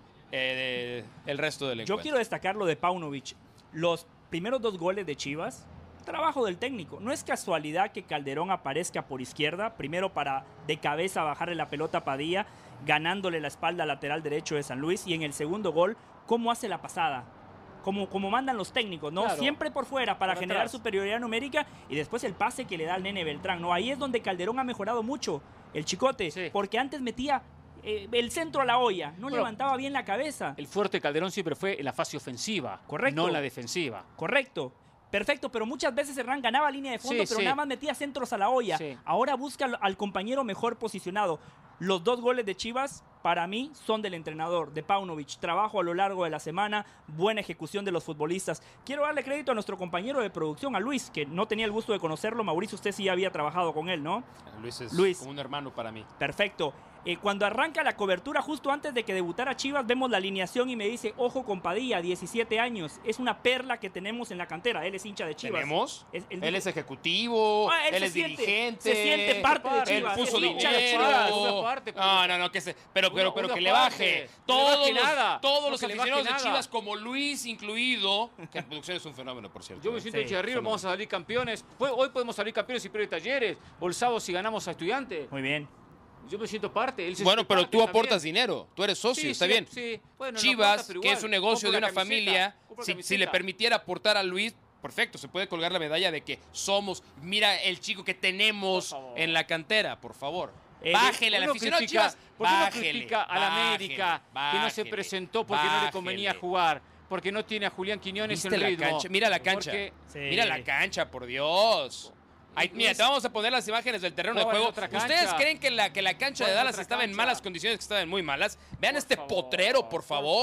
eh, de- el resto del encuentro. Yo quiero destacar lo de Paunovic. Los primeros dos goles de Chivas, trabajo del técnico. No es casualidad que Calderón aparezca por izquierda, primero para de cabeza bajarle la pelota a Padilla, ganándole la espalda al lateral derecho de San Luis, y en el segundo gol, cómo hace la pasada. Como, como mandan los técnicos, ¿no? Claro. Siempre por fuera para Por generar atrás. superioridad numérica, y después el pase que le da al nene Beltrán, ¿no? Ahí es donde Calderón ha mejorado mucho, el chicote, Sí. porque antes metía eh, el centro a la olla, no Bueno, levantaba bien la cabeza. El fuerte de Calderón siempre fue en la fase ofensiva, Correcto. no en la defensiva. Correcto. Perfecto, pero muchas veces Hernán ganaba línea de fondo, Sí, pero sí. nada más metía centros a la olla. Sí. Ahora busca al- al compañero mejor posicionado. Los dos goles de Chivas, para mí, son del entrenador, de Paunovic. Trabajo a lo largo de la semana, buena ejecución de los futbolistas. Quiero darle crédito a nuestro compañero de producción, a Luis, que no tenía el gusto de conocerlo. Mauricio, usted sí había trabajado con él, ¿no? Luis es Luis. como un hermano para mí. Perfecto. Eh, cuando arranca la cobertura, justo antes de que debutara Chivas, vemos la alineación y me dice, ojo con Padilla, diecisiete años. Es una perla que tenemos en la cantera. Él es hincha de Chivas. ¿Tenemos? Es- él él dijo- es ejecutivo, Ah, él él, se es siente- dirigente. se siente parte de Él Chivas, puso es hincha de dinero. Chivas. Una parte, no, no, no, que se, pero, pero, Una- pero una que le parte. baje. Que le Todos baje los, nada. todos No los que le aficionados de baje Chivas, nada. como Luis incluido, que en producción es un fenómeno, por cierto. Yo me ¿eh? siento Sí, hincha de River, fenómeno. vamos a salir campeones. Hoy- Hoy podemos salir campeones y pierde Talleres. O el sábado si ganamos a Estudiantes. Muy bien. Yo me siento parte. él se Bueno, siente pero parte tú también. aportas dinero, tú eres socio, Sí, está sí, bien. sí. Bueno, no Chivas, aporta, pero que igual, es un negocio compro de la una camiseta, familia, compro la si, si camiseta. le permitiera aportar a Luis, perfecto, se puede colgar la medalla de que somos, mira el chico que tenemos Por favor. en la cantera, por favor. Eh, Bájele al Uno aficionado de critica- Chivas, ¿Por qué no bájele, critica a la bájele, América que no se bájele, presentó porque no le convenía bájele. jugar? Porque no tiene a Julián Quiñones ¿Viste en la ritmo. cancha? Mira la cancha. Porque Sí. Mira la cancha, por Dios. Ay, Luis- mira, te vamos a poner las imágenes del terreno de Juega en juego. otra cancha. ¿Ustedes creen que la, que la cancha de Juega en Dallas otra estaba en cancha. malas condiciones, que estaba en muy malas? Vean Por este favor, potrero, por por favor. favor.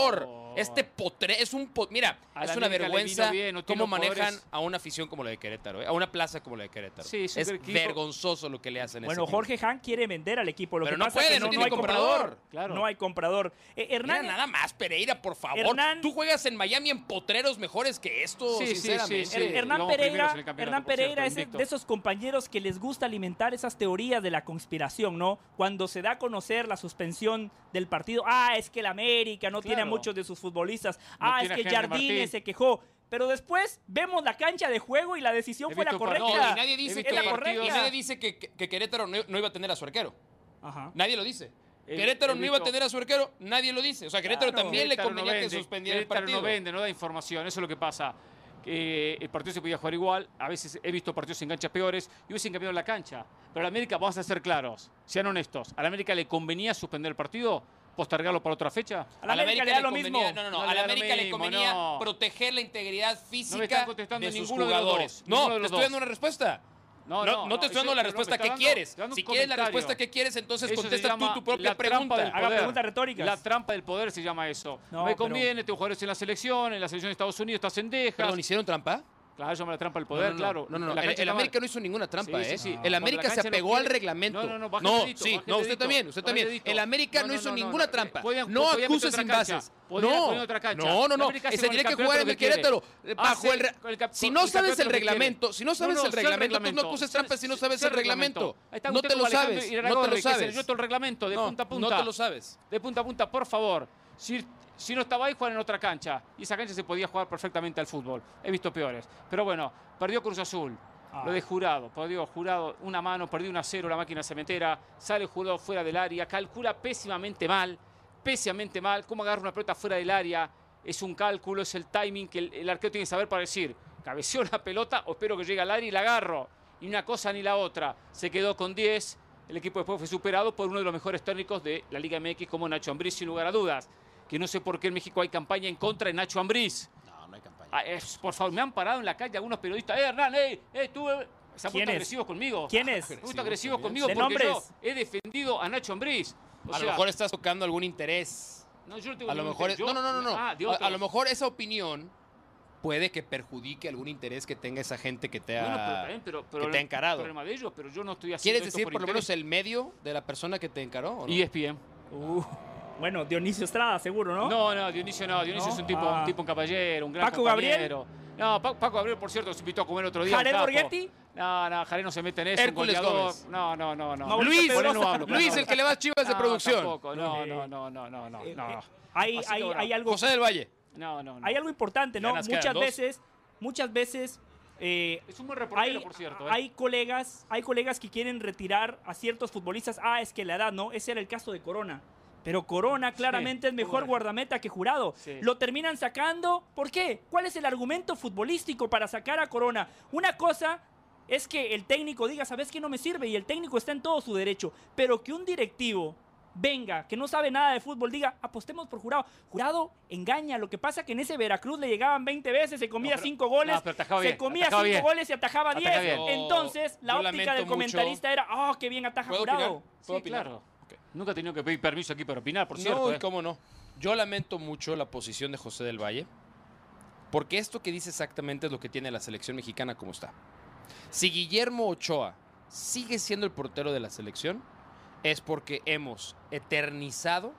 Este potre, es un po- mira, A es la una América le vergüenza vino bien, no tiene cómo manejan jugadores. a una afición como la de Querétaro, ¿eh? A una plaza como la de Querétaro. Sí, es súper equipo. vergonzoso lo que le hacen a Bueno, ese equipo. Jorge Han quiere vender al equipo. Lo Pero que no pasa puede, es que no no, tiene hay comprador. comprador. Claro. No hay comprador. Eh, Hernán, Mira, nada más, Pereira, por favor. Hernán- Tú juegas en Miami en potreros mejores que esto, Sí, sí, sinceramente. sí, sí. Her- Hernán Íbamos Pereira, primeros en el campeonato, Hernán por cierto, Pereira es invicto. de esos compañeros que les gusta alimentar esas teorías de la conspiración, ¿no? Cuando se da a conocer la suspensión del partido, ah, es que el América no tiene a Claro. muchos de sus futbolistas, No ah, es tiene a que Henry Jardine Martín. se quejó. Pero después vemos la cancha de juego y la decisión He fue la visto correcta. partidos. No, y nadie dice, He que, visto es la correcta. y nadie dice que, que- que Querétaro no, no iba a tener a su arquero. Ajá. Nadie lo dice. He- Querétaro he no iba a visto- tener a su arquero, nadie lo dice. O sea, Querétaro Claro. también le Querétaro convenía no que vende, suspendiera el Querétaro partido. no vende, no da información, eso es lo que pasa. Que el partido se podía jugar igual, a veces he visto partidos en canchas peores y hubiesen cambiado la cancha. Pero a la América, vamos a ser claros, sean honestos, ¿a la América le convenía suspender el partido? ¿Postergarlo para otra fecha? A la América le da lo convenía- mismo. No, no, no. No a le la da lo América le mismo, convenía no. proteger la integridad No me física están contestando de sus ninguno de los jugadores. dos, ninguno no, de te los estoy dos. dando una respuesta. No, no, te estoy dando eso- la pero respuesta me está que dando- quieres. te dando un Si quieres la comentario. respuesta que quieres, entonces Eso se contestas tú llama tu propia la trampa pregunta. del Haga poder. preguntas retóricas. La trampa del poder se llama eso. No, No, me pero- conviene, tengo jugadores en la selección, en la selección de Estados Unidos estás en Dejas. Perdón, ¿hicieron trampa? Claro, se llama la trampa del No, poder, no, no. claro. No, no, no. La El, cancha el está mal. América no hizo ninguna trampa, Sí, ¿eh? sí, sí. El Cuando América la se cancha no apegó al quiere- reglamento. No, no, no, baja No, el dedito, sí, baja el no, usted dedito, también, usted baja también. el dedito. El América no, No, no, hizo no, no, ninguna no. trampa. Podían- no podían acuses meter sin otra cancha. bases. Podían No, poner otra cancha. no, no, La no. América hace Se con tiene el que campeonato jugar en lo el que quiere. Querétaro. Bajo Hace el re- con el cap- Si con no el sabes campeonato el lo que quiere. reglamento, si no sabes No, no, el sé reglamento, entonces no acuses Sé- trampas si no sé sabes el reglamento. Ahí está No usted te lo como Alejandro sabes. Iraragorri, No te lo que se sabes. leyó todo el reglamento de No, punta a punta. no te lo sabes. De punta a punta, por favor. Si, si no estaba ahí, juegan en otra cancha. Y esa cancha se podía jugar perfectamente al fútbol. He visto peores. Pero bueno, perdió Cruz Azul. Ah. Lo de Jurado. Perdió Jurado una mano, perdió una cero la máquina cementera. Sale Jurado fuera del área. Calcula pésimamente mal. Pésimamente mal. Cómo agarra una pelota fuera del área. Es un cálculo, es el timing que el, el arquero tiene que saber para decir. Cabeceó la pelota o espero que llegue al área y la agarro. Y una cosa ni la otra. Se quedó con diez. El equipo después fue superado por uno de los mejores técnicos de la Liga M X como Nacho Ambriz, sin lugar a dudas. Que no sé por qué en México hay campaña en contra de Nacho Ambriz. No, no hay campaña. Ah, es- por favor, me han parado en la calle algunos periodistas. ¡Eh, Hernán! ¡Eh, eh, tú! eh". Se han ¿Quién puesto es? agresivos conmigo. ¿Quién es? Se han puesto agresivos conmigo ¿De porque nombres? yo he defendido a Nacho Ambriz. O A sea, lo mejor estás tocando algún interés. no, yo no tengo A lo ningún mejor. interés. es- No, no, no, no. no. Ah, de A, a otros. lo mejor esa opinión puede que perjudique algún interés que tenga esa gente que te ha, Bueno, pero también, pero, pero que te ha encarado. problema de ellos, pero yo no estoy haciendo ¿Quieres esto decir por lo interés. menos el medio de la persona que te encaró? ¿o no? E S P N. Uh, bueno, Dionisio Estrada, seguro, ¿no? No, no, Dionisio no. Dionisio ¿No? es un tipo, Ah. un tipo, un caballero, un gran ¿Paco Gabriel? compañero. No, Pa- Paco Gabriel, por cierto, se invitó a comer otro día. un ¿Jared capo. Borghetti? No, no, Jared no se mete en eso. un Hércules goleador. Gómez. No, no, no, no. Mauricio Luis, Pedrosa. Bueno, no hablo, Luis, claro. el que le va a Chivas de No, producción. tampoco. No, Eh, no, no, no, no, no. Eh, no. eh, hay, Así hay, que bueno. hay algo, José del Valle. No, no, no. hay algo importante, ¿no? Ya nos quedan Muchas dos. veces, muchas veces eh, Es un buen reportero, hay, por cierto. ¿eh? hay colegas, hay colegas que quieren retirar a ciertos futbolistas. Ah, es que la edad, ¿no? Ese era el caso de Corona. Pero Corona claramente es mejor Corona. guardameta que Jurado. Sí. Lo terminan sacando. ¿Por qué? ¿Cuál es el argumento futbolístico para sacar a Corona? Una cosa es que el técnico diga, ¿sabes qué? No me sirve, y el técnico está en todo su derecho. Pero que un directivo venga, que no sabe nada de fútbol, diga, apostemos por Jurado. Jurado engaña. Lo que pasa que en ese Veracruz le llegaban veinte veces, se comía No, pero- cinco goles, no, pero atajaba se bien, comía atajaba cinco bien. goles y atajaba Ataja diez. bien. Entonces, la Yo óptica lamento del mucho. comentarista era, oh, qué bien ataja ¿Puedo Jurado. opinar? Sí, ¿Puedo opinar? claro. Ok. Nunca he tenido que pedir permiso aquí para opinar, por cierto. No, y ¿eh? cómo no. Yo lamento mucho la posición de José del Valle, porque esto que dice exactamente es lo que tiene la selección mexicana como está. Si Guillermo Ochoa sigue siendo el portero de la selección, es porque hemos eternizado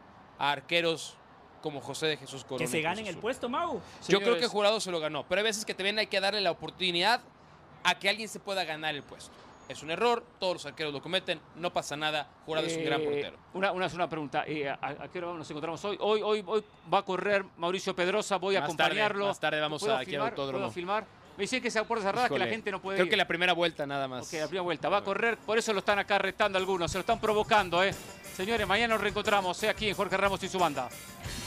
a arqueros como José de Jesús Corona. Que se y Cruz ganen el Azul. puesto, Mau. Yo creo que Señores, Jurado se lo ganó, pero hay veces que también hay que darle la oportunidad a que alguien se pueda ganar el puesto. Es un error, todos los arqueros lo cometen, no pasa nada, Jurado es un gran Eh, portero. Una, una, una pregunta. eh, ¿a, a qué hora nos encontramos hoy? Hoy, hoy? Hoy va a correr Mauricio Pedrosa, voy a Más acompañarlo. tarde, más tarde vamos ¿Puedo a- aquí al filmar? autódromo. ¿Puedo filmar? Me dicen que esa puerta cerrada, que la Híjole, gente no puede Creo ir. que la primera vuelta nada más. Ok, la primera vuelta. Va a correr, por eso lo están acá retando algunos, se lo están provocando, ¿eh? Señores, mañana nos reencontramos, ¿eh? Aquí en Jorge Ramos y su banda.